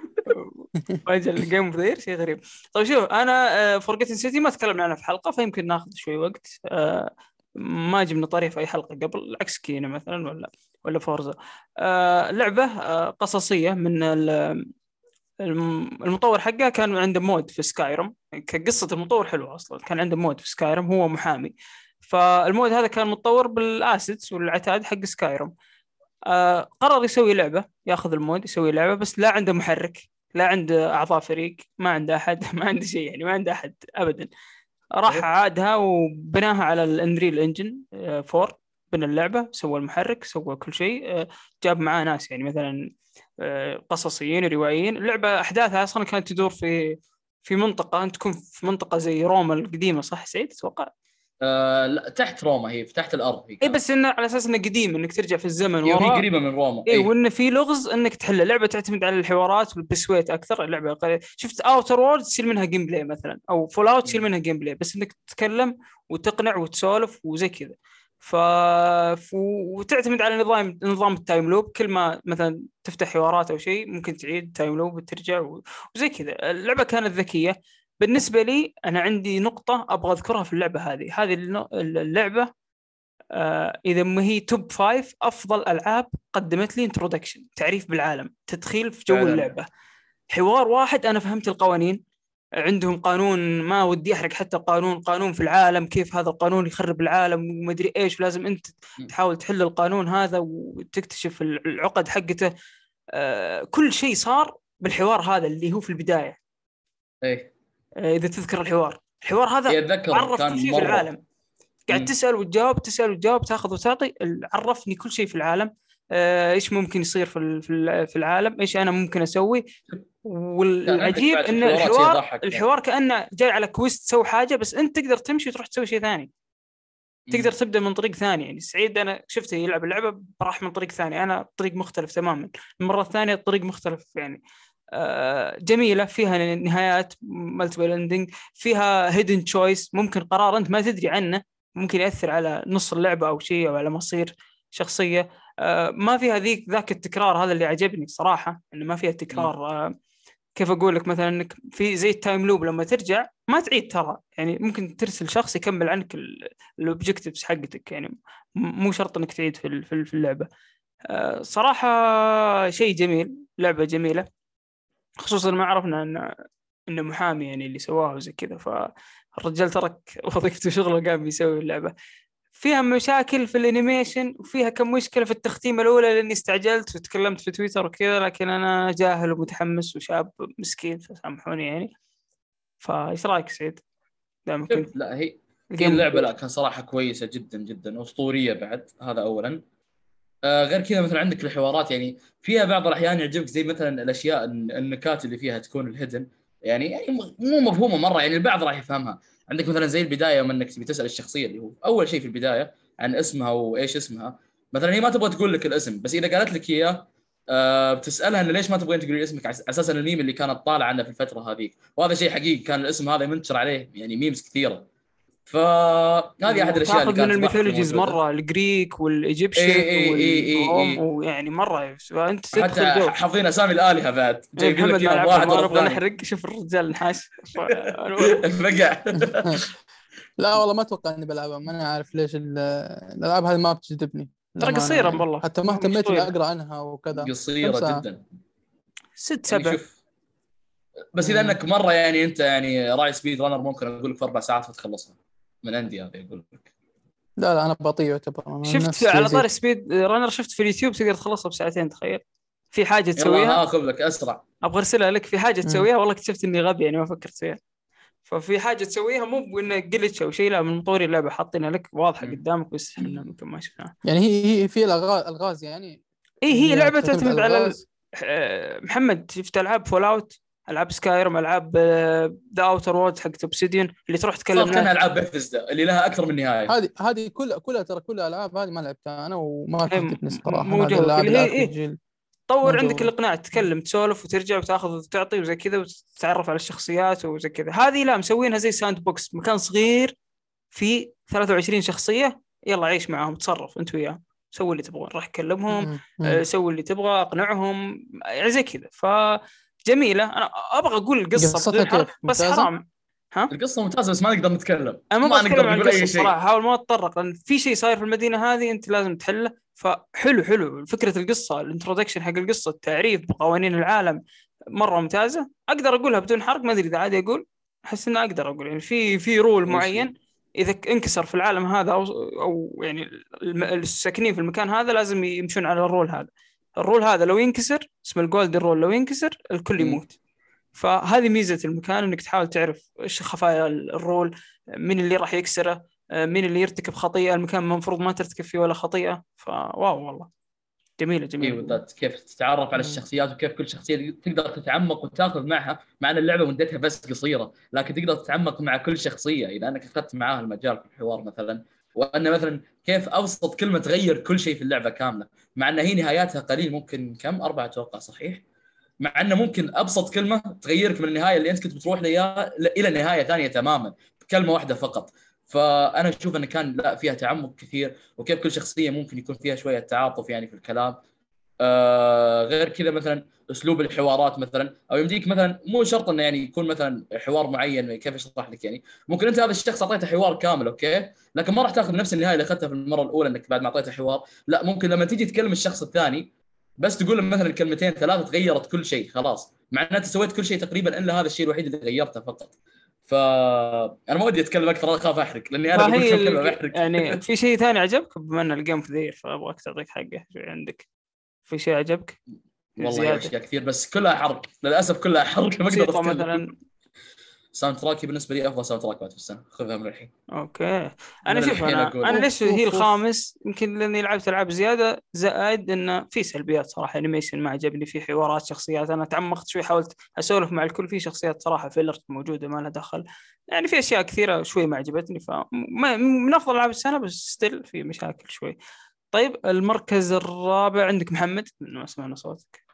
فجأة الجيم اوف ذا يير شيء غريب. طيب شوف انا فورجيتن سيتي ما تكلمنا عنها في حلقه، فيمكن ناخذ شوي وقت. آه، ما جبنا طريق في اي حلقه قبل، عكس كينا مثلا ولا ولا فورزا. آه، لعبه آه، قصصيه من ال- الم- المطور حقها كان عنده مود في سكايرم. كقصه المطور حلوه اصلا، كان عنده مود في سكايرم، هو محامي. فالمود هذا كان متطور بالاسيتس والعتاد حق سكايرم. آه قرر يسوي لعبة، ياخذ المود يسوي لعبة، بس لا عنده محرك، لا عنده أعضاء فريق، ما عنده أحد ما عنده شيء يعني، ما عنده أحد أبدا. راح إيه؟ عادها وبناها على الانريل انجن فور. بنى اللعبة، سوى المحرك، سوى كل شيء. آه جاب معاه ناس يعني مثلا آه قصصيين روائيين. اللعبة أحداثها أصلا كانت تدور في في منطقة، أنت تكون في منطقة زي روما القديمة، صح سعيد أتوقع؟ آه لا، تحت روما، هي في تحت الارض هي اي كانت. بس انه على اساس انه قديم، انك ترجع في الزمن هي وهي ورا. قريبه من روما اي اي. وانه في لغز انك تحل. اللعبه تعتمد على الحوارات والبسويت اكثر. اللعبه قليل. شفت اوتر وورد تشيل منها جيم بلاي مثلا، او فول اوت تشيل منها جيم بلاي، بس انك تتكلم وتقنع وتسولف وزي كذا. ف... ف... وتعتمد على نظام نظام التايم لوب. كل ما مثلا تفتح حوارات او شيء ممكن تعيد تايم لوب وترجع و... وزي كذا. اللعبه كانت ذكيه. بالنسبه لي انا عندي نقطه ابغى اذكرها في اللعبه هذه. هذه الن- اللعبه آه، إذا ما هي توب فايف أفضل ألعاب قدمت لي انترودكشن، تعريف بالعالم، تدخيل في جو فعلا. اللعبة. حوار واحد أنا فهمت القوانين. عندهم قانون ما ودي أحرق حتى قانون قانون في العالم، كيف هذا القانون يخرب العالم ومدري إيش، ولازم أنت تحاول تحل القانون هذا وتكتشف العقد حقته. آه، كل شيء صار بالحوار هذا اللي هو في البداية. ايه آه، إذا تذكر الحوار الحوار هذا هي اتذكر عرف كل كان شيء في مره. العالم. قاعد مم. تسأل وتجاوب، تسأل وتجاوب، تاخذ وتعطي. عرفني كل شيء في العالم. آه، ايش ممكن يصير في ال- في ال- في العالم، ايش انا ممكن اسوي. كان عندك والعجيب بعد في ان الحوارات شيء الحوار يضحك يعني. الحوار كأنه جاي على كويست تسوي حاجة، بس انت تقدر تمشي وتروح تسوي شيء ثاني. تقدر مم. تبدا من طريق ثاني. يعني سعيد انا شفته يلعب اللعبة راح من طريق ثاني، انا طريق مختلف تماما. المرة الثانية طريق مختلف يعني. آه، جميلة، فيها نهايات مالتيبل اندنج، فيها هيدن تشويس، ممكن قرار انت ما تدري عنه ممكن يأثر على نص اللعبة او شيء، او على مصير شخصية. آه، ما فيها ذيك ذاك التكرار هذا اللي عجبني صراحة، انه ما فيها تكرار. آه، كيف اقول لك مثلا انك في زي التايم لوب لما ترجع ما تعيد ترى، يعني ممكن ترسل شخص يكمل عنك الاوبجكتيفز حقتك، يعني م- مو شرط انك تعيد في ال- في ال- في اللعبة. آه، صراحة شيء جميل، لعبة جميلة. خصوصا ما عرفنا ان انه محامي يعني اللي سواه وزي كذا، فالرجال ترك وظيفته وشغله قام بيسوي اللعبة. فيها مشاكل في الانيميشن، وفيها كم مشكلة في التختيمة الأولى لأني استعجلت وتكلمت في تويتر وكذا، لكن أنا جاهل ومتحمس وشاب مسكين فسامحوني يعني. فايش رايك سعيد؟ دائما كنت شوف، لا هي هي الجيم اللعبه لا كان صراحه كويسه جدا جدا، اسطوريه بعد هذا اولا. آه غير كذا مثلا عندك الحوارات يعني فيها بعض الاحيان يعجبك، زي مثلا الاشياء النكات اللي فيها تكون الهيدن يعني يعني مو مفهومه مره، يعني البعض راح يفهمها. عندك مثلا زي البدايه يوم انك تبي تسال الشخصيه اللي هو اول شيء في البدايه عن اسمها وايش اسمها. مثلا هي ما تبغى تقول لك الاسم، بس اذا قالت لك اياه آه بتسالها انه ليش ما تبغين تقولي اسمك، على اساس الميم اللي كانت طالعه عنه في الفتره هذيك، وهذا شيء حقيقي كان الاسم هذا منتشر عليه يعني ميمز كثيره. فهذه احد الاشياء اللي تاخذ من كانت ضحكة الميثولوجيز موجوده. مره، الجريك والايجيبشن اي اي اي اي والروم، اي ويعني مره فانت حتى تدخل جو. حافظين اسامي الالهه بعد، إيه جايبين محمد لك ما اياهم لعبها، واحد ما ورا نبغى الثاني. نحرق، شوف الرجال النحاس ف... فقع. لا والله ما اتوقع اني بلعبها، ما انا عارف ليش ال- الالعاب هذه ما بتجذبني ترى للامانه قصيره يعني، والله، حتى ما مو مش اهتميت اني طويله، اقرا عنها وكذا. كم قصيره ساعه؟ جدا ست يعني. سبع. شوف، بس اذا مم. انك مره يعني انت يعني راعي سبيد رانر، ممكن اقول لك في اربع ساعات وتخلصها من عندي، هذا يقول لك. لا لا انا بطيء يعتبر، انا شفت نفس على يزيد. طار سبيد رانر، شفت في اليوتيوب تقدر تخلصها بساعتين، تخيل. في حاجه يلا تسويها هاخذ لك اسرع. ابغى ارسلها لك، في حاجه مم. تسويها والله اكتشفت اني غبي يعني ما فكرت فيها. ففي حاجه تسويها مو بانه جلتش او شيء، لا من مطوري اللعبه حاطينها لك واضحه مم. قدامك، بس احنا يمكن ما شفناها. يعني هي هي في الغاز الغاز يعني، اي يعني هي هي لعبه تعتمد على تعتمد على ال... الغاز. آه، محمد شفت العاب فول اوت، العاب سكايرم، العاب ذا اوتر وورد حق اوبسيديون اللي تروح تكلم صار كانها ناس. العاب بثزدا اللي لها اكثر من نهايه. هذه هذه كلها كلها ترى كل الالعاب هذه ما لعبتها انا وما هي تجذبني م- الصراحه، مو انا هذه جوك الالعاب اللي هي الار بي ايه، جي مو طور عندك جوي. الاقناع، تتكلم تسولف وترجع وتاخذ وتعطي وزي كذا وتتعرف على الشخصيات وزي كذا. هذه لا مسوينها زي ساند بوكس، مكان صغير في ثلاثة وعشرين شخصيه، يلا عيش معاهم، تصرف انت وياهم، سوي اللي تبغون، راح كلمهم، مم. آه، مم. سوي اللي تبغى، اقنعهم، يعني زي كذا. فجميله. انا ابغى اقول القصه قصتها بدون حرق كيف؟ بس ممتازه؟ حرام. ها، القصه ممتازه بس ما نقدر نتكلم، انا ما ما بتكلم نقدر عن نقول القصه اي شيء. الصراحه، حاول ما اتطرق لان في شيء صاير في المدينه هذه انت لازم تحله. فحلو حلو فكره القصه، الانترودكشن حق القصه، التعريف بقوانين العالم مره ممتازه. اقدر اقولها بدون حرق، ما ادري اذا عادي اقول، احس اني اقدر اقول يعني في في رول وش هي؟ معين اذا ك- انكسر في العالم هذا او او يعني الم- الساكنين في المكان هذا لازم يمشون على الرول هذا. الرول هذا لو ينكسر، اسمه الجولد رول، لو ينكسر الكل مم. يموت. فهذه ميزة المكان، انك تحاول تعرف ايش خفايا الرول، من اللي راح يكسره، من اللي يرتكب خطيئة، المكان المفروض ما ترتكب فيه ولا خطيئة. فواو والله جميلة اي جميلة جميلة. بالذات كيف تتعرف على مم. الشخصيات وكيف كل شخصيه تقدر تتعمق وتاخذ معها، مع ان اللعبه مدتها بس قصيره، لكن تقدر تتعمق مع كل شخصيه اذا انك اخذت معاها المجال في الحوار مثلا. وان مثلا كيف ابسط كلمه تغير كل شيء في اللعبه كامله، مع ان هي نهاياتها قليل، ممكن كم اربعه اتوقع صحيح، مع انه ممكن ابسط كلمه تغيرك من النهايه اللي انت كنت بتروح لها الى نهايه ثانيه تماما بكلمه واحده فقط. فانا اشوف انه كان لا فيها تعمق كثير، وكيف كل شخصيه ممكن يكون فيها شويه تعاطف يعني في الكلام. آه غير كذا مثلا اسلوب الحوارات مثلا، او يمديك مثلا مو شرط انه يعني يكون مثلا حوار معين، كيف اشرح لك يعني، ممكن انت هذا الشخص اعطيته حوار كامل اوكي، لكن ما راح تاخذ نفس النهايه اللي اخذتها في المره الاولى انك بعد ما اعطيته حوار، لا ممكن لما تيجي تكلم الشخص الثاني بس تقول له مثلا كلمتين ثلاثه تغيرت كل شيء خلاص، مع ان انت سويت كل شيء تقريبا الا هذا الشيء الوحيد اللي غيرته فقط. فانا ما ودي اتكلم اكثر، اخاف احرق لاني انا بقول فهي كم كلمه ال... بحرق. يعني في شيء ثاني عجبك بما ان الجيم كثير، فابغاك تعطيك حقه شوي عندك. في شيء عجبك والله يا زيادة؟ اشياء كثير بس كلها حرق للاسف، كلها حرق ما اقدر موسيقى اتكلم. مثلا؟ ساوند تراكي بالنسبه لي افضل ساوند تراك بعد في السنه، خذها من الحين. اوكي. انا من شوف، الحين انا اقول. انا اوف ليش هي اوف اوف. الخامس، يمكن لاني لعبت العاب زياده، زائد انه في سلبيات صراحه، انيميشن ما عجبني، في حوارات شخصيات انا تعمقت شوي، حاولت اسولف مع الكل، في شخصيات صراحه فيلر موجوده ما لها دخل، يعني في اشياء كثيره شوي ما عجبتني. ف من افضل العاب السنه بس ستيل في مشاكل شوي. طيب المركز الرابع عندك محمد، من ما سمعنا صوتك.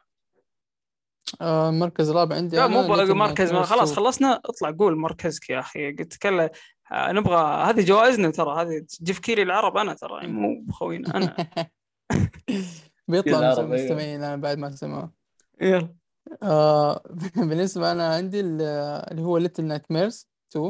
آه المركز الرابع عندي لا مو انا بقى ليتل مركز، ما نايتميرز خلاص تو. خلصنا، اطلع قول مركزك يا اخي، قلت كلا. آه، نبغى هذه جوائزنا ترى، هذه جيف كيري العرب انا ترى، مو بخوينا انا. بيطلع مس- العرب ايوه. مستمعين انا بعد ما سمعوا. يلا. آه بالنسبة أنا عندي ال- اللي هو ليتل نايتميرز تو.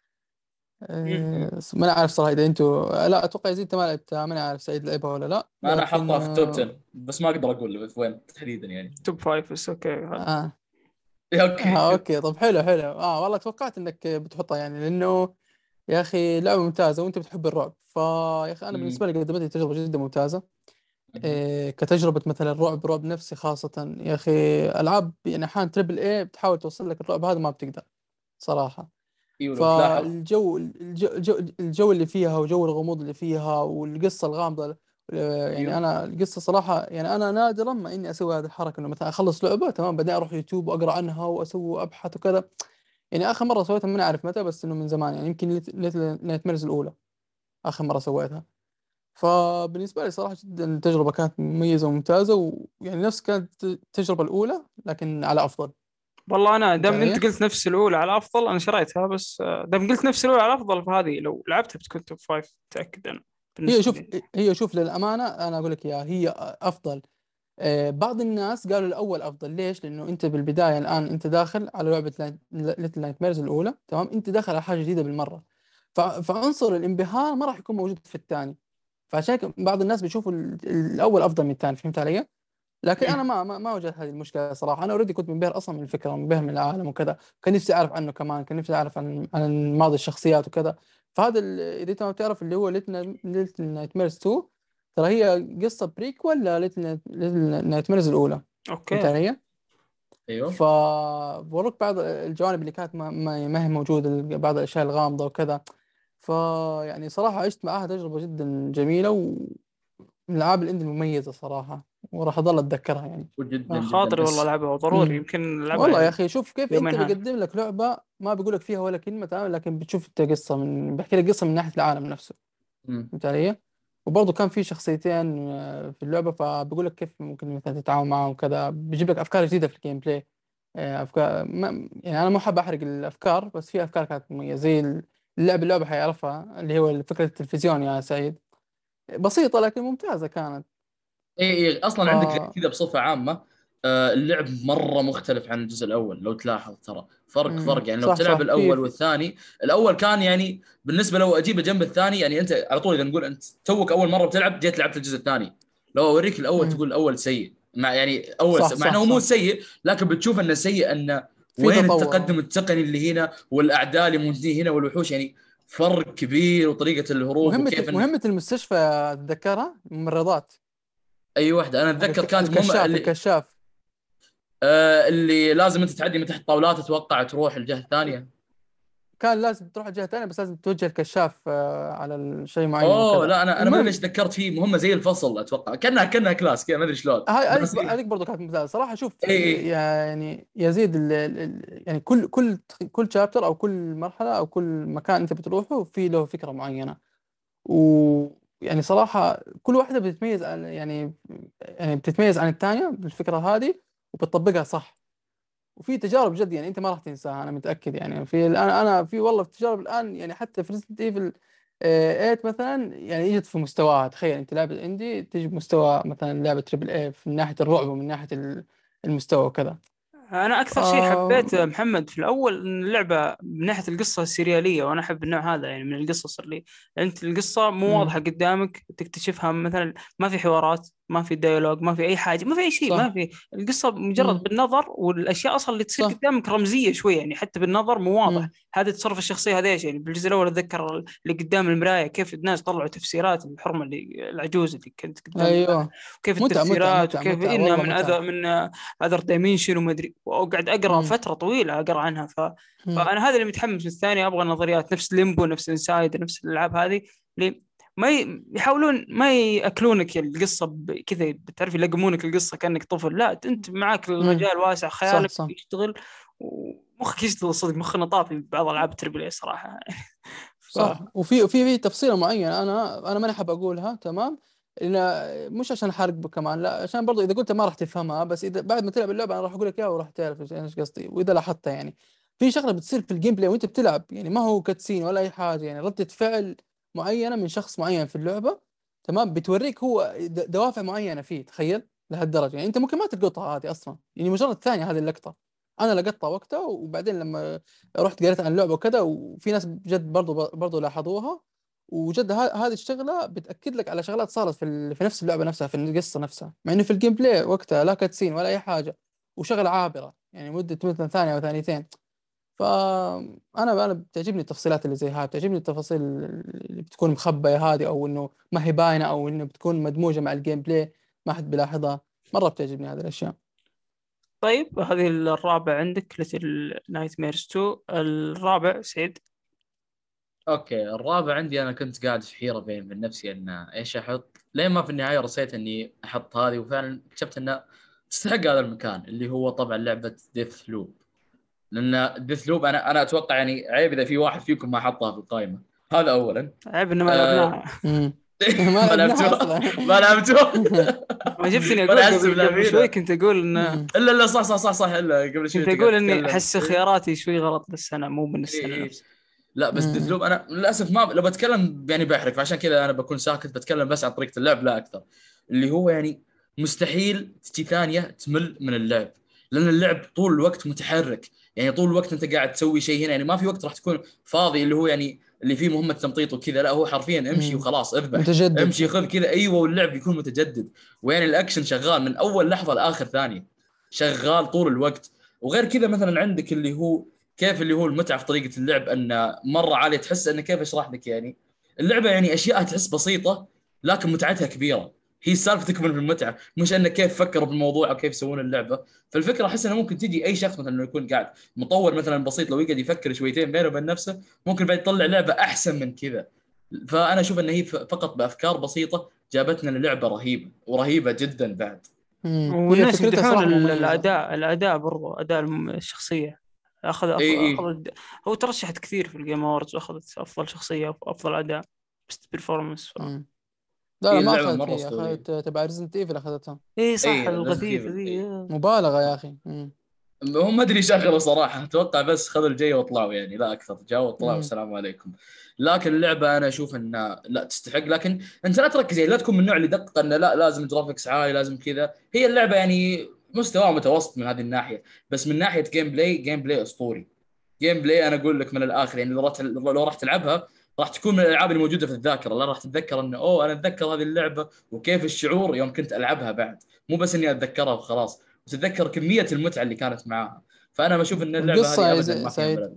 مم. آه ما أنا عارف صراحة إذا أنتوا، لا أتوقع يزيد أنت ما لعبتها، ما أنا عارف سعيد لعبها ولا لا، انا لكن احطها في التوب آه, عشرة بس ما اقدر اقول في وين تحديدا يعني. توب فايف بس اوكي هذا. آه, آه اوكي. أوكي طب حلو حلو. آه والله توقعت إنك بتحطها يعني، لأنه يا أخي لعبة ممتازة وأنت بتحب الرعب، فيا أخي أنا بالنسبة لي قدمت لي تجربة جدا ممتازة. إيه كتجربة مثلا رعب رعب نفسي خاصة، يا أخي ألعاب يعني أحيانا تربل إيه بتحاول توصل لك الرعب هذا ما بتقدر صراحة. ايوه لو تلاحظ. فالجو الجو, الجو, الجو اللي فيها وجو الغموض اللي فيها والقصة الغامضة، آه، يعني ايوه أنا القصة صراحة يعني أنا نادرا ما إني أسوي هذه الحركة، إنه مثلا أخلص لعبة تمام بعدين أروح يوتيوب وأقرأ عنها وأسوي أبحث وكذا. يعني آخر مرة سويتها ما أعرف متى، بس إنه من زمان يعني، يمكن نايت ميرز الأولى آخر مرة سويتها. فبالنسبة لي صراحة جدا التجربة كانت مميزة وممتازة، ويعني نفس كانت التجربة الأولى لكن على أفضل. والله انا فهمت دام علي؟ انت قلت نفس الاولى على افضل انا شريتها، بس آه، دام قلت نفس الاولى على افضل فهذه لو لعبتها بتكون توب فايف متاكد انا هي بالنسبه شوف لي. هي شوف للامانه انا اقول لك اياها، هي افضل. آه، بعض الناس قالوا الاول افضل، ليش؟ لانه انت بالبدايه الان انت داخل على لعبه ليتل نايت ميرز الاولى، تمام؟ انت داخل على حاجه جديده بالمره، ف- فعنصر الانبهار ما راح يكون موجود في الثاني. فعشان هيك بعض الناس بيشوفوا ال- الاول افضل من الثاني. فهمت علي؟ لكن انا ما ما, ما وجدت هذه المشكله صراحه. انا اوريدي كنت منبهر اصلا من الفكره، منبهر من العالم وكذا، كان نفسي اعرف عنه كمان، كان نفسي اعرف عن عن ماضي الشخصيات وكذا. فهذا ال- اذا انت ما بتعرف اللي هو ليتل نايت ميرز تو، ترى هي قصه بريك ولا ليتل نايت ميرز الاولى. فهمت اوكي. علي؟ ايوه فبوروك بعض الجوانب اللي كانت ما, ما ما هي موجوده، بعض الاشياء الغامضه وكذا. فيعني صراحه عشت معاها تجربه جدا جميله، ومن الالعاب الاندي المميزه صراحه، وراح اضل اتذكرها يعني. جدا جدا. خاطري والله بس العبها ضروري، امم يمكن والله يا العبها اخي شوف كيف يومين انت هذا. بيقدم لك لعبه ما بيقول لك فيها ولا كلمه، تمام؟ لكن بتشوف انت قصه، من بحكي لك قصه من ناحيه العالم نفسه. مم. فهمت علي؟ وبرضه كان في شخصيتين آه، في اللعبه، فبقول لك كيف ممكن مثلا تتعامل معهم وكذا، بيجيب لك افكار جديده في الجيم بلاي. آه، افكار ما يعني انا ما احب احرق الافكار، بس في افكار كانت مميزه زي اللعبه اللعبه حيعرفها اللي هو فكره التلفزيون يا سعيد. بسيطه لكن ممتازه كانت. اي اي ف اصلا عندك زي كذا بصفه عامه. آه، اللعب مره مختلف عن الجزء الاول لو تلاحظ، ترى فرق امم فرق يعني لو صح بتلعب صح في الاول في- والثاني. الاول كان يعني بالنسبه لو اجيبه جنب الثاني، يعني انت على طول اذا نقول انت توك اول مره بتلعب جيت لعبت الجزء الثاني، لو اوريك الاول امم تقول الاول سيء، مع يعني اول س... صح مع انه صح هو مو صح سيء، لكن بتشوف انه سيء انه في وين تطور التقدم أهو. التقني اللي هنا والاعداء اللي موجودين هنا والوحوش، يعني فرق كبير، وطريقه الهروب مهمة وكيف انك. مهمة المستشفى تتذكرها، الممرضات. اي واحده انا هذا اتذكر الك- كانت مهمه الكشاف اللي الكشاف آه، اللي لازم انت تعدي من تحت طاولات تتوقع تروح الجهه الثانيه. كان لازم تروح الجهة الثانية، بس لازم توجه الكشاف آه، على الشيء معين اوه وكذا. لا، انا انا ما ادري ليش المهم ذكرت فيه مهمه زي الفصل، اتوقع كانها كانها كلاس كذا، ما ادري شلون. هاي هذيك بس هذيك برضه كانت ممتازة صراحة. شوف اي اي يعني يزيد ال ال يعني كل كل كل شابتر او كل مرحلة او كل مكان انت بتروحه في له فكرة معينة. ويعني صراحة كل واحدة بتتميز عن يعني يعني بتتميز عن الثانية بالفكرة هذه، وبتطبقها صح. وفي تجارب جد يعني انت ما راح تنساها، انا متاكد. يعني في الان انا في والله في تجارب الان، يعني حتى في ريزنت ايفل ثمانية مثلا يعني اجت في مستواها. تخيل انت لعبه اندي تجي بمستوى مثلا لعبه تريبل اي من ناحيه الرعب ومن ناحيه ال- المستوى وكذا. انا اكثر شيء آه حبيته محمد في الاول ان اللعبه من ناحيه القصه السرياليه، وانا احب النوع هذا يعني من القصص اللي انت القصه مو امم واضحه قدامك تكتشفها، مثلا ما في حوارات، ما في ديالوج، ما في اي حاجه، ما في اي شيء، ما صح في القصه مجرد امم بالنظر، والاشياء اصلا اللي تصير صح قدامك رمزيه شويه يعني حتى بالنظر مو واضح. امم هذا تصرف الشخصيه هذا ايش يعني. بالجزء الاول اتذكر اللي قدام المرايه كيف الناس طلعوا تفسيرات الحرمه اللي العجوز اللي كانت قدام المرايه، ايوه وكيف متعه متعه التفسيرات، متعه وكيف متعه انها والله من اذى متعه. من اذر دايمنشن وما ادري، واقعد اقرا امم فتره طويله اقرا عنها. ف... امم فانا هذا اللي متحمس من الثاني، ابغى نظريات نفس ليمبو، نفس انسايد، نفس الالعاب هذه اللي ما ي... يحاولون ما ياكلونك القصه ب... كذا، بتعرف يلقمونك القصه كانك طفل. لا انت معاك امم المجال واسع، صح خيالك صح يشتغل ومخك يشتغل صدق. مخنا طافي بعض العاب التربل اي صراحه. ف صح. وفي وفي في تفصيله معينه انا انا ماني حاب اقولها، تمام؟ إن مش عشان حرق كمان، لا، عشان برضو اذا قلتها ما راح تفهمها، بس اذا بعد ما تلعب اللعبه انا راح اقول لك اياها وراح تعرف ايش إيش قصدي. واذا لاحظتها يعني في شغله بتصير في الجيم بلاي وانت بتلعب، يعني ما هو كاتسين ولا اي حاجه، يعني ردة فعل معينه من شخص معين في اللعبه، تمام؟ بتوريك هو د- دوافع معينه فيه. تخيل لهالدرجه يعني انت ممكن ما تلقطها هذه اصلا، يعني مجرد ثانيه هذه اللقطه انا لقطتها وقتها. وبعدين لما رحت قريت عن اللعبه وكذا، وفي ناس جد برضو برضو لاحظوها. وجد ه- هذه الشغله بتاكد لك على شغلات صارت في ال... في نفس اللعبه نفسها، في القصه نفسها، مع انه في الجيم بلاي وقتها لا كاتسين ولا اي حاجه، وشغله عابره يعني مده مثلا ثانيه او ثانيتين. فانا انا بتعجبني التفصيلات اللي زي هاي، بتعجبني التفاصيل اللي بتكون مخبيه هذه، او انه ما هي باينه، او انه بتكون مدموجه مع الجيم بلاي ما حد بيلاحظها. مره بتعجبني هذه الاشياء. طيب هذه الرابع عندك ليتل نايت ميرز تو. الرابع سعيد. اوكي، الرابع عندي انا كنت قاعد في حيره بين من نفسي ان ايش احط، لين ما في النهايه رسيت اني احط هذه، وفعلا اكتشفت انها تستحق هذا المكان، اللي هو طبعا لعبه ديث لوب. لان ديث لوب انا انا اتوقع يعني عيب اذا في واحد فيكم ما حطها في القائمه، هذا اولا. عيب ان ما آه، لعبناها. امم ما لعبناها لعبته أصلاً. ما لعبته ما شفتني ولا اقول أحسب قبل, قبل لاعبين. شوي كنت اقول ان مم. الا لا صح صح صح صح الا قبل شوي كنت أنت اقول قاعد اني تتكلم. احس إيه. خياراتي شوي غلط بالسنه مو من إيه السنه إيه. نفسها. لا بس مم. ديثلوب انا للاسف ما لو بتكلم يعني بحرق، فعشان كذا انا بكون ساكت، بتكلم بس عن طريقه اللعب لا اكثر. اللي هو يعني مستحيل تجي ثانيه تمل من اللعب، لان اللعب طول الوقت متحرك، يعني طول الوقت انت قاعد تسوي شيء هنا، يعني ما في وقت راح تكون فاضي اللي هو يعني اللي فيه مهمه تمطيط وكذا، لا هو حرفيا امشي مم. وخلاص اذبح، متجدد. امشي خذ كذا. ايوه واللعب يكون متجدد، ويعني الاكشن شغال من اول لحظه لاخر ثانيه، شغال طول الوقت. وغير كذا مثلا عندك اللي هو كيف اللي هو المتعه في طريقه اللعب ان مره عاليه، تحس انه كيف اشرح لك يعني اللعبه يعني اشياء تحس بسيطه لكن متعتها كبيره. هي السالفه تكمن في المتعه، مش انه كيف فكروا بالموضوع او كيف يسوون اللعبه. فالفكره احس انه ممكن تجي اي شخص مثلا انه يكون قاعد مطور مثلا بسيط، لو يقعد يفكر شويتين بينه وبين نفسه ممكن بعد يطلع لعبه احسن من كذا. فانا اشوف ان هي فقط بافكار بسيطه جابتنا للعبه رهيبه ورهيبه جدا بعد. مم. هي والناس فكرتها يمدحون صراحة ال- مميزة. الاداء الاداء برضو اداء الم- الشخصيه. اخذ اي افضل اي اخذ الد- هو ترشحت كثير في الجيم اووردز واخذت افضل شخصيه وافضل اداء بست برفورمانس ف... مم. لا لا هي ما اللعبه أخذت، مره هي اسطوريه. أخذت تبع ريزنت إيفل أخذتها. اي صح اي ريزنت الغثيثه ايفل ذي. اي. مبالغة يا أخي. مم. هم ما ادري ايش اخذوا صراحه، اتوقع بس خذوا الجاي واطلعوا يعني، لا اكثر، جاوا وطلعوا مم. والسلام عليكم. لكن اللعبه انا اشوف انها لا تستحق، لكن انت لا تركز يعني، لا تكون من النوع اللي يدقق انه لا لازم جرافيكس عالي لازم كذا. هي اللعبه يعني مستوى متوسط من هذه الناحيه، بس من ناحيه جيم بلاي جيم بلاي اسطوري. جيم بلاي انا اقول لك من الاخر يعني لو رحت لو راح تلعبها راح تكون من الالعاب الموجوده في الذاكره، لا راح تتذكر انه اوه انا اتذكر هذه اللعبه وكيف الشعور يوم كنت العبها بعد، مو بس اني اتذكرها وخلاص، وتتذكر كميه المتعه اللي كانت معاها. فانا بشوف ان اللعبه والقصة هذه يا ابدا زي- ما فيها سعيد. ملل.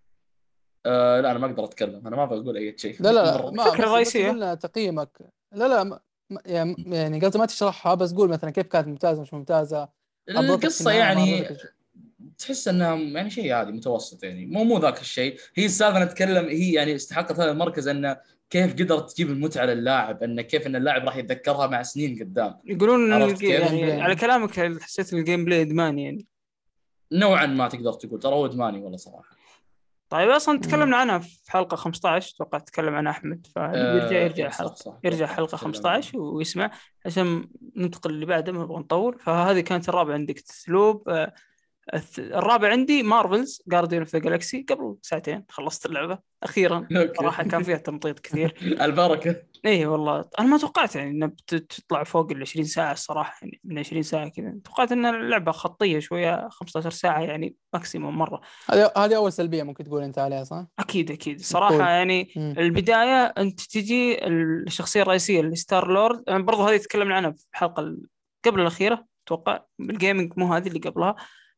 أه لا انا ما اقدر اتكلم، انا ما بقول اي شيء لا لا لا مره. ما الفكره بس بس الرئيسيه قلنا تقييمك. لا لا ما ما- يعني يعني قصدي ما تشرحها، بس قول مثلا كيف كانت ممتازة مش ممتازة، أرضتك في القصه النهاية ما يعني أرضتك. تحس انها يعني شيء عادي متوسط، يعني مو مو ذاك الشيء. هي السالفه نتكلم هي يعني استحقت هذا المركز انه كيف قدرت تجيب المتعه للاعب، انه كيف ان اللاعب راح يتذكرها مع سنين قدام. يقولون إن عرفت الج- كيف؟ جيم يعني على بلاي. كلامك حسيت الجيم بلاي ادماني يعني. نوعا ما تقدر تقول، ترى هو ادماني والله صراحه. طيب اصلا مم. تكلمنا عنها في حلقه خمسة عشر اتوقع تكلم عنها احمد، فاللي يرجع آه يرجع اي صح حلقه صح يرجع اتوقع حلقه تكلمنا عنه. خمسة عشر ويسمع عشان ننتقل اللي بعده ما نبغى نطول. فهذه كانت الرابعه عندك تسلوب. آه، الث- الرابع عندي مارفلز جارديان اوف ذا جالكسي. قبل ساعتين خلصت اللعبه اخيرا. اوكي صراحه كان فيها تمطيط كثير. البركه. ايه والله انا ما توقعت يعني انها بتطلع فوق ال عشرين ساعه الصراحه، يعني من عشرين ساعه كذا. توقعت ان اللعبه خطيه شويه خمسة عشر ساعه يعني ماكسيموم مره. هذه هذه أول سلبية ممكن تقول أنت عليها صح؟ اكيد اكيد صراحه الطول. يعني. مم. البدايه انت تجي الشخصيه الرئيسيه اللي ستار لورد، يعني برضو هذه تكلمنا عنها في الحلقه ال- قبل الاخيره اتوقع بالجيمنج، مو هذه اللي قبلها.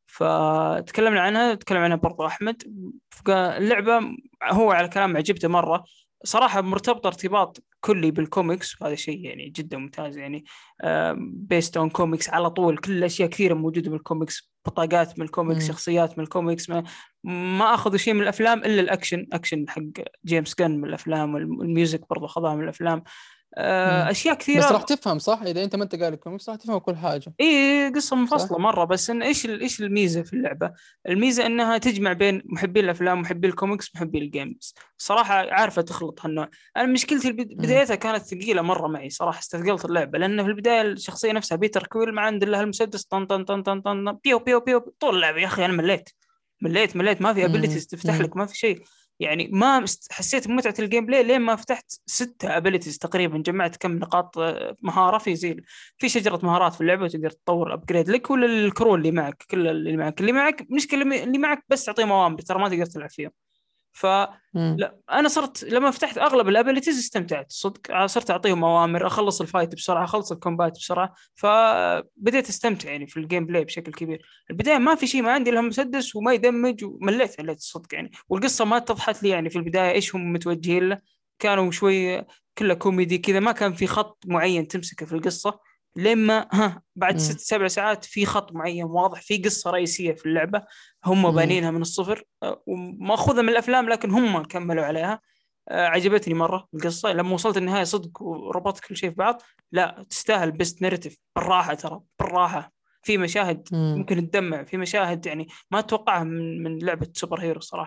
فتكلمنا عنها تكلم عنها برضو احمد. اللعبه هو على كلام عجبته مره صراحه، مرتبطه ارتباط كلي بالكوميكس، وهذا شيء يعني جدا ممتاز يعني. بيست اون كوميكس على طول، كل الاشياء كثيره موجوده بالكوميكس، بطاقات من الكوميكس، مم. شخصيات من الكوميكس. ما, ما اخذوا شيء من الافلام الا الاكشن، اكشن حق جيمس جن من الافلام، والميوزك برضو اخذها من الافلام. آه، مم. اشياء بس راح كثيره. تفهم صح إذا أنت ما أنت قاري الكوميكس راح تفهم كل حاجة اي قصه صح؟ منفصله مره. بس إن ايش ال- ايش الميزه في اللعبه؟ الميزه انها تجمع بين محبين الافلام، محبين الكوميكس، محبين الجيمز. صراحه عارفه تخلط هالنوع. انا مشكلتي البد- مم. بدايتها كانت ثقيله مره معي صراحه، استثقلت اللعبه لان في البدايه الشخصيه نفسها بيتر كويل ما عنده الا هالمسدس طن طن طن طن طن بيو بيو بيو طول اللعبه. يا اخي انا مليت مليت مليت ما في مم. ابيلتيز تفتح مم. لك، ما في شيء يعني. ما مست- حسيت بمتعه الجيم بلاي لين ما فتحت ستة ابيلتيز تقريبا، جمعت كم نقاط آه، مهاره في زي في شجرة مهارات في اللعبة، وتقدر تطور ابجريد لك ولا الكرو اللي معك. كل اللي معك اللي معك مشكلة اللي معك بس تعطيهم اوامر، ترى ما تقدر تلعب فيهم. ف مم. لا انا صرت لما فتحت اغلب الابيلتيز استمتعت صدق، صرت اعطيهم اوامر، اخلص الفايت بسرعه، اخلص الكومبات بسرعه، فبديت استمتع يعني في الجيم بلاي بشكل كبير. البدايه ما في شيء، ما عندي الا مسدس وما يدمج، ومليت مليت الصدق يعني. والقصه ما اتضحت لي يعني في البدايه ايش هم متوجهين له. كانوا شوي كله كوميدي كذا، ما كان في خط معين تمسكه في القصه. لما ها بعد ست مم. سبع ساعات في خط معين واضح، في قصة رئيسية في اللعبة هم مم. بانينها من الصفر، أه، وماخذها من الأفلام لكن هم كملوا عليها. أه، عجبتني مرة القصة لما وصلت النهاية صدق وربطت كل شيء في بعض. لا تستاهل بيست ناريتيف بالراحة، ترى بالراحة. في مشاهد مم. ممكن تدمع، في مشاهد يعني ما تتوقعها من من لعبة سوبر هيرو صراحة.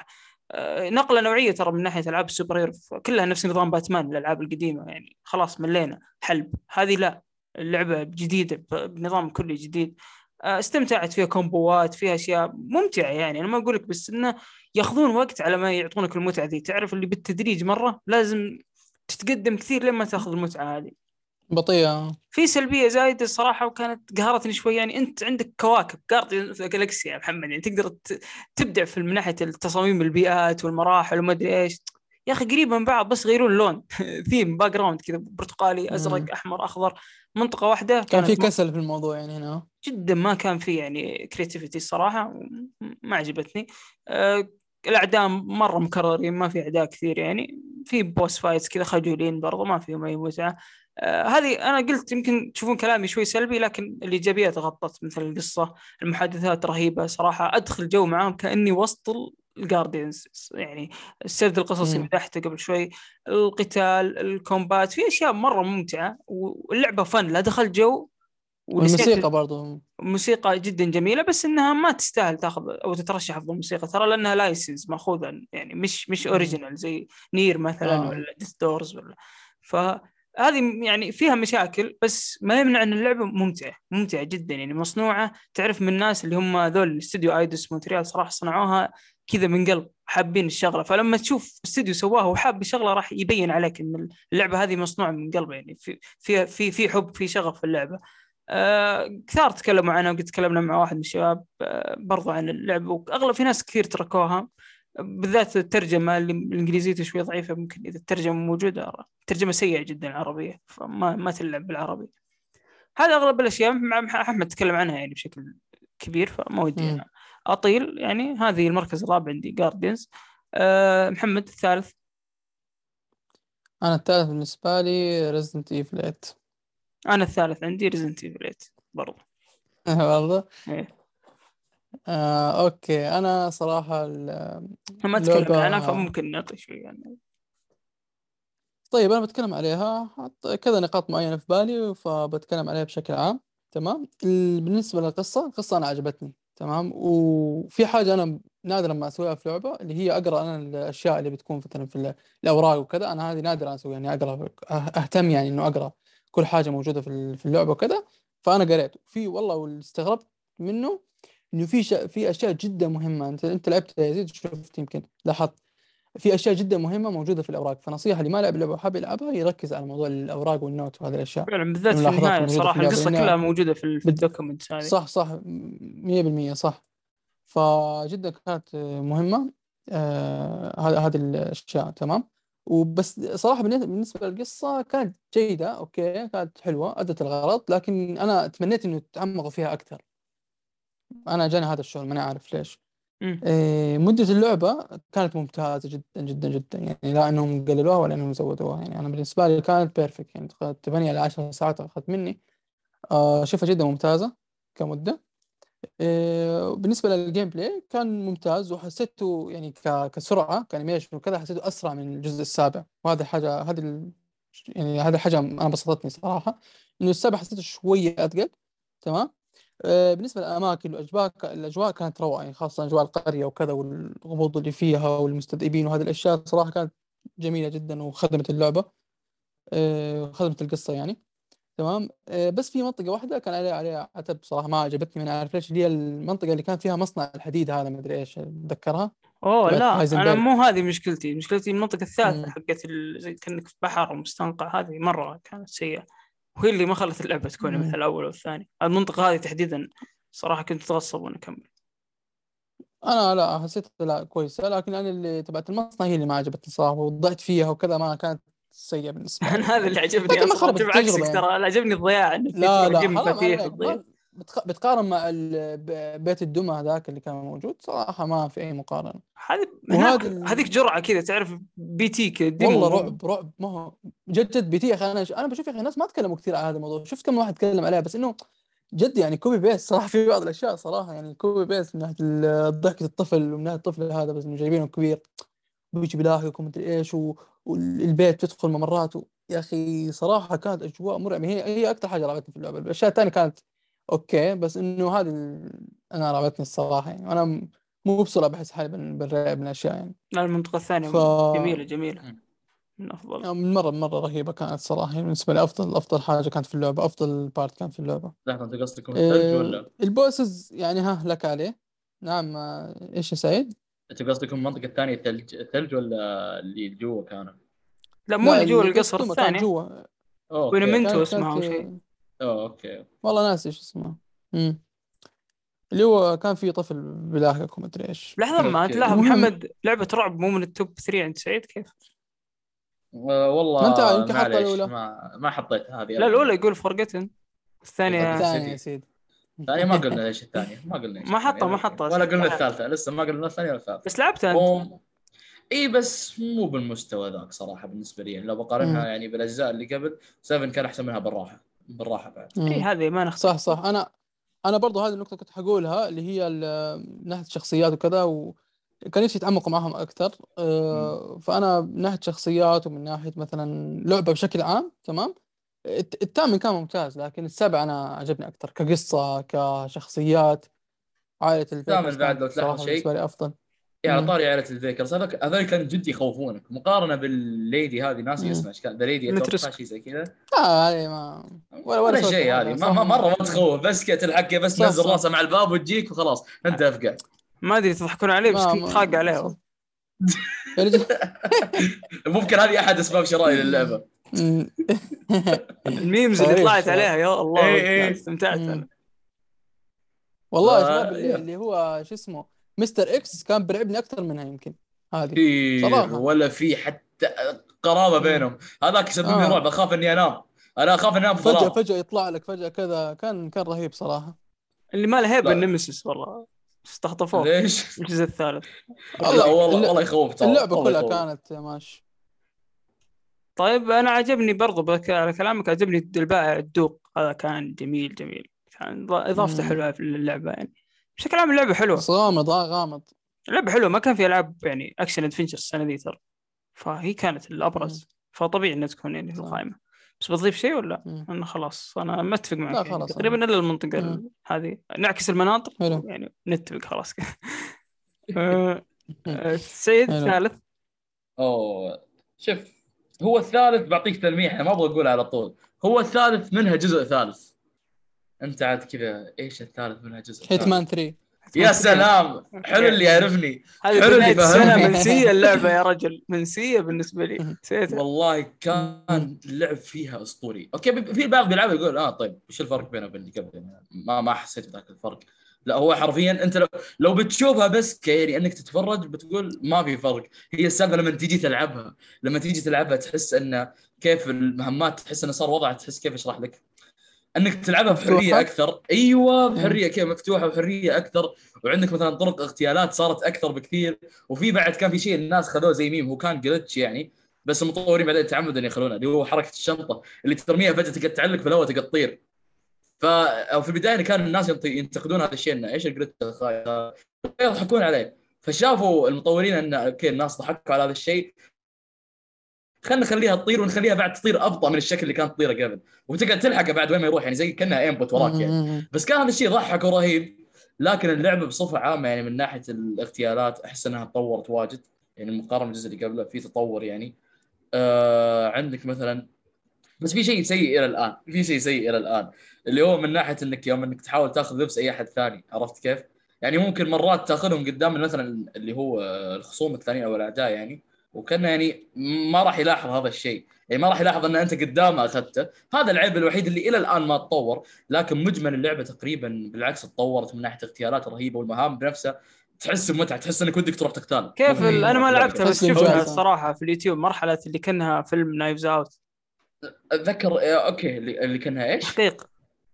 آه، نقله نوعيه ترى من ناحيه العاب السوبر هيرو، كلها نفس نظام باتمان الالعاب القديمه يعني، خلاص ملينا حلب. هذه لا، اللعبه جديده بنظام كلي جديد. آه، استمتعت فيها، كومبوات فيها اشياء ممتعه يعني. انا ما اقول لك بس انه ياخذون وقت على ما يعطونك المتعه ذي، تعرف اللي بالتدريج مره لازم تتقدم كثير لما تاخذ المتعه هذه. بطيئة. في سلبيه زايده الصراحه وكانت قهرتني شوي، يعني انت عندك كواكب جارديان اوف ذا جالكسي يا محمد، يعني تقدر ت- تبدع في من ناحيه التصاميم البيئات والمراحل وما ادري ايش. يا اخي قريبه من بعض بس غيرون اللون ثيم باك جراوند كذا، برتقالي ازرق مم. احمر اخضر، منطقه واحده كان في كانت م- كسل في الموضوع يعني هنا. جدا ما كان في يعني كرياتيفيتي الصراحه، ما عجبتني. أه، الاعداء مره مكررين، ما في اعداء كثير يعني، في بوس فايتس كذا خجولين برضو ما فيهم اي متعه. آه هذه انا قلت يمكن تشوفون كلامي شوي سلبي، لكن الايجابيات غطت، مثل القصه، المحادثات رهيبه صراحه، ادخل جو معاهم كاني وسط الجارديانز يعني. السرد القصصي مم. مدحته قبل شوي، القتال، الكومبات، في اشياء مره ممتعه، واللعبه فن، لا دخل جو. ونسيت والموسيقى برضو. موسيقى جدا جميلة، بس انها ما تستاهل تاخذ او تترشح افضل موسيقى ترى، لانها لايسنس ماخوذة يعني، مش مش مم. اوريجينال زي نير مثلا آه. ولا ديث دورز ولا. فهذه يعني فيها مشاكل، بس ما يمنع ان اللعبة ممتعة ممتعة جدا يعني، مصنوعة تعرف من الناس اللي هم ذول استوديو ايدوس مونتريال، صراحة صنعوها كذا من قلب، حابين الشغلة. فلما تشوف استوديو سواها وحاب الشغلة راح يبين عليك ان اللعبة هذه مصنوعة من قلب يعني، في في في في حب، في شغف في اللعبة. آه، كثار تكلموا عنها، وقد تكلمنا مع واحد من الشباب آه، برضو عن اللعبة، وأغلب في ناس كثير تركوها، بالذات الترجمة اللي الإنجليزية شوي ضعيفة، ممكن إذا الترجمة موجودة، الترجمة سيئة جدا العربية، فما ما تلعب بالعربي. هذا أغلب الأشياء مع مع أحمد تكلم عنها يعني بشكل كبير، فما ودي مم. أنا أطيل يعني. هذه المركز الرابع عندي جارديانز. أه محمد الثالث. أنا الثالث بالنسبة لي ريزدنت إيفل ثمانية. أنا الثالث عندي ريزنت ايفل برضو. والله. إيه. آه، أوكي. أنا صراحة ال- ما تكلمنا عنها اللعبة. فممكن نعطي شوي يعني. طيب أنا بتكلم عليها، حط كذا نقاط معينة في بالي فبتكلم عليها بشكل عام. تمام. ال- بالنسبة للقصة، القصة أنا عجبتني. تمام. وفي حاجة أنا نادرا ما أسويها في لعبة، اللي هي أقرأ أنا الأشياء اللي بتكون مثلا في ال- الأوراق وكذا. أنا هذه نادرا أسويها، يعني أقرأ، أه- أهتم يعني إنه أقرأ كل حاجة موجودة في ال- في اللعبة وكذا. فأنا قريت في والله، واستغربت منه إنه في ش... في أشياء جدا مهمة. أنت أنت لعبت يا يزيد، شفت يمكن لاحظت في اشياء جدا مهمه موجوده في الاوراق. فنصيحه اللي ما لعب لعبه وحاب يلعبها يركز على موضوع الاوراق والنوت وهذه الاشياء، فعلا بالذات في الملاحظات النهاية الموجوده في صراحة اللعبه، القصة كلها لانها موجودة في ال- في بد... الدوكيومنتس هذه. صح صح مية بالمية صح. فجدا كانت مهمه. آه هذا هذه الاشياء. تمام. وبس صراحه بالنسبه بالنسبة للقصه كانت جيده، اوكي، كانت حلوه، ادت الغرض، لكن انا تمنيت انه يتعمقوا فيها اكثر. انا جاني هذا الشعور، ماني عارف ليش. امم إيه، مدة اللعبة كانت ممتازة جدا جدا جدا، يعني لا انهم قللوها ولا انهم زودوها. يعني انا بالنسبة لي كانت بيرفكت، يعني ثمانية ل عشر ساعات اخذت مني. آه شوفها جدا ممتازة كمدة. إيه، بالنسبة للجيم بلاي كان ممتاز، وحسيته يعني ك- كسرعة كانيميشن وكذا، حسيته اسرع من الجزء السابع. وهذا حاجة، هذه ال... يعني هذه حاجة انا بسطتني صراحة، انه السابع حسيته شوية اثقل. تمام. آه، بالنسبة للأماكن والأجواء، الأجواء كانت روعة يعني، خاصة أجواء القرية وكذا، والغموض اللي فيها والمستذئبين وهذه الأشياء صراحة كانت جميلة جدا وخدمت اللعبة. آه، خدمت القصة يعني. تمام. آه، بس في منطقة واحدة كان عليها عليها عتب صراحة، ما عجبتني، ما أعرف ليش، اللي هي المنطقة اللي كان فيها مصنع الحديد هذا، ما أدري إيش تذكرها، اوه تبعت لا، انا هايزنبرغ. مو هذه مشكلتي، مشكلتي المنطقة الثالثة مم. حقت ال... زي كأنك في بحر ومستنقع، هذه مرة كانت سيئة، وهي اللي ما خلت اللعبة تكون مثل مم. الأول والثاني. المنطقة هذه تحديدا صراحة كنت أتغصب وأنا أكمل. أنا لا حسيت لا كويسة، لكن أنا اللي تبعت المصنع هي اللي ما عجبتني صراحة، وضعت فيها وكذا، ما كانت سيئة بالنسبة أنا لي هذا اللي يعني. عجبني لكن ما أصلا، خربت شوف التجربة عكسك يعني. ترى، أنا عجبني الضياع، إن في لا تروح لا تجيب حرام مفاتيح عليك، وتضيع. ما بتق... بتقارن مع ال... ب- بيت الدمى هذاك اللي كان موجود، صراحة ما في أي مقارنة. هذه هناك وهذا هذيك ال... جرعة كذا تعرف، بي تي كذا ديمو والله مو. رعب رعب، ما هو جد جد بي تي يا أخي. أنا أنا بشوف يا أخي الناس ما تكلموا كثير على هذا الموضوع، شفت كم واحد تكلم عليها، بس إنه جد يعني كوبي بيست صراحة في بعض الأشياء صراحة، يعني كوبي بيست من ناحية ال- ضحكة الطفل، ومن ناحية الطفل هذا، بس إنه جايبينه كبير بيجي بيلاحقكم مدري إيش و... والبيت تدخل ممرات و... يا أخي صراحة كانت أجواء مرعبة. هي هي أكثر حاجة رعبتني في اللعبة. الأشياء الثانية كانت اوكي، بس انه هذا ال... انا رعبتني الصراحه يعني. وانا م- مو بسرعة بحس حالي بن- بنراقب من الأشياء يعني. لا المنطقة الثانية ف جميلة جميلة مم. من أفضل. يعني من مرة مرة رهيبة كانت صراحة، يعني بالنسبة لي أفضل أفضل حاجة كانت في اللعبة، أفضل بارت كان في اللعبة. لحظه، انت قصدكم الثلج إيه ولا البوسز يعني ها لك عليه. نعم آه، إيش يا سعيد؟ انت قصدكم المنطقه الثانيه الثلج الثلج ولا اللي جوا كانوا؟ لا مو لا اللي جوا اللي القصر قصدهم كانت الثانية، أوه، جوا. اوكي. بونمنتو كانت اسمها كانت أو شيء. آه، اوه اوكي. والله ناسي إيش اسمها. مم. اللي هو كان في طفل بيلاحقكم مدري إيش. لحظة ما اوكي. تلاحظ المهم محمد لعبة رعب مو من التوب ثلاثة عند سعيد كيف؟ آه، ما أنت والله يمكن حاطة معليش، الأولى. ما ما حطيت هذه لا ابدا. الأولى يقول فورجتن، الثانية الثانية يا سيتي. سيدي. الثانيه ما قلنا ايش الثانيه، ما قلنا ايش ما الثانيه حطها ما ذكي. حطها ولا سعيد قلنا لا لا. الثالثه، لسه ما قلنا الثانيه ولا الثالثه. بس لعبتها أنت. هم. اي بس مو بالمستوى ذاك صراحه بالنسبه لي، يعني لو بقارنها مم. يعني بالاجزاء اللي قبل، سبعة كان احسن منها بالراحه بالراحه بعد. إي مم. هذه ما صح نختلف صح. فيها. أنا انا برضو هذه النقطه كنت حقولها، اللي هي ال- من ناحيه الشخصيات وكذا، وكان نفسي يتعمقوا معهم اكثر. مم. أه، فانا من ناحيه شخصيات ومن ناحيه مثلا لعبه بشكل عام تمام. الت- الثامن كان ممتاز، لكن السابع انا عجبني اكثر كقصه كشخصيات. عائله الثامن الفيكرز بعد كانت لو تلاحظ صراحه بالنسبه شيء، لي افضل. يعني على امم طاري عائله الفيكرز، هذاك هذول كانوا جد يخوفونك مقارنه بالليدي هذه، ناسي امم اسمها ايش كان، ذا ليدي اتوقع نترسك. شيء زي كذا. آه هذه ما ولا ولا ولا سوت شيء، حاجه هذه أنا ما, صراحه ما مره ما ما مم. تخوف، بس كذا تلحق بس صح تنزل صح. راسها مع الباب وتجيك وخلاص انت افقع. ما أدري تضحكون عليه بس ما, كنت خاق ما عليه صح. والله. يا رجل. ممكن هذه احد اسباب شرائي للعبه. مم. الميمز اللي خواريف طلعت الشباب. عليها يا الله ايه وقتها ايه. استمتعت أنا. مم. والله يا شباب فا اللي يا اللي هو شو اسمه مستر اكس كان برعبني اكثر منها يمكن هذه كثير، صراحة. ولا في حتى قرابه امم بينهم. هذاك يسبب لي رعب، اه اخاف اني انام. انا اخاف اني انام في فجأة ظلام. فجأة يطلع لك فجأة كذا، كان كان رهيب صراحة. اللي ما له هيبة لا النمسيس والله، استخطفوه ليش؟ الجزء الثالث. لا والله والله الل- والله يخوف، ترى اللعبة والله كلها يخوف. كانت ماشي. طيب أنا عجبني برضو بك على كلامك، عجبني البائع الدوق هذا كان جميل جميل، كان إضافته امم حلوة في اللعبة يعني. بشكل عام اللعبة حلوة. بس غامض اه غامض. اللعبة حلوة، ما كان في ألعاب يعني أكشن أدفنشر السنة ذي ترى، فهي كانت امم الأبرز، فطبيعي إنها تكون يعني في صح. القائمة. بس بتضيف شيء ولا؟ امم أنا خلاص أنا متفق لا معك يعني خلاص تقريبا انا. إلا المنطقة امم ال- هذه نعكس المناطق حلو. يعني نتفق خلاص كذا. آه، آه، سعيد حلو. ثالث. اوه شوف، هو الثالث بعطيك تلميح، انا ما ابغى اقول على طول. هو الثالث منها جزء ثالث. انت عاد كذا ايش الثالث منها جزء ثالث؟ هيتمان ثلاثة. حتمان يا ثري. سلام، حلو اللي يعرفني. هذه حلو اللي بداية السنة فهمني. منسية اللعبة يا رجل، منسية بالنسبة لي نسيتها. والله كان اللعب فيها اسطوري. اوكي بي- في البعض بيلعب يقول اه طيب وش الفرق بينه وبين اللي قبل؟ يعني ما ما حسيت بذاك الفرق. لا هو حرفيا انت لو لو بتشوفها بس كيري انك تتفرج بتقول ما في فرق. هي السالفه لما تيجي تلعبها، لما تيجي تلعبها تحس ان كيف المهمات، تحس انه صار وضعها، تحس كيف اشرح لك، انك تلعبها بحريه مفتوحة. اكثر. ايوه امم بحريه كذا مفتوحه وحريه اكثر. وعندك مثلا طرق اغتيالات صارت اكثر بكثير. وفي بعد كان في شيء الناس خذوه زي ميم، هو كان جلتش يعني، بس المطورين بعدين تعمدوا ان يخلونه، اللي هو حركه الشنطه اللي ترميها فجاه تقعد تعلق في الهواء تقعد تطير. ف او في البدايه كان الناس ينط- ينتقدون هذا الشيء، انه ايش الجلتش هذا، يضحكون عليه. فشافوا المطورين ان اوكي الناس ضحكوا على هذا الشيء، خلينا نخليها تطير ونخليها بعد تطير ابطا من الشكل اللي كانت تطيره قبل، وتقعد تلحقها بعد وين ما يروح، يعني زي كانها ايمبوت وراك يعني. امم بس كان هذا الشيء ضحك ورهيب. لكن اللعبه بصفه عامه يعني من ناحيه الاغتيالات احس انها تطورت واجد، يعني مقارنه بالجزء اللي قبله في تطور يعني. آه عندك مثلا، بس في شيء سيء الى الان، في شيء سيء الى الان اللي هو من ناحيه انك يوم انك تحاول تاخذ لبس اي احد ثاني، عرفت كيف؟ يعني ممكن مرات تاخذهم قدام مثلا اللي هو الخصوم الثانيين او الاعداء يعني، وكان يعني ما راح يلاحظ هذا الشيء، يعني ما راح يلاحظ ان انت قدامه اخذته. هذا العيب الوحيد اللي الى الان ما تطور. لكن مجمل اللعبه تقريبا بالعكس تطورت من ناحيه اغتيالات رهيبه، والمهام بنفسها تحس بمتعه، تحس انك ودك تروح تقتال مو كيف ال... في أنا امم ما اللعبه لعبتها قبل. تحس بس شفتها بمجالسة. الصراحة في اليوتيوب مرحلة اللي كانها فيلم نايفز أوت. اتذكر إيه، اوكي اللي, اللي كانها ايش؟ تحقيق،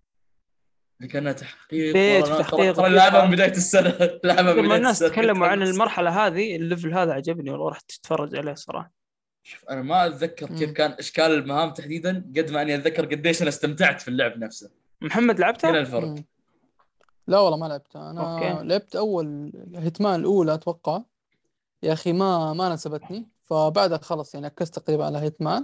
اللي كانها تحقيق. بيت والله في انا ترى تحقيق ترى وكذا. لعبها من بدايه السنه. لعبها من لما بدايه الناس السنه كنت تكلموا عن ألبس. المرحلة هذه الليفل هذا عجبني والله، رحت اتفرج عليه صراحة. شوف انا ما اتذكر كيف امم كان اشكال المهام تحديدا، قد ما اني اتذكر قديش انا استمتعت في اللعب نفسه. محمد هنا لعبته؟ الفرق. امم لا والله ما لعبتها. اوكي. انا لعبت اول هيتمان الاولى اتوقع. يا اخي ما ما ناسبتني، فبعدها خلص يعني ركزت تقريبا على هيتمان.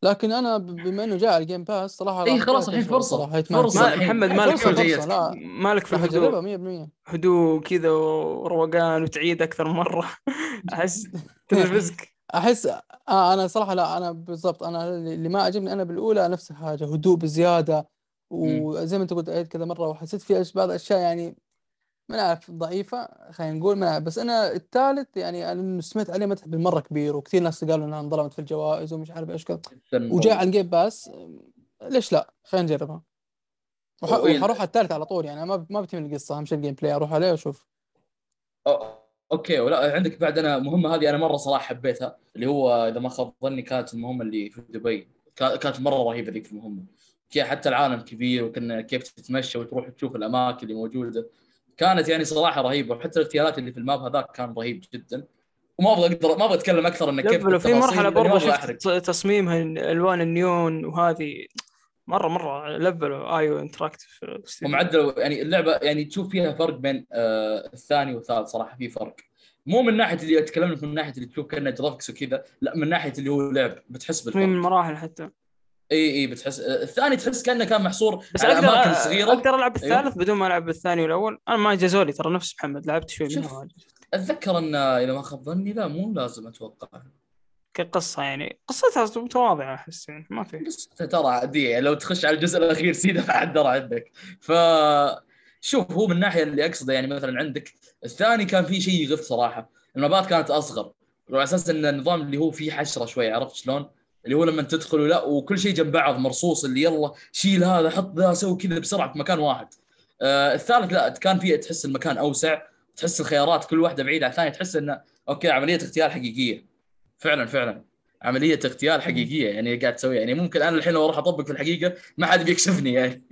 لكن انا ب- بما انه جاء على الجيم باس صراحه اي راح خلاص أعطيها الحين شغل فرصه صراحه هيتمان فرصه ما كلها. الحين محمد إيه، مالك في فرصة فرصه الهدوء، فرصه جيدتك. لا مالك في راح الهدوء، اجربها مية بالمية. هدوء كذا وروقان وتعيد اكثر من مره. احس تنرفزك. احس آه انا صراحه لا انا بالضبط انا اللي ما عجبني انا بالاولى نفس الحاجه هدوء بزياده، مم. وزي ما انت قلت عيد كذا مره وحسيت في أش- بعض الاشياء يعني ما نعرف ضعيفه خلينا نقول ما نعرف. بس انا الثالث يعني انا سمعت عليه مدح بالمره كبير وكثير ناس قالوا انها انظلمت في الجوائز ومش عارف ايش كذا، جدا وجاء قوي. على الجيم باس. ليش لا خلينا نجربها. وح... وإيه، وحروح على الثالث على طول يعني ما ما بتهم القصه اهم شيء الجيم بلاي اروح عليه واشوف. أو- اوكي ولا عندك بعد انا مهمه هذه انا مره صراحه حبيتها اللي هو اذا ما خاب ظني كانت المهمه اللي في دبي كا- كانت مره رهيبه ذيك المهمه. كي حتى العالم كبير وكنا كيف تتمشى وتروح تشوف الاماكن اللي موجوده كانت يعني صراحه رهيبه. وحتى الاختيارات اللي في الماب هذاك كان رهيب جدا. وما ابغى اقدر ما ابغى اتكلم اكثر انه كيف لفلوا في مرحله بالتفاصيل لاني ما برضو ابغى شفت احرق. تص- تصميمها الوان النيون وهذه مره مره لفلوا ايو انتراكتيف. ومعدل يعني اللعبه يعني تشوف فيها فرق بين آه الثاني والثالث صراحه في فرق. مو من ناحيه اللي اتكلم لك من ناحيه اللي تشوف كانه جرافكس وكذا لا من ناحيه اللي هو لعب بتحس تصميم بالفرق. المراحل حتى. اي اي بتحس آه، الثاني تحس كانه كان محصور بس على اقدر اماكن صغيره. اقدر العب ايوه الثالث بدون ما العب الثاني والاول. انا ما جازولي ترى نفس محمد لعبت شوي منها شوف ما جازت. اتذكر ان اذا ما خاب ظني لا مو لازم اتوقع. كقصه يعني قصتها متواضعه احس يعني ما في. بس ترى عاديه يعني لو تخش على الجزء الاخير سيده فعدر عندك. ف شوف هو من الناحيه اللي اقصده يعني مثلا عندك الثاني كان فيه شيء يغث صراحه. المبات كانت اصغر وعلى اساس ان النظام اللي هو فيه حشره شوي عرفت شلون اللي هو لما تدخل ولا وكل شيء جنب بعض مرصوص اللي يلا شيل هذا حط ذا سوي كذا بسرعه في مكان واحد. آه الثالث لا كان فيه تحس المكان اوسع تحس الخيارات كل واحده بعيده عن الثانيه تحس انه اوكي عمليه اغتيال حقيقيه. فعلا فعلا عمليه اغتيال حقيقيه يعني قاعد تسويها يعني ممكن انا الحين لو اروح اطبق في الحقيقه ما حد بيكشفني يعني.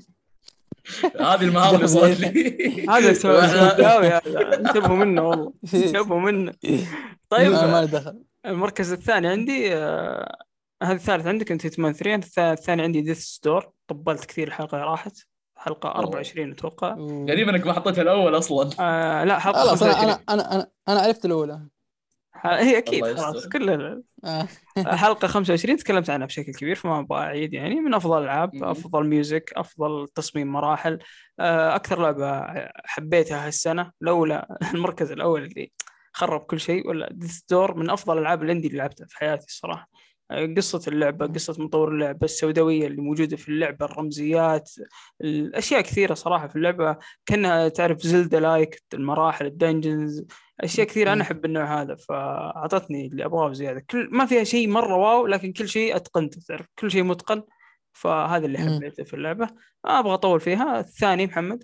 هذه المهاره اللي تجرب صارت بعينك. لي. هذا سو- وأنا- سوداوي هذا انتبهوا منه والله. انتبهوا منه. انا طيب مالي دخل. المركز الثاني عندي آه، هذا الثالث عندك انت هيتمان ثلاثة. الث- الثاني عندي ديث ستور. طبلت كثير الحلقه راحت حلقه أربعة أوه. وعشرين اتوقع. و- غريب انك ما حطيتها الاول اصلا. آه لا حلقه خلاص انا انا خمسة وعشرين. انا انا انا عرفت الاولى. ح- هي اكيد الله خلاص يستر. كل آه. حلقة خمسة وعشرين تكلمت عنها بشكل كبير فما أبغى أعيد. يعني من أفضل الألعاب مم. أفضل ميوزك أفضل تصميم مراحل. آه، أكثر لعبة حبيتها هالسنة لولا المركز الأول اللي خرب كل شيء ولا ديث دور من أفضل الألعاب الاندي اللي لعبتها في حياتي الصراحة. آه، قصة اللعبة قصة مطور اللعبة السوداوية اللي موجودة في اللعبة الرمزيات الأشياء كثيرة صراحة في اللعبة كأنها تعرف زلدا لايك المراحل الدنجنز اشياء كثير انا احب النوع هذا فاعطتني اللي ابغاه زياده. كل ما فيها شيء مره واو لكن كل شيء اتقنته تعرف كل شيء متقن. فهذا اللي مم. حبيته في اللعبه. ما ابغى اطول فيها. الثاني محمد.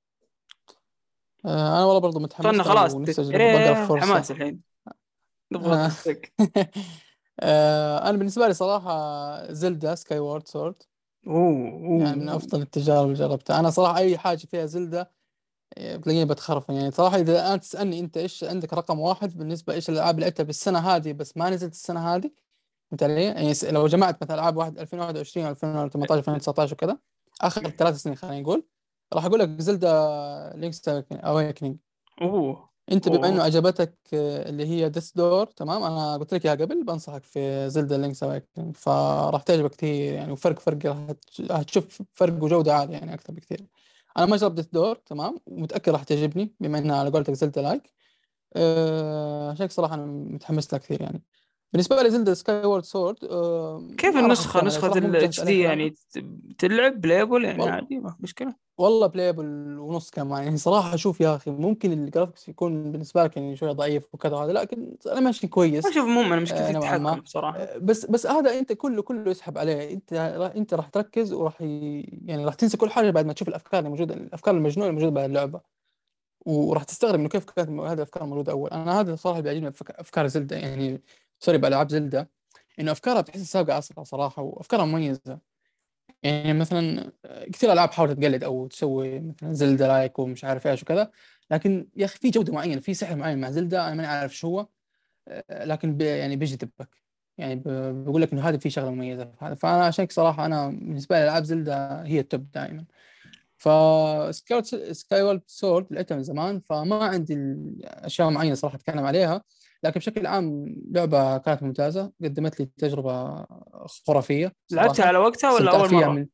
آه، انا والله برضو طلعنا متحمس له خلاص ونفسي اجرب بقرا تتري فرصه. حماس الحين نبغى آه. تصدق. آه، انا بالنسبه لي صراحه زلدا سكاي وورد سورد اوه يعني من اوه افضل التجارب اللي جربتها. انا صراحه اي حاجه فيها زلدا بتلاقيني بتخرفن يعني صراحه. اذا انت تسالني انت ايش عندك رقم واحد بالنسبه ايش الالعاب اللي لعبتها بالسنه هذه بس ما نزلت السنه هذه فهمت علي؟ يعني س- لو جمعت مثلا العاب واحد ألفين وواحد وعشرين ألفين وثمانية عشر ألفين وتسعة عشر وكذا اخر ثلاث سنين خلينا نقول راح اقول لك زلدا لينكس اويكنينج. اوه انت بما انه اوه عجبتك آه، اللي هي ديث دور تمام انا قلت لك اياها قبل بنصحك في زلدا لينكس اويكنينج فراح تعجبك كثير يعني وفرق فرق راح تش- راح تشوف فرق وجوده عاليه يعني اكثر بكثير. انا ما جربت ديث دور تمام ومتاكد راح تعجبني بما انها على قولتك زلدا لايك. أه عشان صراحه انا متحمس لها كثير يعني. بالنسبه لي زلدا سكاي وورد سورد أه كيف ما راح النسخه اتكلم عليها نسخه صراحه مو مجهز الاتش عليها دي كلام. يعني ت- تلعب بلايبل يعني والله عادي ما في مشكله. والله بلايبل ونص كمان يعني صراحة أشوف يا أخي ممكن الجرافيكس يكون بالنسبة لك يعني شوية ضعيف وكذا هذا لكن أنا ماشي ما كويس. اشوف مهم انا مشكلتي آه نوعا التحكم ما. بصراحه. آه بس بس هذا أنت كله كله يسحب عليه أنت را- أنت راح تركز وراح ي... يعني راح تنسى كل حاجة بعد ما تشوف الأفكار اللي موجودة الأفكار المجنونة اللي موجودة بعد اللعبة. وراح تستغرب إنه كيف كانت هذه الأفكار موجودة أول. أنا هذا الصراحة اللي بيعجبني بفك- أفكار زلدة يعني سوري بألعاب زلدة إنه أفكارها بتحس سابقة عصرها صراحة وأفكارها مميزة. يعني مثلا كثير العاب حاولت تقلد او تسوي مثلا زلدا لايك ومش عارف ايش وكذا لكن يا اخي في جوده معينه في سحر معين مع زلدا انا ماني عارف شو هو. آه، لكن بي يعني بيجذبك يعني ب- بقول لك انه هذه في شغله مميزه في هذا. فانا عشان كذا صراحه انا بالنسبه لي العاب زلدا هي التوب دائما. ف سكاي وورد سورد لعبتها من زمان فما عندي الاشياء معينه صراحه اتكلم عليها لكن بشكل عام لعبة كانت ممتازة، قدمت لي تجربة خرافية لعبتها صراحة. على وقتها ولا استمتعت اول فيها مره؟ من...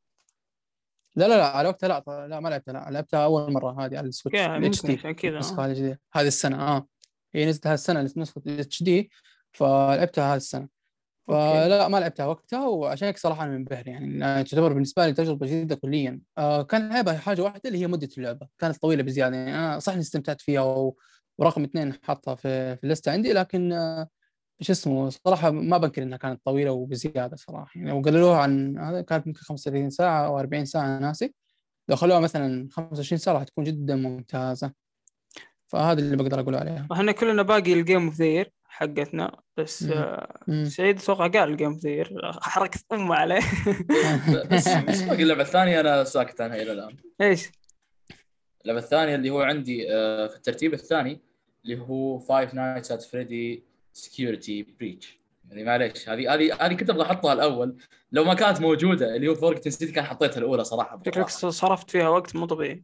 لا لا لا على وقتها، لا لا ما لعبتها، لا لعبتها أول مرة هذه على السويتش اوكي الاتش ممكن دي، عشان كذا النسخة آه. هذه الجديدة هذه السنة. اه هي نزلت هذه السنة نسخة الاتش دي، فلعبتها هذه السنة. اوكي فلا ما لعبتها وقتها، وعشان هيك صراحة أنا منبهر يعني، لأنها تعتبر بالنسبة لي تجربة جديدة كليا. آه كان عيبها حاجة واحدة اللي هي مدة اللعبة، كانت طويلة بزيادة يعني. أنا صح إني استمتعت فيها و... ورقم اثنين حاطها في في الليستة عندي، لكن آه ايش اسمه صراحة ما بنكر انها كانت طويلة وبزيادة صراحة يعني. وقللوها عن هذا كانت ممكن خمسة وثلاثين ساعة او أربعين ساعة أنا ناسي، لو خلوها مثلا خمسة وعشرين ساعة راح تكون جدا ممتازة. فهذا اللي بقدر اقول عليها. احنا كلنا باقي الجيم اوف ذا يير حقتنا بس مم. آه، مم. سعيد اتوقع قال الجيم اوف ذا يير حركة أم عليه. بس بس باقي اللعبه الثانيه انا ساكت عنها الى الان. ايش؟ اللعبه الثانيه اللي هو عندي آه، في الترتيب الثاني اللي هو Five Nights at Freddy Security Breach. يعني معليش هذه هذه هذه كنت ابغى احطها الاول لو ما كانت موجوده، اللي هو فوركتن سيتي كان حطيتها الاولى صراحه شكلك بالراحة. صرفت فيها وقت مو طبيعي.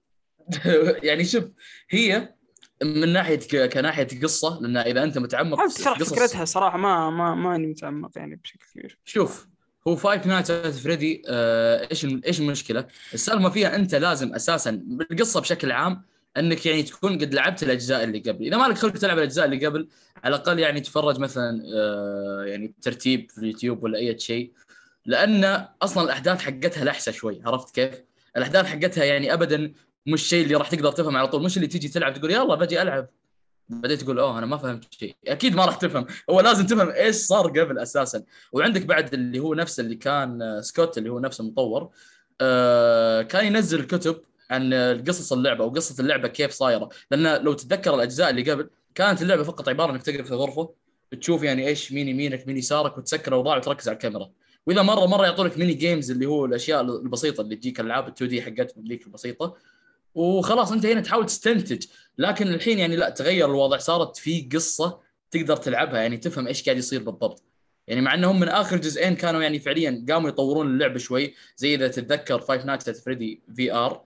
يعني شوف، هي من ناحيه ك- كناحيه قصه، لان اذا انت متعمق حابب في تشرح قصص. فكرتها صراحة، ما ما ماني متعمق يعني بشكل كبير. شوف، هو فايف نايتس ات فريدي ايش ايش المشكله؟ السالفه فيها انت لازم اساسا بالقصه بشكل عام انك يعني تكون قد لعبت الاجزاء اللي قبل. اذا ما لك خلق تلعب الاجزاء اللي قبل، على الاقل يعني تفرج مثلا آه، يعني ترتيب في اليوتيوب ولا اي شيء، لان اصلا الاحداث حقتها لحسه شوي. عرفت كيف؟ الاحداث حقتها يعني ابدا مش شيء اللي راح تقدر تفهم على طول، مش اللي تيجي تلعب تقول يلا بجي العب بديت تقول اوه انا ما فهمت شيء. اكيد ما راح تفهم، هو لازم تفهم ايش صار قبل اساسا. وعندك بعد اللي هو نفس اللي كان آه، سكوت اللي هو نفس المطور، آه كان ينزل كتب عن قصص اللعبه وقصه اللعبه كيف صايره. لان لو تتذكر الاجزاء اللي قبل كانت اللعبه فقط عباره انك تقف في غرفه تشوف يعني ايش مين يمينك مين يسارك وتسكر الاوضاع وتركز على الكاميرا. واذا مره مره يعطونك ميني جيمز اللي هو الاشياء البسيطه اللي تجيك العاب ال2 دي حقتهم ذيك البسيطه، وخلاص انت هنا تحاول تستنتج. لكن الحين يعني لا، تغير الوضع، صارت في قصه تقدر تلعبها يعني تفهم ايش قاعد يصير بالضبط. يعني مع انهم من اخر جزئين كانوا يعني فعليا قاموا يطورون اللعبه شوي، زي اذا تتذكر فايف نايتس ات فريدي في ار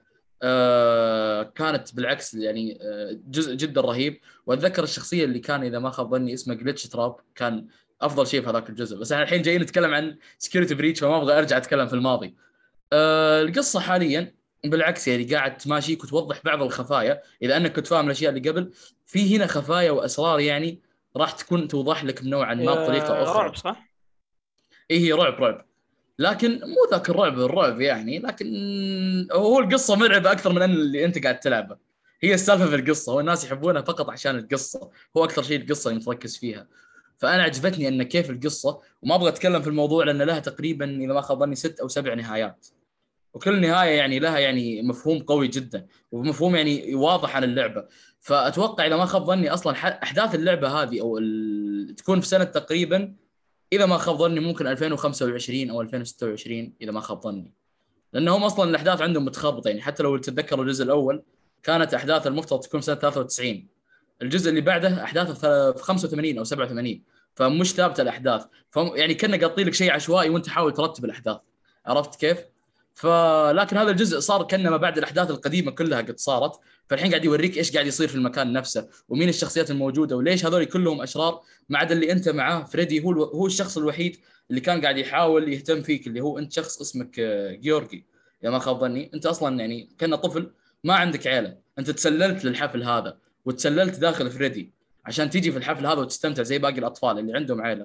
آه كانت بالعكس يعني آه جزء جدا رهيب. واتذكر الشخصيه اللي كان اذا ما خاب ظني اسمه جلitch تراب كان افضل شيء في هذاك الجزء. بس احنا الحين جايين نتكلم عن سكيورتي بريتش فما ابغى ارجع اتكلم في الماضي. آه القصه حاليا بالعكس يعني قاعد تماشيك وتوضح بعض الخفايا. اذا انك كنت فاهم الاشياء اللي قبل، في هنا خفايا واسرار يعني راح تكون توضح لك بنوعا ما بطريقه آه، اخرى. رعب صح؟ ايه هي رعب رعب، لكن مو ذاك الرعب الرعب يعني. لكن هو القصه مرعبه اكثر من اللي انت قاعد تلعبه. هي السالفه في القصه، هو الناس يحبونها فقط عشان القصه، هو اكثر شيء القصه اللي متركز فيها. فانا عجبتني ان كيف القصه، وما ابغى اتكلم في الموضوع لان لها تقريبا اذا ما خاب ظني ست او سبع نهايات، وكل نهايه يعني لها يعني مفهوم قوي جدا ومفهوم يعني واضح عن اللعبه. فاتوقع اذا ما خاب ظني اصلا احداث اللعبه هذه او ال... تكون في سنه تقريبا اذا ما خاب ظني ممكن ألفين وخمسة وعشرين او ألفين وستة وعشرين اذا ما خاب ظني، لانهم اصلا الاحداث عندهم متخبطه. يعني حتى لو تتذكروا الجزء الاول كانت احداث المفترض تكون سنه ثلاثة وتسعين، الجزء اللي بعده احداثه في خمسة وثمانين او سبعة وثمانين، فمش ثابته الاحداث. يعني كنا قاطين لك شيء عشوائي وانت حاول ترتب الاحداث. عرفت كيف؟ فلكن هذا الجزء صار كأنما بعد الاحداث القديمه كلها قد صارت، فالحين قاعد يوريك ايش قاعد يصير في المكان نفسه ومين الشخصيات الموجوده وليش هذول كلهم اشرار، ما عدا اللي انت معاه فريدي هو هو الشخص الوحيد اللي كان قاعد يحاول يهتم فيك، اللي هو انت شخص اسمك جيورجي يا ما خاب ظني. انت اصلا يعني كنا طفل ما عندك عيله، انت تسللت للحفل هذا وتسللت داخل فريدي عشان تيجي في الحفل هذا وتستمتع زي باقي الاطفال اللي عندهم عيله.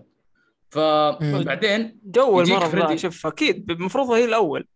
فبعدين جو يجيك المرض ذا، فريدي. شوف اكيد المفروض هي الاول.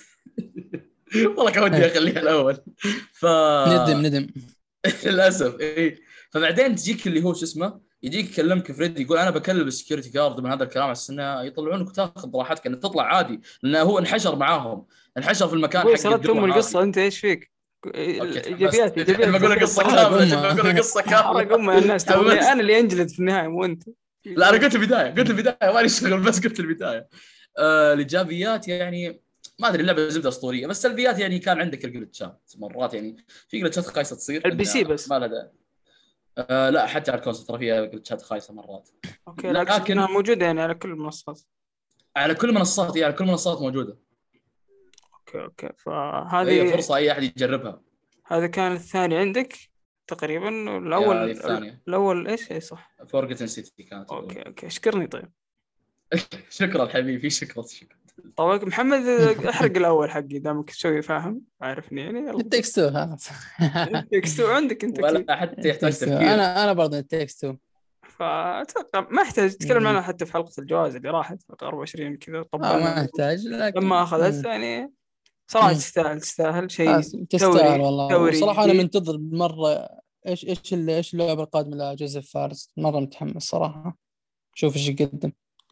والله كان ودي اخليها الاول ف ندم ندم للاسف اي. فبعدين تجيك اللي هو شو اسمه، يجيك يكلمك فريدي يقول انا بكلم السكيورتي جارد من هذا الكلام على السنه يطلعونك وتاخذ راحتك انك تطلع عادي، لانه هو انحشر معاهم، انحشر في المكان ابوي حق سردت ام الدروع القصه، هذه. انت ايش فيك؟ اوكي ايجابيات تحمست، ايجابيات بقول القصه حرق كامله، أمه. بقول القصه حرق كامله. امه الناس، تقول انا اللي انجلد في النهايه مو انت. لا انا قلت البدايه، قلت البدايه مالي شغل، بس قلت البدايه. آه الايجابيات يعني ما ادري، اللعبه زبده اسطوريه. بس سلبيات يعني كان عندك الجلتشات مرات، يعني في جلتشات خايسه تصير البي سي بس؟ ما لها آه لا حتى على الكونسول ترى فيها جلتشات خايسه مرات. اوكي، لا اقصد انها موجوده يعني على كل المنصات. على كل منصات، يعني على كل منصات موجوده. اوكي اوكي، هي فهذه فرصه اي احد يجربها. هذا كان الثاني عندك. تقريبا. يا الاول الثانيه الاول ايش اي صح. فورجتن سيتي كانت. اوكي اوكي اشكرني طيب. شكرا حبيبي، شكرا شكرا. طيب محمد احرق الاول حقي دامك تسوي فاهم عارفني يعني. يلا التكستو خلاص. تكستو عندك انت اكيد. ولا حتى يحتاج التكستو. تفكير. انا انا برضه التكستو. فاتوقع ما يحتاج تتكلم مم. عنها حتى في حلقه الجوائز اللي راحت حلقه أربعة وعشرين كذا اه طبلنا ما يحتاج لكن لما اخذت مم. يعني صراحه مم. تستاهل تستاهل شيء خلاص تستاهل ثوري والله. ثوري وصراحة أنا جديد. منتظر مرة إيش إيش ال- إيش اللعبة القادمة لجوزيف فارس، مرة متحمس صراحة شوف إيش يقدم.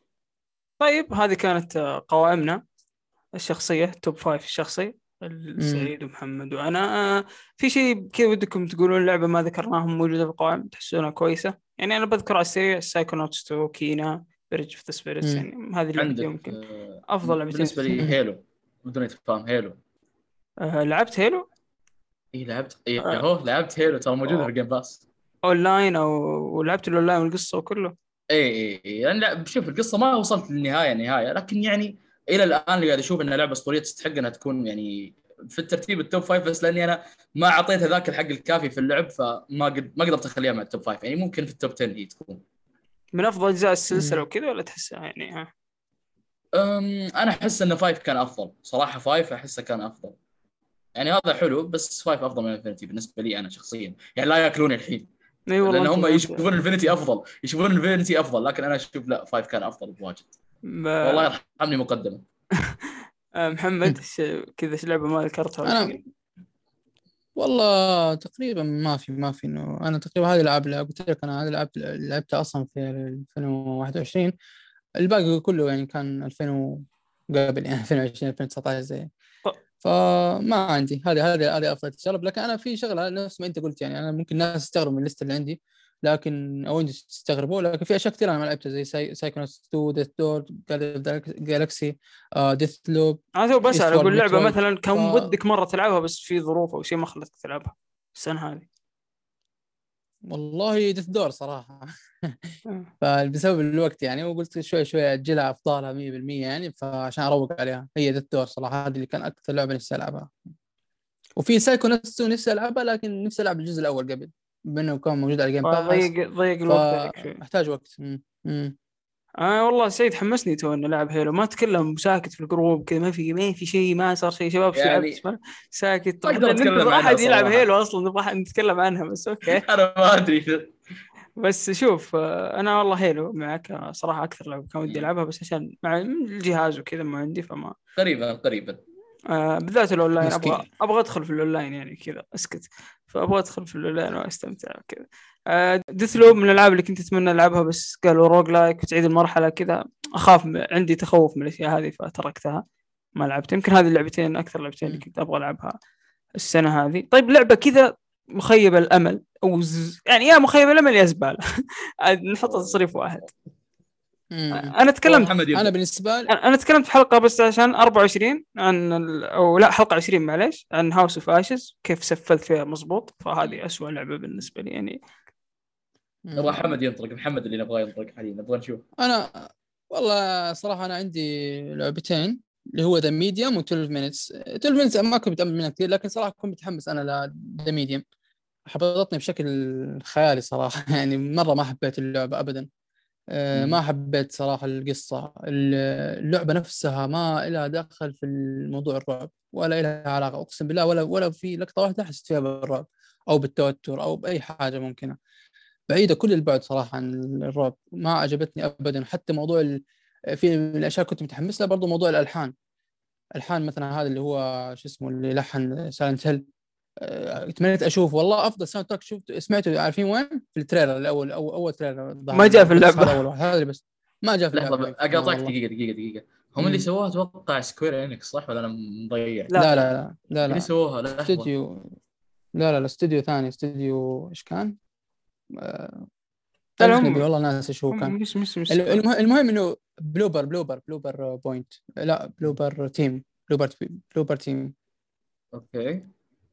طيب هذه كانت آه، قوائمنا الشخصيه توب فايف الشخصي مم. السعيد ومحمد وانا. آه، في شيء كذا ودكم تقولون لعبه ما ذكرناهم موجوده في القوائم تحسونها كويسه يعني؟ انا بذكر على السريع سايكونوتس تو كينا بريدج اوف ذا سبيريتس مم. يعني هذه اللعبتين عندك يمكن آه، افضل لعبتين في بالنسبه لي السنة. مم. هيلو، بدون تفهم هيلو. أه لعبت هيلو اي لعبت، اي أه هو لعبت هيلو ترى موجوده في الجيم باس. اونلاين او ولعبت الاونلاين والقصه وكله. اي اي اي يعني لا شوف القصه ما وصلت للنهايه نهايه، لكن يعني الى الان اللي قاعد اشوف انها لعبه اسطوريه تستحق انها تكون يعني في الترتيب التوب فايف، بس لاني انا ما اعطيتها ذاك الحق الكافي في اللعب فما قد ما قدرت اخليها مع التوب فايف. يعني ممكن في التوب عشرة هي تكون. من افضل اجزاء السلسله مم. وكذا ولا تحسها يعني ها؟ أم انا احس ان فايف كان افضل صراحه، فايف احسه كان افضل. يعني هذا حلو بس فايف افضل من انفنتي بالنسبه لي انا شخصيا، يعني لا ياكلوني الحين اي والله لان انت هم انت يشوفون انفنتي افضل، يشوفون انفنتي افضل، لكن انا اشوف لا فايف كان افضل بواجد. والله ب... يرحمني مقدمه. آه، محمد إيش- كذا إيش لعبه ما ذكرتها ولا أنا شيء؟ والله تقريبا ما في ما في إنه أنا تقريبا هذه الألعاب اللي قلت لك أنا هذه الألعاب لعبتها أصلا في ألفين وواحد وعشرين. الباقي كله يعني كان ألفين و- قبل يعني ألفين وعشرين ألفين وتسعة عشر زي. ط- فما عندي هذه هذه هذه افضل تجرب. لكن انا في شغله نفس ما انت قلت يعني انا ممكن الناس تستغرب من الليست اللي عندي لكن او انتم تستغربوا، لكن في اشياء كثير انا ما لعبتها زي ساي... سايكونوس تو، ديث دور، جالكسي، آه، ديث لوب، انا تو بسأل ايست وورد اقول لعبه مترويد. مثلا ف كان ودك مره تلعبها بس في ظروف او شيء ما خلتك تلعبها السنه هذه. والله ديث دور صراحه. آه. فبسبب الوقت يعني وقلت شوي شوي اجلها افضلها مية بالمية يعني، فعشان اروق عليها هي ديث دور صراحه هذه اللي كان اكثر لعبه نفسي العبها. وفي سايكونوس نفسي العبها لكن نفسي العب الجزء الاول قبل بانه كان موجود على جيم باس فضيق ضيق الوقت عليك شوي. فاحتاج وقت. مم. مم. آه والله سعيد حمسني تو اني العب هيلو. ما تكلم ساكت في الجروب كذا ما في ما في شيء ما صار شيء شباب ايش لعبت يعني اسمه ساكت. طب ما اقدر احنا اتكلم ننتظر عنها احد يلعب صراحه. هيلو اصلا نبغى أحد نتكلم عنها بس اوكي. انا ما ادري. بس شوف آه، انا والله هيلو معك آه، صراحه اكثر لعبه كان ودي العبها بس عشان مع الجهاز وكذا ما عندي فما قريبا قريبا. آه بالذات الاونلاين ابغى مسكين. ابغى ادخل في الاونلاين يعني كذا اسكت. فابغى ادخل في الاونلاين واستمتع كذا. آه ديث لوب من الالعاب اللي كنت اتمنى العبها بس قالوا روج لايك وتعيد المرحله كذا اخاف م- عندي تخوف من الاشياء هذه فتركتها ما لعبت. يمكن هذه اللعبتين اكثر لعبتين اللي مم. كنت ابغى العبها السنه هذه. طيب لعبه كذا مخيب الامل او ز... يعني يا مخيب الامل يا زباله. عاد نحط تصريف واحد. مم. انا تكلمت محمد انا يبدا. بالنسبه لي انا أنا تكلمت في حلقه بس عشان أربعة وعشرين عن ال... او لا حلقه عشرين معليش عن هاوس اوف اشز كيف سفلت فيها مزبوط. فهذه أسوأ لعبه بالنسبه لي يعني. نبغى مم. محمد ينطق، محمد اللي نبغاه ينطق حاليا نبغى نشوف. انا والله صراحه انا عندي لعبتين اللي هو ذا ميديوم و اثنا عشر مينتس. اثنا عشر مينتس ما كنت متامل منها كثير لكن صراحه كنت متحمس انا لذا ميديوم. حبطتني بشكل خيالي صراحه يعني مره ما حبيت اللعبه ابدا. آه، ما حبيت صراحة القصة. اللعبة نفسها ما لها دخل في الموضوع الرعب ولا لها علاقة أقسم بالله، ولا ولا في لقطة واحدة حسيت فيها بالرعب أو بالتوتر أو بأي حاجة ممكنة. بعيدة كل البعد صراحة عن الرعب، ما عجبتني أبدا. حتى موضوع ال... في من الأشياء كنت متحمس لها برضو موضوع الألحان. الحان مثلا هذا اللي هو شو اسمه اللي لحن سايلنت هيل. تمنيت اشوف والله افضل ساوند تراك شفت سمعته عارفين وين؟ في التريلر الاول او اول تريلر ما جاء في بس هذا اللعبه. اول واحد هذا اللي بس ما جاء في اللعبه. لحظه اقاطعك دقيقه دقيقه دقيقه. هم اللي مم. سووها اتوقع سكوير انكس صح ولا انا مضيع؟ لا لا لا لا لا لا اللي لا سووها لحظه. استوديو. لا لا لا استوديو ثاني استوديو ايش كان؟ آه، لا لا، اجنبي هم والله ناس ايش هو كان. هم مش مش مش المهم المهم انه بلوبر بلوبر بلوبر بوينت لا بلوبر تيم بلوبر بلوبر تيم. اوكي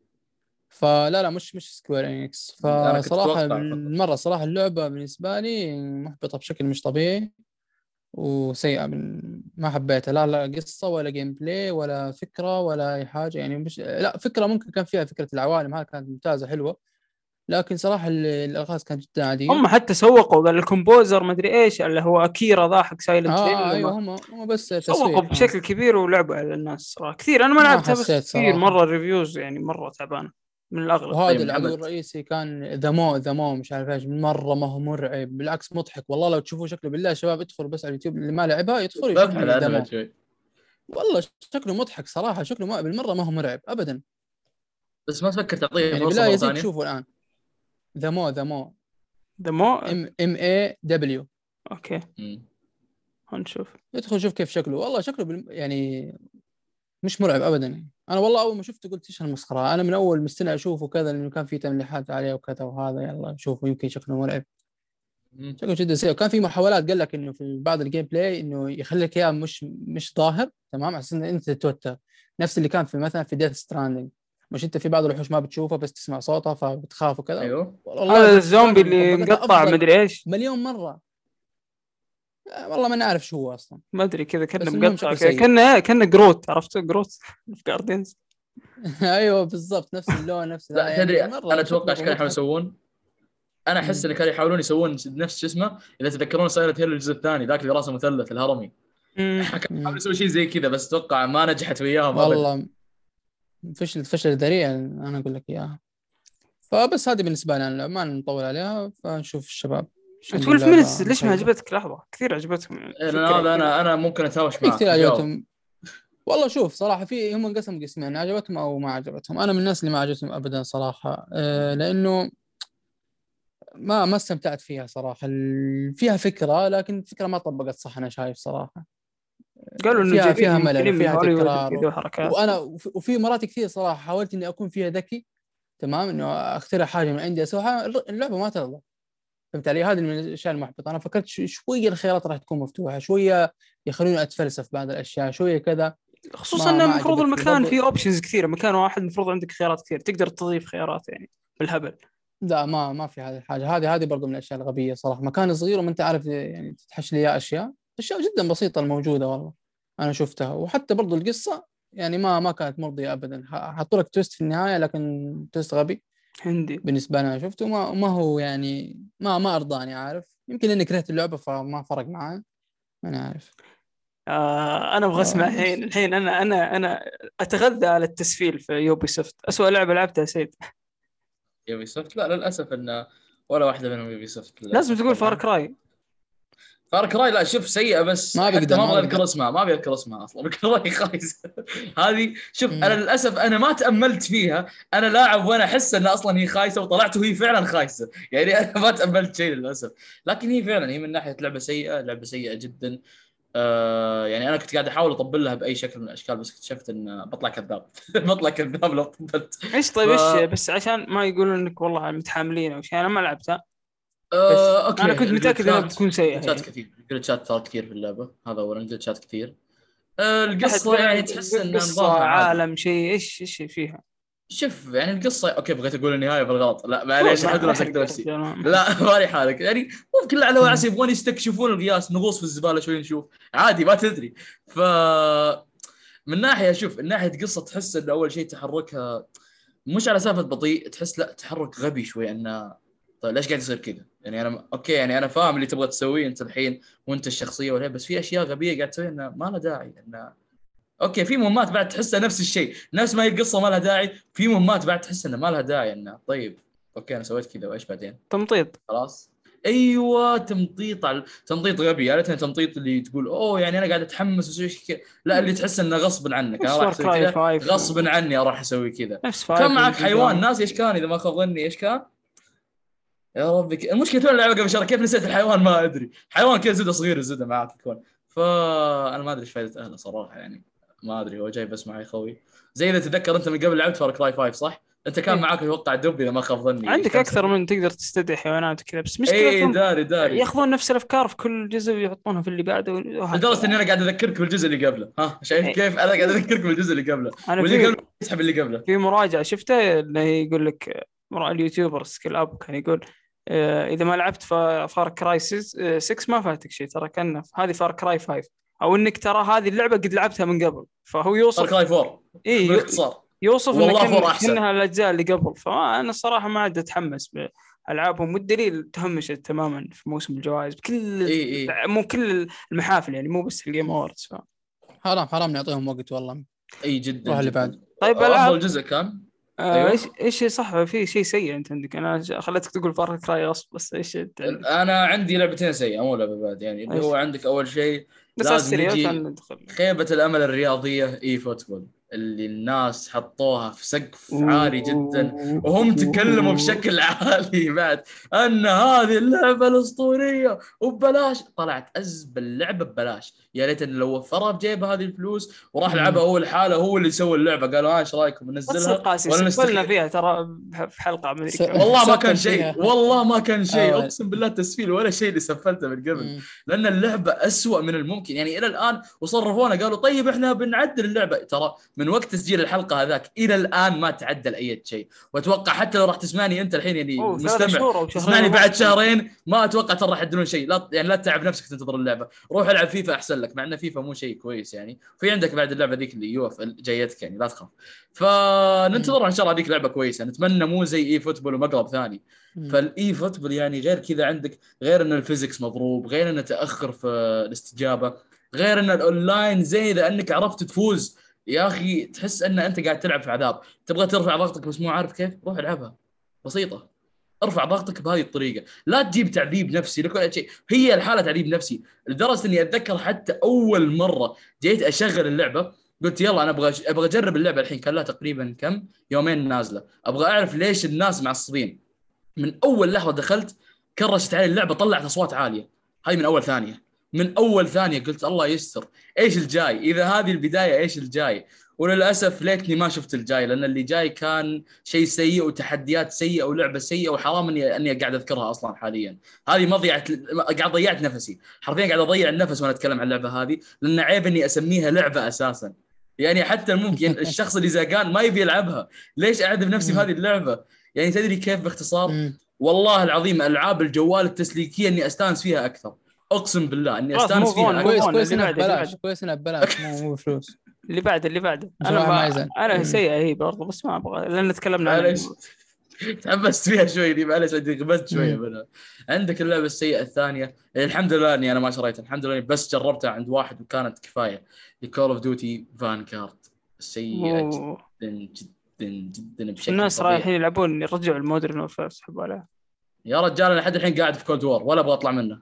فلا لا مش مش سكوير انكس. انا كنت فصراحة اتوقع. المرة صراحة اللعبة بالنسبة لي محبطة بشكل مش طبيعي وسيئة من ما حبيتها. لا لا قصة ولا جيم بلاي ولا فكرة ولا أي حاجة يعني. مش لا فكرة ممكن كان فيها فكرة العوالم هذه كانت ممتازة حلوة لكن صراحه ال- الالغاز كانت جدا عاديه. هم حتى سوقوا قال الكومبوزر مدري ايش اللي هو اكيرا ذا حق سايلنت اه, هيل، آه ايوه، وما هم هم بس سوقوا تسويق يعني. بشكل كبير ولعبوا على الناس صراحه كثير. انا ما ما لعبتها حسيت بس كثير صراحه. مره الريفيوز يعني مره تعبانه من الاغلب. وهذا طيب العدو محمد، الرئيسي كان ذمو ذمو مش عارف ايش، مره ما هو مرعب، بالعكس مضحك والله. لو تشوفوا شكله بالله شباب ادخلوا بس على اليوتيوب، اللي ما لعبها يدخل يشوف ببحث لي عنه بعد ذمو. شوي. والله شكله مضحك صراحه، شكله ما بالمره ما هو مرعب ابدا. بس ما تفكر تعطيه يعني فرصه بالله مره يزيد ثانيه؟ تشوفوا الان ذمو ذمو ده مو ام ام اي دبليو. اوكي مم. هنشوف. ادخل شوف كيف شكله، والله شكله بال... يعني مش مرعب ابدا يعني. انا والله اول ما شفته قلت ايش هالمسخره، انا من اول مستني اشوفه كذا لانه كان في تمليحات عليه وكذا، وهذا يلا نشوفه يمكن شكله مرعب. مم. شكله جدا سيء. وكان في محاولات قال لك انه في بعض الجيم بلاي انه يخليك اياه مش مش ظاهر تمام، على اساس ان انت تتوتر، نفس اللي كان في مثلا في ديث ستراندنج. مش انت في بعض الوحوش ما بتشوفها بس تسمع صوتها فبتخاف وكذا. ايوه والله هذا ديث الزومبي ستراندنج اللي طبقتها مقطع افضل مدري ايش، مليون مره. آه، والله ما نعرف شو هو اصلا. ما ادري كذا كانه بس المهم مقطع شكله كذا، سيء. كانه كانه جروت، عرفت جروت في جاردينز. ايوه بالضبط نفس اللون نفس لا يعني تدري انا مره اتوقع شكله ايش كانوا يحاولون مضحك. يسوون. انا احس مم. ان كانوا يحاولون يسوون نفس شو اسمه، اذا تذكرون سايلنت هيل الجزء الثاني ذاك اللي راسه مثلث الهرمي، امم كانوا يحاولون مم. يسوون شيء زي كذا، بس اتوقع ما نجحت وياهم ابدا. والله فشل فشل ذريع انا اقول لك اياها. فبس هذه بالنسبه لنا ما نطول عليها، فنشوف الشباب ايش عندهم تقول في لعبه منس ليش ما مخيبه. عجبتك؟ لحظه كثير عجبتهم يعني. لان شو هذا كذا؟ انا انا ممكن اتهاوش في كثير معك، جاوب. عجبتهم. والله شوف صراحه في هم انقسموا قسمين، عجبتهم او ما عجبتهم. انا من الناس اللي ما عجبتهم ابدا صراحه، أه لانه ما ما استمتعت فيها صراحه. ال- فيها فكره لكن الفكره ما طبقت صح، انا شايف صراحه. قالوا انه فيها جايبين فيها ملل ممثلين من وفيها هوليوود تكرار وكذا و... وحركات. وانا وفي وفي مرات كثير صراحه حاولت اني اكون فيها ذكي تمام، انه اخترع حاجه من عندي اسويها، اللعبه ما ترضى. فهمت علي؟ هذه من الاشياء المحبطه. انا فكرت شو- شويه الخيارات راح تكون مفتوحه شويه، يخلوني اتفلسف بعض الاشياء شويه كذا. خصوصا ما انه ما المفروض عجبتني المكان برضو. فيه اوبشنز كثيره، مكان واحد المفروض عندك خيارات كثير تقدر تضيف خيارات يعني بالهبل. لا ما ما في هذه الحاجه. هذه هذه برضو من الاشياء الغبيه صراحه. مكان صغير وما انت عارف يعني تتحش لي إياه اشياء اشياء جدا بسيطه الموجوده والله انا شفتها. وحتى برضو القصه يعني ما ما كانت مرضيه ابدا. حطوا لك تويست في النهايه لكن تويست غبي هندي. بالنسبه لي. انا شفته ما ما هو يعني ما ما ارضاني. عارف يمكن اني كرهت اللعبه فما فرق معي، ما عارف. آه انا ابغى اسمع آه الحين. بس الحين انا انا انا اتغذى على التسفيل في يوبي سوفت. اسوأ لعبه لعبتها سيد. يوبي سوفت، لا للاسف ان ولا واحده منهم يوبي سوفت لازم للاسف تقول فار طبعا. كراي. فار كراي لا شوف سيئه، بس ما حتى بقدر ما ما ابغى اذكر بقدر. اسمها، ما ابي اذكر اسمها اصلا. فار كراي خايس. هذه شوف انا مم. للاسف انا ما تاملت فيها، انا لاعب وانا احس ان اصلا هي خايسه، وطلعت وهي فعلا خايسه. يعني انا ما تاملت شيء للاسف، لكن هي فعلا هي من ناحيه لعبه سيئه، لعبه سيئه جدا. آه يعني انا كنت قاعد احاول اطبل لها باي شكل من الاشكال، بس اكتشفت ان بطلع كذاب. بطلع كذاب لو طبلت. ايش ف طيب ايش بس عشان ما يقولون انك والله متحاملين او شيء، انا ما لعبتها بس آه، انا اوكي كنت متاكد انها الجلتشات، بتكون سيئه الجلتشات يعني. كثير، الجلتشات ترى كثير في اللعبه، هذا اولا الجلتشات كثير. آه من ناحيه القصه بقى يعني تحس ان قصه نظامها عادي. عالم شيء ايش ايش فيها؟ شوف يعني القصه اوكي، بغيت اقول النهايه بالغلط، لا خلاص معليش الحمد لله ما مسكت احرق يا نفسي. رجال، ما أحرق. لا مالي حالك يعني، ممكن على وعسى يبغون يستكشفون القياس، نغوص في الزباله شوي نشوف، عادي ما تدري. ف من ناحيه شوف، من ناحيه قصه تحس ان اول شيء تحركها مش على سالفه بطيء، تحس لا تحرك غبي شوي. انه طيب ليش قاعد يصير كذا؟ يعني انا اوكي يعني انا فاهم اللي تبغى تسويه انت الحين وانت الشخصيه ولا، بس في اشياء غبيه قاعد تسويها انه ما لها داعي. انه اوكي في مهمات بعد تحسها نفس الشيء، نفس ما هي القصه ما لها داعي، في مهمات بعد تحس انه ما لها داعي. انه طيب اوكي انا سويت كذا وايش بعدين؟ تمطيط. خلاص ايوه تمطيط، على تمطيط غبي. يا ريتني تمطيط اللي تقول اوه يعني انا قاعد اتحمس واسوي كذا، لا اللي تحس انه غصب عنك، انا نفس راح فار اسوي كراي كذا فايف غصب و... عني اروح اسوي كذا. نفس وكان فايف معك والجزء حيوان، الأول. ناس ايش كان اذا ما خاب ظني، ايش كان؟ يا ربي ك- المشكله توني لعبه قبل شهر، كيف نسيت الحيوان ما ادري. حيوان كذا زبده صغير، الزبده معاك يكون. فانا ما ادري ايش فائده اهله صراحه يعني، ما ادري هو جاي بس معي خوي. زي اذا تتذكر انت من قبل لعبت فار كراي فايف صح؟ انت كان إيه؟ معاك اتوقع دب اذا ما خاب ظني عندك كم اكثر سنه. من تقدر تستدعي حيوانات وكذا، بس اي مشكلتهم داري داري. ياخذون نفس الافكار في كل جزء ويحطونها في اللي بعده لدرجه وهكذا. اني انا قاعد اذكرك بالجزء اللي قبله، ها شايف إيه. كيف انا قاعد اذكرك بالجزء اللي قبله، انا واللي في قبله يسحب اللي قبله. في مراجعه شفته اللي هي يقول لك مرا اليوتيوبر سكيل اب كان يقول آه، اذا ما لعبت فار كراي ستة ما فاتك شيء، ترى كان هذه فار كراي خمسة، او انك ترى هذه اللعبه قد لعبتها من قبل، فهو فار يوصل. كراي فور اي باختصار. يوصف والله إن فور كن أحسن. كأنها الأجزاء اللي قبل. فأنا الصراحة ما عاد أتحمس بألعابهم، والدليل تهمشت تماما في موسم الجوائز بكل إيه إيه مو كل المحافل يعني، مو بس الجيم أووردز. حرام حرام نعطيهم وقت والله. إيه جدا روح اللي بعد. جدا. طيب أفضل ألعاب جزء كان آه، ايش أيوه. ايش صح، في شيء سيء انت عندك؟ انا خليتك تقول فار كراي غصب، بس ايش انت عندك؟ أنا عندي لعبتين سيئة مو لعبة بعد يعني. اللي ايش هو عندك أول شيء بس على لازم السريع عشان نجي ندخل. خيبة الأمل الرياضية إي فوتبول، اللي الناس حطوها في سقف عالي جدا، وهم تكلموا بشكل عالي بعد أن هذه اللعبة الأسطورية وببلاش. طلعت أزبل لعبة ببلاش. يا ليت إن لو وفرها بجيب هذه الفلوس وراح لعبها هو الحالة، هو اللي يسوي اللعبة. قالوا ها إيش رأيكم لا تصير ننزلها قاسي، ولا سفلنا نستخدم؟ فيها ترى في حلقه ما ادري س... كم. والله ما كان سفل شيء، فيها. والله ما كان شيء، أول. اقسم بالله تسفيل ولا شيء اللي سفلته من قبل. مم. لان اللعبه أسوأ من الممكن يعني الى الان. وصرفونا قالوا طيب احنا بنعدل اللعبه، ترى من وقت تسجيل الحلقه هذاك الى الان ما تعدل اي شيء. واتوقع حتى لو راح تسمعني انت الحين يعني اوه ثلاث مستمع شهور او شهرين تسمعني بعد ونص. شهرين، ما اتوقع ترى راح يعدلون شيء. لا يعني لا تتعب نفسك تنتظر اللعبه، روح العب فيفا احسن لك، مع ان فيفا مو شيء كويس يعني. في عندك بعد اللعبه ذيك اللي يوف جايتك يعني، لا تخاف. فننتظر ان شاء الله هذيك لعبه كويسه، نتمنى مو زي اي فوتبول ومقلب ثاني. مم. فالاي فوتبول يعني غير كذا، عندك غير ان الفيزيكس مضروب، غير انه تاخر في الاستجابه، غير ان الاونلاين زي اذا انك عرفت تفوز يا اخي تحس ان انت قاعد تلعب في عذاب. تبغى ترفع ضغطك بس مو عارف كيف، روح العبها بسيطه. ارفع ضغطك بهذه الطريقه، لا تجيب تعذيب نفسي لكل شيء. هي الحاله تعذيب نفسي لدرجه اني اتذكر حتى اول مره جيت اشغل اللعبه قلت يلا انا ابغى ابغى اجرب اللعبه الحين. كان لها تقريبا كم يومين نازله، ابغى اعرف ليش الناس معصبين. من اول لحظه دخلت كرشت علي اللعبه، طلعت اصوات عاليه. هاي من اول ثانيه، من اول ثانيه قلت الله يستر ايش الجاي، اذا هذه البدايه ايش الجاي. وللاسف ليتني ما شفت الجاي، لان اللي جاي كان شيء سيء وتحديات سيئه ولعبه سيئه، وحرام اني اني قاعد اذكرها اصلا حاليا. هذه مضيعه، قاعد ضيعت نفسي حرفيا، قاعد اضيع النفس وانا اتكلم عن اللعبه هذه، لان عيب اني اسميها لعبه اساسا. يعني حتى ممكن الشخص اللي زهقان ما يبي يلعبها، ليش اعذب نفسي بهذه اللعبه؟ يعني تدري كيف باختصار؟ مم. والله العظيم العاب الجوال التسليكيه اني استانس فيها اكثر، اقسم بالله اني خلاص استانس move on، فيها move اكثر. كويس on. كويس اللي انها بعده اللي ببلاش، بعده كويس انها ببلاش مو مو بفلوس. اللي بعده اللي بعده انا بصراحة ما ما يزال. انا مم. سيئه هي برضه، بس ما ابغى لان تكلمنا عنها معلش قبل. تحمست فيها شوي دي، معلش عندي غبت شويه مم. منها. عندك اللعبه السيئه الثانيه، الحمد لله اني انا ما شريتها، الحمد لله بس جربتها عند واحد وكانت كفايه. كول اوف ديوتي فانكارد، سيئه أوه. جدا جدا جدا بس بشكل الناس فظيع. رايحين يلعبون يرجعوا المودرن وورفير يسحبوا عليها. يا رجال انا لحد الحين قاعد في كولد وور ولا ابغى اطلع منه.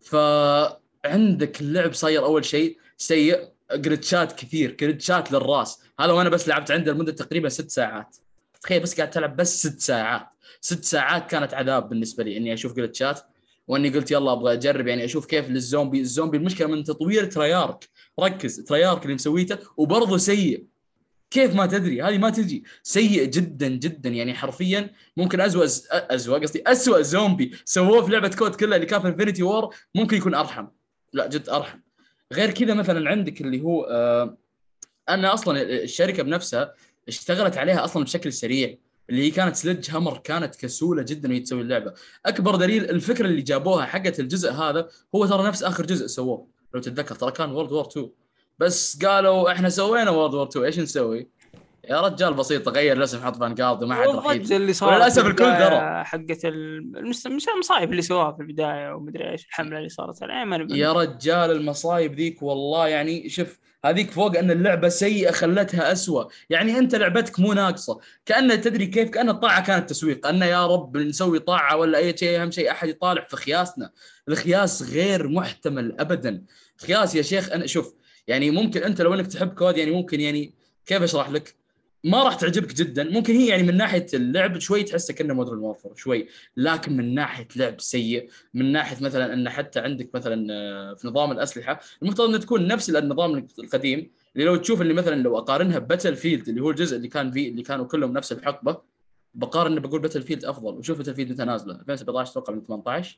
فعندك اللعب صاير اول شيء سيء، جلتشات كثير، جلتشات للراس. هذا وانا بس لعبت عنده لمده تقريبا ست ساعات. تخيل بس قاعد تلعب بس ست ساعات، ست ساعات كانت عذاب بالنسبه لي اني اشوف جلتشات. واني قلت يلا ابغى اجرب يعني اشوف كيف للزومبي. الزومبي المشكله من تطوير تريارك، ركز تريارك اللي مسويته وبرضه سيء. كيف ما تدري، هذه ما تجي، سيء جدا جدا يعني حرفيا. ممكن أزوأ أزوأ قصدي أسوأ زومبي سووه في لعبة كود كلها اللي كان في انفينيتي وور ممكن يكون أرحم، لا جد أرحم. غير كذا مثلا عندك اللي هو آه أنا أصلا الشركة بنفسها اشتغلت عليها أصلا بشكل سريع، اللي هي كانت سلج هامر، كانت كسولة جدا وهي تسوي اللعبة. أكبر دليل الفكرة اللي جابوها حقت الجزء هذا هو ترى نفس آخر جزء سووه لو تتذكر، ترى كان وورد وور تو، بس قالوا إحنا سوينا وورد وور تو إيش نسوي؟ يا رجال بسيط، غير الاسم حط فانجارد وما حد راح والضجه يدري. اللي صارت وللاسف الكل درى. حقت المس... مش المصايب اللي سواها في البدايه ومدري ايش، الحمله اللي صارت الان ما نبي. يا رجال المصايب ذيك والله يعني شوف، هذيك فوق ان اللعبه سيئه خلتها أسوأ. يعني انت لعبتك مو ناقصه، كأن تدري كيف، كأن الطاعه كانت تسويق، ان يا رب نسوي طاعه ولا اي شيء، اهم شيء احد يطالع في خياسنا. الخياس غير محتمل ابدا، خياس يا شيخ. انا شوف يعني ممكن انت لو انك تحب كود يعني ممكن يعني كيف اشرح لك، ما راح تعجبك جدا. ممكن هي يعني من ناحيه اللعب شوي تحسه كأنه مودرن وورفر شوي، لكن من ناحيه لعب سيء. من ناحيه مثلا ان حتى عندك مثلا في نظام الاسلحه المفترض انها تكون نفس النظام القديم، اللي لو تشوف اللي مثلا لو اقارنها بباتل فيلد اللي هو الجزء اللي كان فيه اللي كانوا كلهم نفس الحقبه، بقارن بقول باتل فيلد افضل. وشوف باتل فيلد متى نازله، ألفين وسبعة عشر اتوقع من ثمانية عشر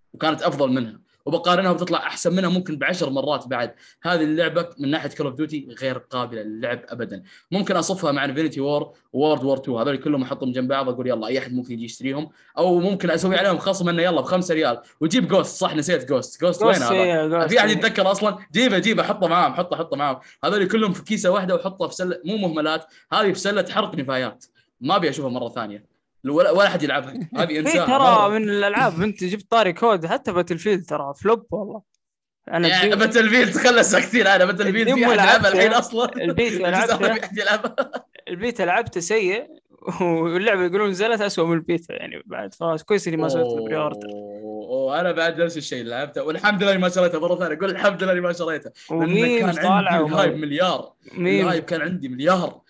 وكانت افضل منها، وبقارنها وبتطلع احسن منها ممكن بعشر مرات بعد. هذه اللعبه من ناحيه كول اوف ديوتي غير قابله للعب ابدا. ممكن اصفها مع انفينيتي وور وورد وور تو، هذول كلهم احطهم جنب بعض اقول يلا اي احد ممكن يجي يشتريهم، او ممكن اسوي عليهم خصم انه يلا بخمسة ريال وجيب جوست. صح نسيت جوست. جوست وين هذا؟ في احد يتذكر اصلا؟ جيبه جيبه حطه معاهم، حطه حطه معاهم. هذول كلهم في كيسه واحده وحطه في سله، مو مهملات، هذه في سله حرق نفايات، ما ابي اشوفها مره ثانيه ولا ولا احد يلعبها. هذه انساها ترى مرة. من الالعاب انت جبت طاري كود، حتى باتل فيلد ترى فلوب والله. انا يعني باتل فيلد تخلص كثير. انا باتل فيلد في احد يلعبها الحين اصلا. البيت لعبته البيت لعبته سيء، واللعبه يقولون نزلت اسوء من البيت يعني بعد. خلاص كويس اني ما سويت البري اوردر. وانا بعد نفس الشيء لعبته والحمد لله ما شريته مره ثانيه. اقول الحمد لله ما شريته لانه كان عندي الهايب مليار. الهايب كان عندي مليار.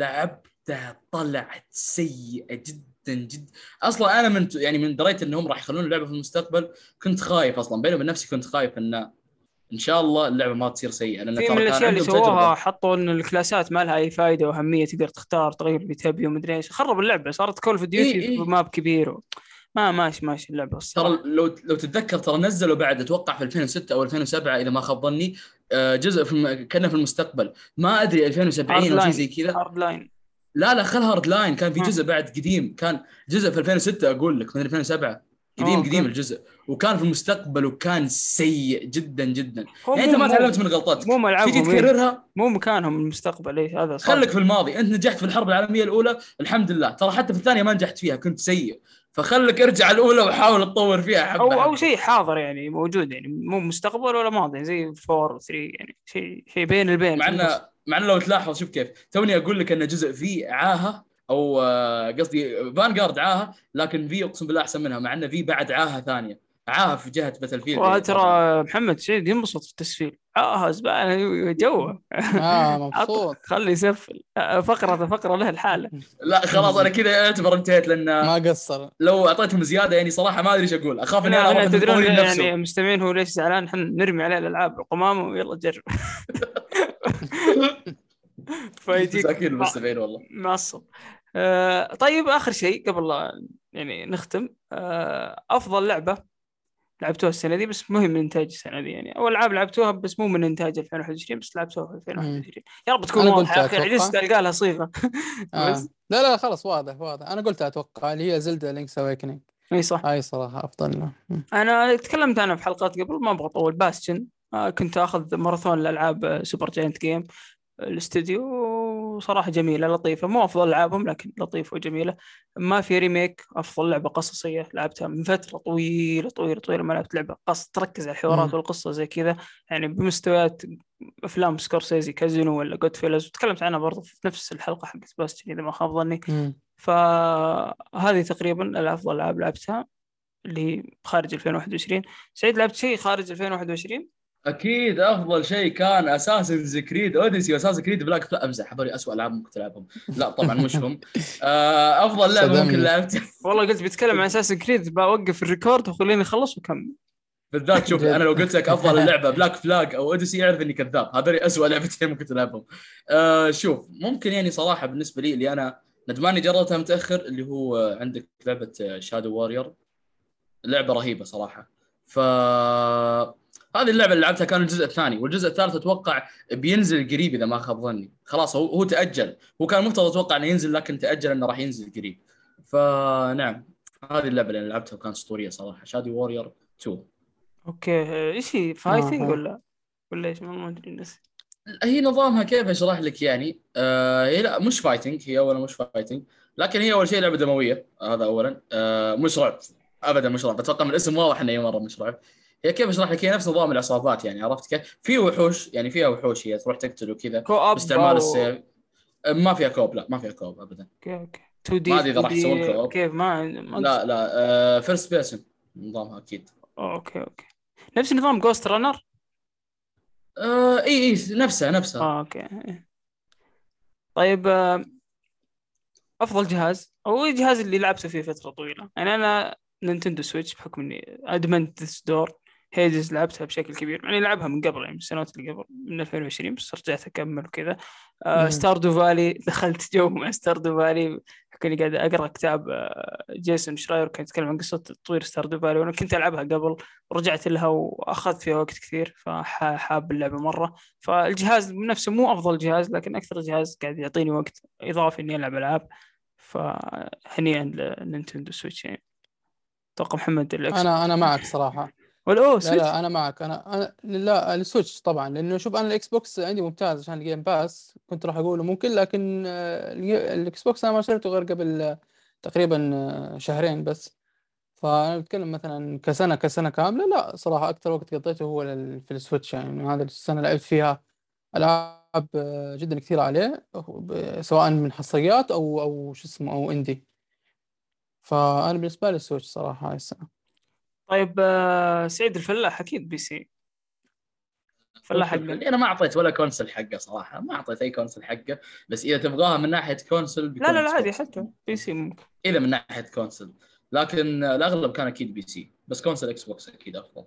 لعبته طلعت سيئه جدا جدا. اصلا انا من يعني من دريت انهم راح يخلون اللعبه في المستقبل كنت خايف اصلا بيني وبين نفسي، كنت خايف ان ان شاء الله اللعبه ما تصير سيئه، لان في من الاشياء اللي سووها حطوا ان الكلاسات ما لها اي فائده واهميه، تقدر تختار تغير اللي تبيه ومدري ايش. خرب اللعبه، صارت كول اوف ديوتي إيه إيه. ماب كبير و... ما ماشي ماشي اللعبه الصراحه. ترى لو لو تتذكر ترى نزلوا بعد اتوقع في ألفين وستة او ألفين وسبعة اذا ما خاب ظني جزء في الم... كنا في المستقبل ما ادري ألفين وسبعين او شيء زي كذا. هارد لاين. لا لا خل هارد لاين كان في جزء بعد قديم، كان جزء في ألفين وستة اقول لك من ألفين وسبعة قديم قديم الجزء، وكان في المستقبل وكان سيء جدا جدا. يعني انت ما تعلمت من غلطاتك، تيجي تكررها. مو مكانهم المستقبل. ايش هذا؟ خليك في الماضي. انت نجحت في الحرب العالميه الاولى الحمد لله، ترى حتى في الثانيه ما نجحت فيها كنت سيء، فخلك ارجع الاولى وحاول تطور فيها حبه او حبة. او شيء حاضر يعني موجود، يعني مو مستقبل ولا ماضي زي أربعة ثلاثة يعني شيء شيء بين البين. مع انه مع انه لو تلاحظ شوف كيف توني اقول لك ان جزء فيه عاهه او قصدي فانغارد عاهه، لكن في اقسم بالله احسن منها، مع انه في بعد عاهه ثانيه، عاهه في جهه باتل فيلد. وترى محمد سعيد ينبسط في التسفيل. اه زباله جوه. اه مبسوط. خلي يسفل فقره فقره له الحاله. لا خلاص انا كذا اعتبر انتهيت، لان ما قصر. لو اعطيتهم زياده يعني صراحه ما ادري ايش اقول. اخاف اني انا اروح تدرون يعني مستمعين هو ليش زعلان، احنا نرمي عليه الالعاب القمامه ويلا جرب. فيجيك مساكين المستمعين والله معصب. آه طيب اخر شيء قبل لا يعني نختم، آه افضل لعبه لعبتوها السنه دي بس مهم من انتاج السنه دي يعني، او العاب لعبتوها بس مو من انتاج ألفين وواحد وعشرين بس لعبتوها في ألفين وواحد وعشرين. يا رب تكون واضحه يا اخي، عجزت القى لها صيغه. آه. بس لا لا خلاص واضح واضح. انا قلت اتوقع اللي هي زلدا لينكس اويكنينج. اي صح، هاي صراحه افضل. انا تكلمت عنها في حلقات قبل ما ابغى اطول. باستشن آه كنت اخذ ماراثون الالعاب سوبر جاينت جيم الاستوديو، صراحة جميلة لطيفة، مو أفضل ألعابهم لكن لطيفة وجميلة. ما في ريميك، أفضل لعبة قصصية لعبتها من فترة طويلة طويلة طويلة ما لعبت لعبة قصة تركز على الحوارات والقصة زي كذا يعني بمستويات أفلام سكورسيزي كازينو ولا جود فيلز، وتكلمت عنها برضو في نفس الحلقة حقت باستشن إذا ما خاب ظني. فهذه تقريبا الأفضل ألعاب لعبتها اللي خارج ألفين وواحد وعشرين. سعيد لعبت شيء خارج ألفين وواحد وعشرين؟ اكيد افضل شيء كان اساسنز كريد اوديسي واساسنز كريد بلاك فلاج. امزح، هذول اسوء العاب ممكن تلعبهم. لا طبعا مش هم. افضل لعبه ممكن لعبتها والله قلت بتكلم عن اساسنز كريد بوقف الريكورد وخليني اخلص وكمل. بالذات شوف انا لو قلت لك افضل اللعبه بلاك فلاج او اوديسي اعرف اني كذاب. هذول اسوء لعبتين ممكن تلعبهم. أه شوف ممكن يعني صراحه بالنسبه لي اللي انا ندماني جربتها متاخر اللي هو عندك لعبه شادو واريور، لعبه رهيبه صراحه. ف هذه اللعبة اللي لعبتها كان الجزء الثاني، والجزء الثالث أتوقع بينزل قريب إذا ما خاب ظني. خلاص هو هو تأجل، هو كان مفترض أتوقع إنه ينزل لكن تأجل إنه راح ينزل قريب. فنعم هذه اللعبة اللي لعبتها وكانت أسطورية صراحة، شادي وورير تو. أوكي إيش هي فايتنج ولا ولا إيش ما أدري الناس. هي نظامها كيف أشرح لك يعني؟ آه هي لا مش فايتنج، هي أولا مش فايتنج، لكن هي أول شيء لعبة دموية. هذا أولا. آه مش رعب أبدا، مش رعب. أتوقع من الاسم واضح إنه مرة مش رعب. هي كيف اشرح لك؟ هي نفس نظام العصابات يعني، عرفت كيف؟ في وحوش يعني، فيها وحوش هي تروح تقتل وكذا باستعمال السيف. ما فيها كوب، لا ما فيها كوب ابدا. اوكي اوكي تو دي ما ادري اذا راح تسوي كوب كيف. ما, ما لا لا آه فيرست بيرسون نظامها اكيد. اوكي اوكي نفس نظام جوست رانر. آه اي اي نفسها نفسها. آه اوكي. طيب آه افضل جهاز او الجهاز اللي لعبته فيه فتره طويله يعني، انا نينتندو سويتش بحكم اني ادمنت ذس دور. هيدز لعبتها بشكل كبير يعني، لعبها من قبل يعني من السنوات اللي قبل من ألفين وعشرين بس رجعت اكمل وكذا. آه ستاردو فالي دخلت جو مع ستاردو فالي كنت قاعد اقرا كتاب آه، جيسون شراير كان يتكلم عن قصه تطوير ستاردو فالي، وانا كنت العبها قبل ورجعت لها واخذت فيها وقت كثير، فحاب اللعبه مره. فالجهاز نفسه مو افضل جهاز، لكن اكثر جهاز قاعد يعطيني وقت اضافي اني العب العاب. فهنيئا لنينتندو سويتش يعني. اتوقع محمد الاكس انا بوكس انا معك صراحه. والاو لا سويتش. لا انا معك. انا انا لا السويتش طبعا، لانه شوف انا الاكس بوكس عندي ممتاز عشان الجيم باس، كنت راح اقوله ممكن، لكن آه، الجي- الاكس بوكس انا ما شريته غير قبل آه، تقريبا آه، شهرين بس. فانا بتكلم مثلا كسنه كسنه كامله، لا صراحه اكثر وقت قضيته هو لل- في السويتش يعني. هذا السنه لعبت فيها العاب آه، جدا كثير عليه، ب- سواء من حصريات او او شو اسمه او اندي. فانا بالنسبه لي السويتش صراحه هاي السنه. طيب آه، سعيد الفلاح اكيد بي سي. فلاح شوف شوف حقنا. اللي انا ما اعطيت ولا كونسل حقه صراحه، ما اعطيت اي كونسل حقه. بس اذا تبغاها من ناحيه كونسل لا بيكون لا لا اكس عادي، بوكس. حتى بي سي ممكن. الى من ناحيه كونسل، لكن الاغلب كان اكيد بي سي، بس كونسل اكس بوكس اكيد افضل.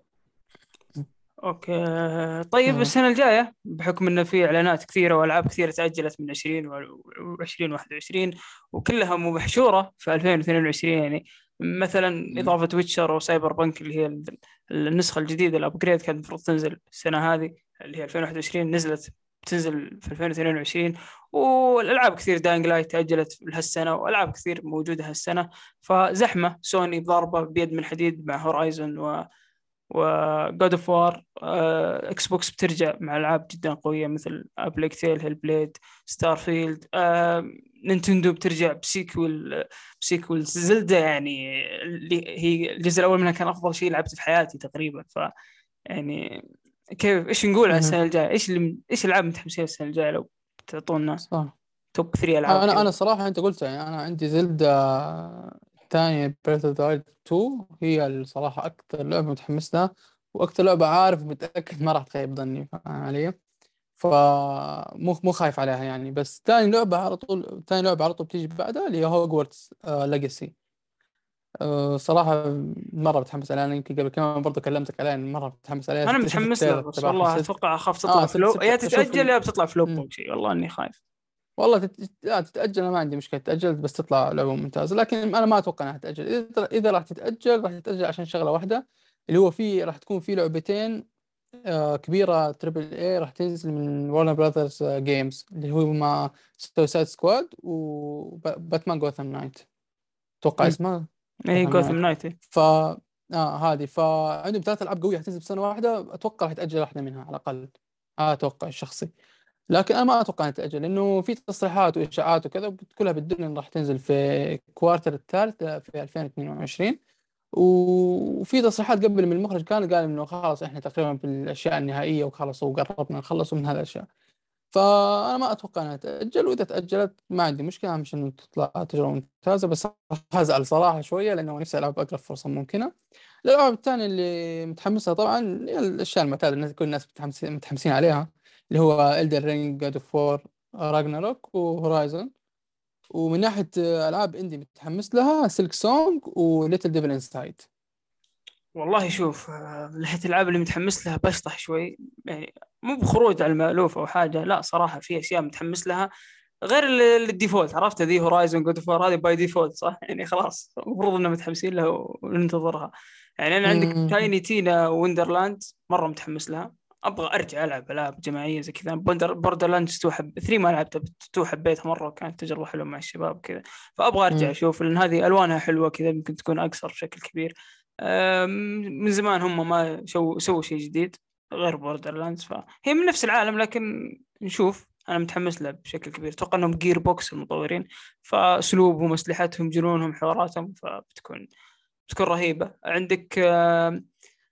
اوكي طيب، آه. السنة الجاية بحكم انه في اعلانات كثيرة والعاب كثيرة تأجلت من عشرين و20 واحد وعشرين، وكلها محشورة في ألفين واثنين وعشرين يعني. مثلا مم. إضافة ويتشر وسايبر بنك اللي هي ال- النسخة الجديدة الابجريد كانت المفروض تنزل السنة هذه اللي هي ألفين وواحد وعشرين، نزلت بتنزل في ألفين واثنين وعشرين. والالعاب كثير داينج لايت تأجلت لهالسنة، والعاب كثير موجودة هالسنة. فزحمة سوني ضاربة بيد من حديد مع هورايزون وجود اوف وار. اكس بوكس بترجع مع العاب جدا قويه مثل بليك تيل، هيل بليد، ستار فيلد. آه، نينتندو بترجع بسيكول بسيكول زلدة يعني، اللي هي الجزء الاول منها كان افضل شيء لعبته في حياتي تقريبا. ف يعني كيف ايش نقول عن مهم. السنه الجايه؟ ايش اللي ايش العاب متحمسين السنه الجايه لو تعطونا صح. توب ثلاثة العاب انا كذا؟ انا صراحه انت قلت يعني انا عندي زلدة الثانية بريث اوف ذا وايلد تو هي الصراحه اكثر لعبه متحمس لها، واكثر لعبه عارف ومتاكد ما راح تخيب ظني، فاهم علي؟ فمو مو خايف عليها يعني. بس ثاني لعبه على طول، ثاني لعبه على طول بتيجي بعدها اللي هي هوجورتس ليجاسي. صراحه مره متحمس عليها. انا يمكن قبل كمان برضو كلمتك عليها إن مره متحمس عليها. انا شفت شفت متحمس له، التريلر بس تبعها والله حسيت اتوقع اخاف تطلع اه سبت فلو، يا سبت اشوف تتاجل ال... يا بتطلع فلوب مم. او شيء. والله اني خايف. والله تت... لا تتأجل، أنا ما عندي مشكلة تتأجل، بس تطلع لعبة ممتازة. لكن أنا ما أتوقع أنها تتأجل. إذا إذا راح تتأجل راح تتأجل عشان شغلة واحدة، اللي هو في راح تكون في لعبتين آه، كبيرة تريبل اي راح تنزل من ورنر براذرز جيمز، اللي هو مع سوسايد سكواد وباتمان جوثام نايت. أتوقع اسمها اي جوثام جوثم نايت. نايت. ف اه هذه فعندهم ثلاث ألعاب قوية حتنزل بسنة واحدة. أتوقع راح تأجل واحدة منها على الأقل، هذا أتوقع الشخصي. لكن انا ما اتوقع انها تاجل، لانه في تصريحات واشاعات وكذا كلها بتدل انه راح تنزل في كوارتر الثالث في ألفين واثنين وعشرين. وفي تصريحات قبل من المخرج كان قال انه خلاص احنا تقريبا في الاشياء النهائيه وخلاص وقربنا نخلص من هذه الاشياء. فانا ما اتوقع انها تاجل، واذا تاجلت ما عندي مشكله، مش انه تطلع تجربه ممتازه. بس راح ازعل صراحه شويه، لانه نفسي العب باقرب فرصه ممكنه. الالعاب الثانيه اللي متحمسها طبعا هي الاشياء المعتاده الناس كل الناس متحمسين متحمسين عليها، اللي هو إلدر رينج، جاد اوف وور، راجناروك، وهورايزون. ومن ناحيه العاب اندي متحمس لها سيلك سونج وليتل ديفل انسايد. والله شوف، آه، من ناحية الألعاب اللي متحمس لها بشطح شوي يعني، مو بخروج على المألوف أو حاجة، لا صراحة في أشياء متحمس لها غير ال- ال- الديفولت. عرفت ذي هورايزون جود فور هذه باي ديفولت صح يعني، خلاص المفروض إننا متحمسين لها وننتظرها. يعني أنا عندك امم تايني تينا ويندرلاند مرة متحمس لها. أبغى أرجع ألعب ألعاب جماعية زي كذا. بوردر بوردرلاند تو حب ثري ما لعبتها، تو حبيتها مرة وكانت تجربة حلوة مع الشباب كذا. فأبغى أرجع أشوف، لأن هذه ألوانها حلوة كذا، ممكن تكون أقصر بشكل كبير. أم، من زمان هم ما شو سووا شيء جديد غير بوردرلاندز، فهي من نفس العالم. لكن نشوف، انا متحمس له بشكل كبير. اتوقع انهم جير بوكس المطورين، فاسلوبهم اسلحتهم جنونهم حواراتهم فبتكون بتكون رهيبه. عندك آه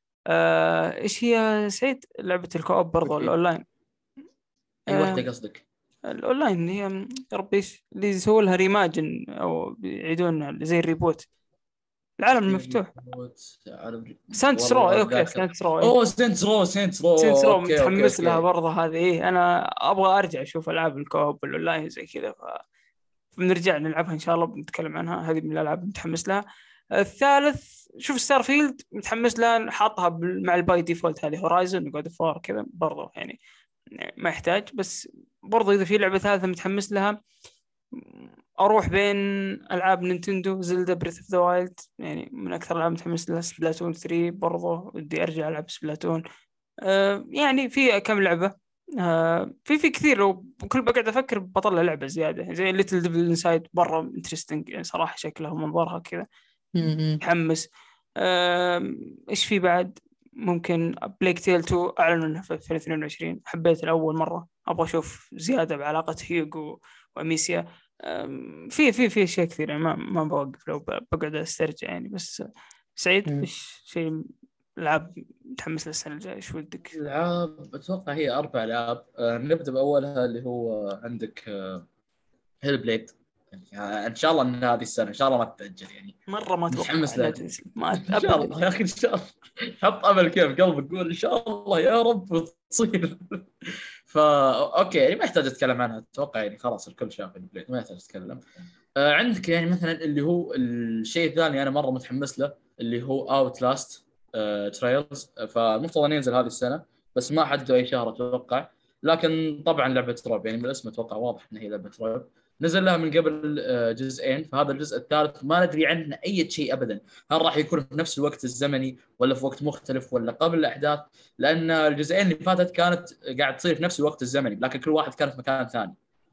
آه ايش هي سعيد لعبه الكوب برضو وش هي؟ الاونلاين؟ اي آه وحده قصدك؟ الاونلاين هي يا ربي ايش اللي يسووا لها ريماجن او بيعيدون زي الريبوت، العالم زي المفتوح. ريبوت عرب. سانتس رو، والله اي اوكي ذاكر. سانتس رو. اوه سينت رو سينت رو سينس رو اوكي اوكي متحمس لها اوكي. برضه هذه. إيه أنا أبغى أرجع أشوف ألعاب الكوب والأونلاين زي كذا، فبنرجع نلعبها إن شاء الله، بنتكلم عنها. هذه من الألعاب متحمس لها. الثالث شوف ستار فيلد متحمس لها، حاطها بال- مع الباي ديفولت هذه هورايزون وجود فور كذا برضه يعني، ما يحتاج. بس برضه إذا في لعبة ثالثة متحمس لها، اروح بين العاب نينتندو، زلدا بريث اوف ذا وايلد يعني من اكثر الالعاب متحمس لها. سبلاتون ثري برضه ودي ارجع العب سبلاتون. أه يعني في كم لعبه، أه في في كثير. لو كل بقعد افكر بطلع لعبه زياده زي ليتل ديفل انسايد برا انترستنج يعني صراحه، شكلها ومنظرها كذا م- متحمس. أه ايش في بعد؟ ممكن بليك تيل تو اعلنوا انها في ألفين واثنين وعشرين، حبيت الاول مره، ابغى اشوف زياده بعلاقه هيوغو واميسيا. أم، في في في اشياء كثير يعني ما ما بوقف لو ب- بقعد استرجع يعني. بس سعيد م. ايش شيء العاب متحمس للسنه الجايه؟ ايش ودك؟ العاب اتوقع هي اربع العاب. آه، نبدا باولها اللي هو عندك هيل بليد. يعني ان شاء الله ان هذه السنه ان شاء الله ما تتاجل يعني. مره ما اتوقع متحمس انها لها تنزل، ما ان شاء ابدا. الله يا اخي ان شاء الله. حط امل كيف قلبك، قول ان شاء الله يا رب تصير. فا اوكي يعني ما يحتاج اتكلم عنها، اتوقع يعني خلاص الكل شاف البليد ما يحتاج اتكلم. آه عندك يعني مثلا اللي هو الشيء الثاني انا مره متحمس له اللي هو اوت لاست ترايلز. فالمفترض ان ينزل هذه السنه بس ما حددوا اي شهر اتوقع. لكن طبعا لعبه رعب يعني من الاسم اتوقع واضح ان هي لعبه رعب. نزل لها من قبل آه، جزئين، فهذا الجزء الثالث ما ندري عنه اي شيء ابدا. هل راح يكون في نفس الوقت الزمني ولا في وقت مختلف ولا قبل الاحداث؟ لان الجزئين اللي فاتت كانت قاعد تصير في نفس الوقت الزمني لكن كل واحد كان في مكان ثاني.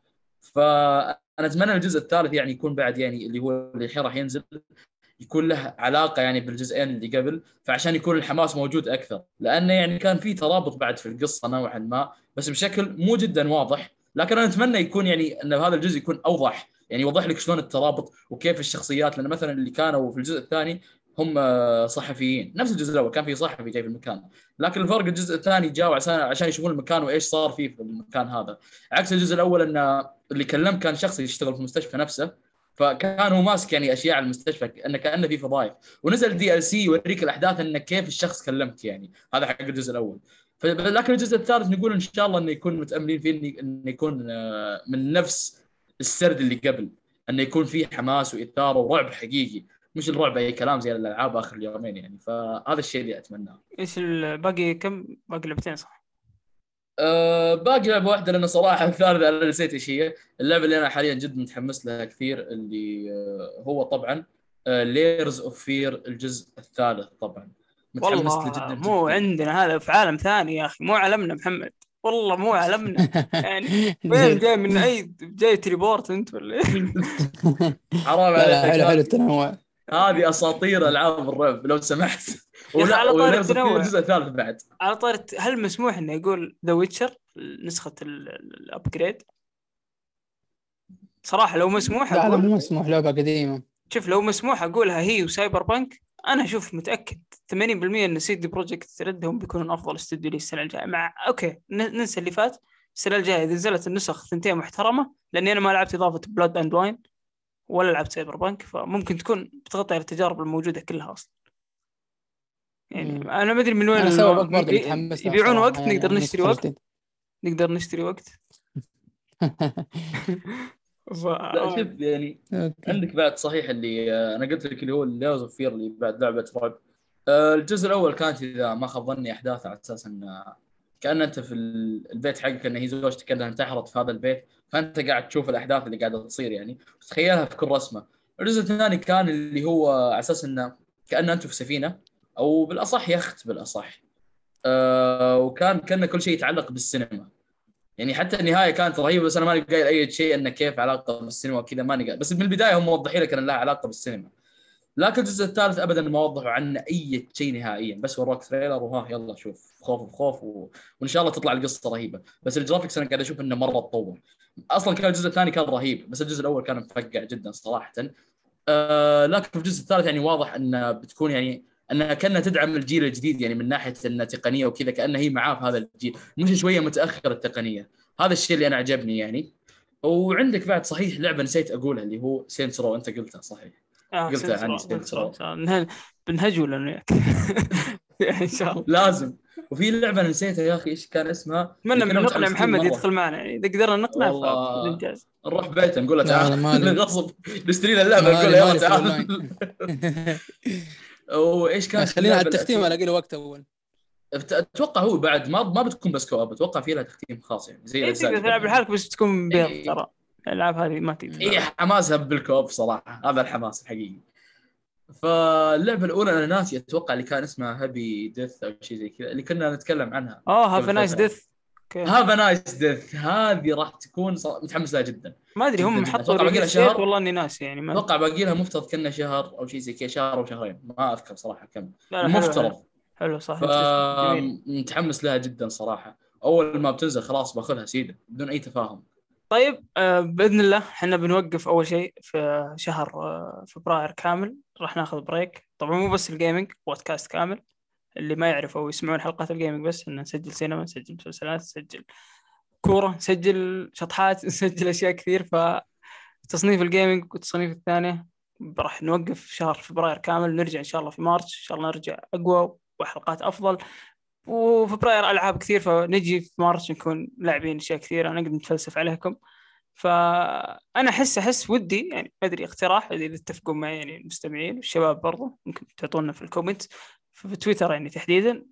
فانا اتمنى الجزء الثالث يعني يكون بعد يعني اللي هو اللي الحين راح ينزل يكون له علاقه يعني بالجزئين اللي قبل، فعشان يكون الحماس موجود اكثر. لانه يعني كان في ترابط بعد في القصه نوعا ما بس بشكل مو جدا واضح. لكن انا اتمنى يكون يعني ان هذا الجزء يكون اوضح، يعني يوضح لك شلون الترابط وكيف الشخصيات. لان مثلا اللي كانوا في الجزء الثاني هم صحفيين، نفس الجزء الاول كان في صحفي جاي في المكان، لكن الفرق الجزء الثاني جاوا عشان عشان يشوفون المكان وايش صار فيه في المكان هذا. عكس الجزء الاول ان اللي كلم كان شخص يشتغل في المستشفى نفسه، فكان هو ماسك يعني اشياء على المستشفى انه كانه في فضايح. ونزل دي ال سي يوريك الاحداث انه كيف الشخص كلمك يعني. هذا حق الجزء الاول. لكن الجزء الثالث نقول ان شاء الله انه يكون متاملين فيه انه يكون من نفس السرد اللي قبل، انه يكون فيه حماس واثاره ورعب حقيقي، مش الرعب اي كلام زي الالعاب اخر اليومين يعني. فهذا الشيء اللي اتمناه. ايش الباقي؟ كم باقي؟ لعبتين صح؟ أه باقي لعبه واحده لانه صراحه الثالثه انا نسيت ايش هي. اللعبه اللي انا حاليا جد متحمس لها كثير اللي أه هو طبعا ليرز اوف فير الجزء الثالث. طبعا متحمس له والله جدا مو جدا. عندنا هذا، في عالم ثاني يا اخي، مو عالمنا محمد، والله مو عالمنا يعني. وين زين. جاي من اي جاي تريبورت انت ولا إيه؟ حرام لا لا، عليك، حلو حلو التنوع. هذه اساطير العاب الرعب لو سمحت. يا اخي ولا على طار وليرز اوف فير التنوع، الجزء الثالث بعد. على طار، هل مسموح انه يقول ذا ويتشر نسخة الابجريد؟ صراحة لو مسموح لا لا، اقول، مو مسموح، لعبة قديمة. شوف لو مسموح اقولها هي وسايبر بانك. انا اشوف متاكد ثمانين بالمئة ان سي دي بروجكت ردهم بيكونون افضل استوديو لي السنه الجايه. مع اوكي ن- ننسى اللي فات، السنه الجايه اذا نزلت النسخ ثنتين محترمه، لاني انا ما لعبت اضافه بلاد اند واين ولا لعبت سايبر بانك، فممكن تكون بتغطي على التجارب الموجوده كلها اصلا. يعني مم. انا ما ادري من وين انا الم... سبب برضه ي- متحمس لها يبيعون صراحة، وقت يعني نقدر عن نشتري النسخة وقت، الجديدة. نقدر نشتري وقت. ف... لا شوف يعني اوكي. عندك بعد صحيح اللي آه، انا قلت لك اللي هو الليرز اوف فير اللي بعد لعبه رعب. آه، الجزء الاول كانت اذا ما خاب ظني احداثه على اساس ان كان انت في ال- البيت حقك ان هي زوجتك كانها انتحرت في هذا البيت، فانت قاعد تشوف الاحداث اللي قاعده تصير يعني تتخيلها في كل رسمه. الجزء الثاني كان اللي هو على اساس انه كان انت في سفينه او بالاصح يخت بالاصح. آه، وكان كان كل شيء يتعلق بالسينما يعني. حتى النهايه كانت رهيبه بس انا ماني قايل اي شيء انه كيف علاقه بالسينما وكذا، ماني قايل. بس من البدايه هم موضحين لك ان لها علاقه بالسينما. لكن الجزء الثالث ابدا ما وضحوا عنه اي شيء نهائيا، بس وراك تريلر وها يلا شوف خوف بخوف و... وان شاء الله تطلع القصه رهيبه. بس الجرافيكس انا قاعد اشوف انه مره تطور. اصلا كان الجزء الثاني كان رهيب بس الجزء الاول كان مفقع جدا صراحه. آه لكن في الجزء الثالث يعني واضح انه بتكون يعني انها كانها تدعم الجيل الجديد يعني من ناحيه انها تقنيه وكذا، كانها هي معاه في هذا الجيل مش شويه متاخر التقنيه. هذا الشيء اللي انا عجبني يعني. وعندك بعد صحيح لعبه نسيت اقولها اللي هو سينتس رو، انت قلتها صحيح. آه قلتها عن سينس سينتس رو. رو بنهج ولا وياك؟ ان شاء الله لازم. وفي لعبه أنا نسيتها يا اخي ايش كان اسمها. اتمنى من نقنع متحمسين محمد مرة. يدخل معنا يعني، اذا قدرنا نقنع والله فبالانجاز. نروح بيته نقول له لا تعال انا مالي غصب نشتري له اللعبه نقول مالي له يلا مالي في تعال. الاونلاين. وايش كانت خلينا على اللعبة التختيم، الأخيرة؟ الاقي له وقت اول. اتوقع هو بعد ما ما بتكون بس كواب، اتوقع فيها تختيم خاص يعني زي اي الاجزاء تقدر اللي تلعب قبل. لحالك بس تكون بيض إيه. ترى. الالعاب هذه ما تقدر. هي حماسها بالكوب صراحه، هذا الحماس الحقيقي. فاللعبه الاولى انا ناسي، اتوقع اللي كان اسمها هابي ديث او شيء زي كذا، اللي كنا نتكلم عنها. اوه هاف نايس ديث. هاف نايس ديث هذه راح تكون ص... متحمس لها جدا. ما ادري هم حطوا ريليز ديت والله اني ناسي يعني. اتوقع باقي لها مفترض كنا شهر او شيء زي كذا، شهر او شهرين ما اذكر صراحه كم المفترض. حلو, حلو صح. متحمس لها جدا صراحه، اول ما بتنزل خلاص باخذها سيده بدون اي تفاهم. طيب آه باذن الله احنا بنوقف اول شيء في شهر آه فبراير كامل، راح ناخذ بريك. طبعا مو بس الجيمنج، بودكاست كامل. اللي ما يعرف او يسمعون حلقات الجيمنج بس ان نسجل سينما، نسجل مسلسلات، نسجل كوره، نسجل شطحات، نسجل اشياء كثير. فتصنيف الجيمنج والتصنيف الثانيه راح نوقف شهر فبراير كامل، نرجع ان شاء الله في مارس ان شاء الله نرجع اقوى وحلقات افضل. وفبراير العاب كثير، فنجي في مارس نكون لاعبين اشياء كثيره نقدر نتفلسف عليكم. فانا احس احس ودي يعني ما ادري اقتراح اذا تتفقون معي يعني المستمعين والشباب برضو ممكن تعطونا في الكومنت في تويتر يعني تحديدا،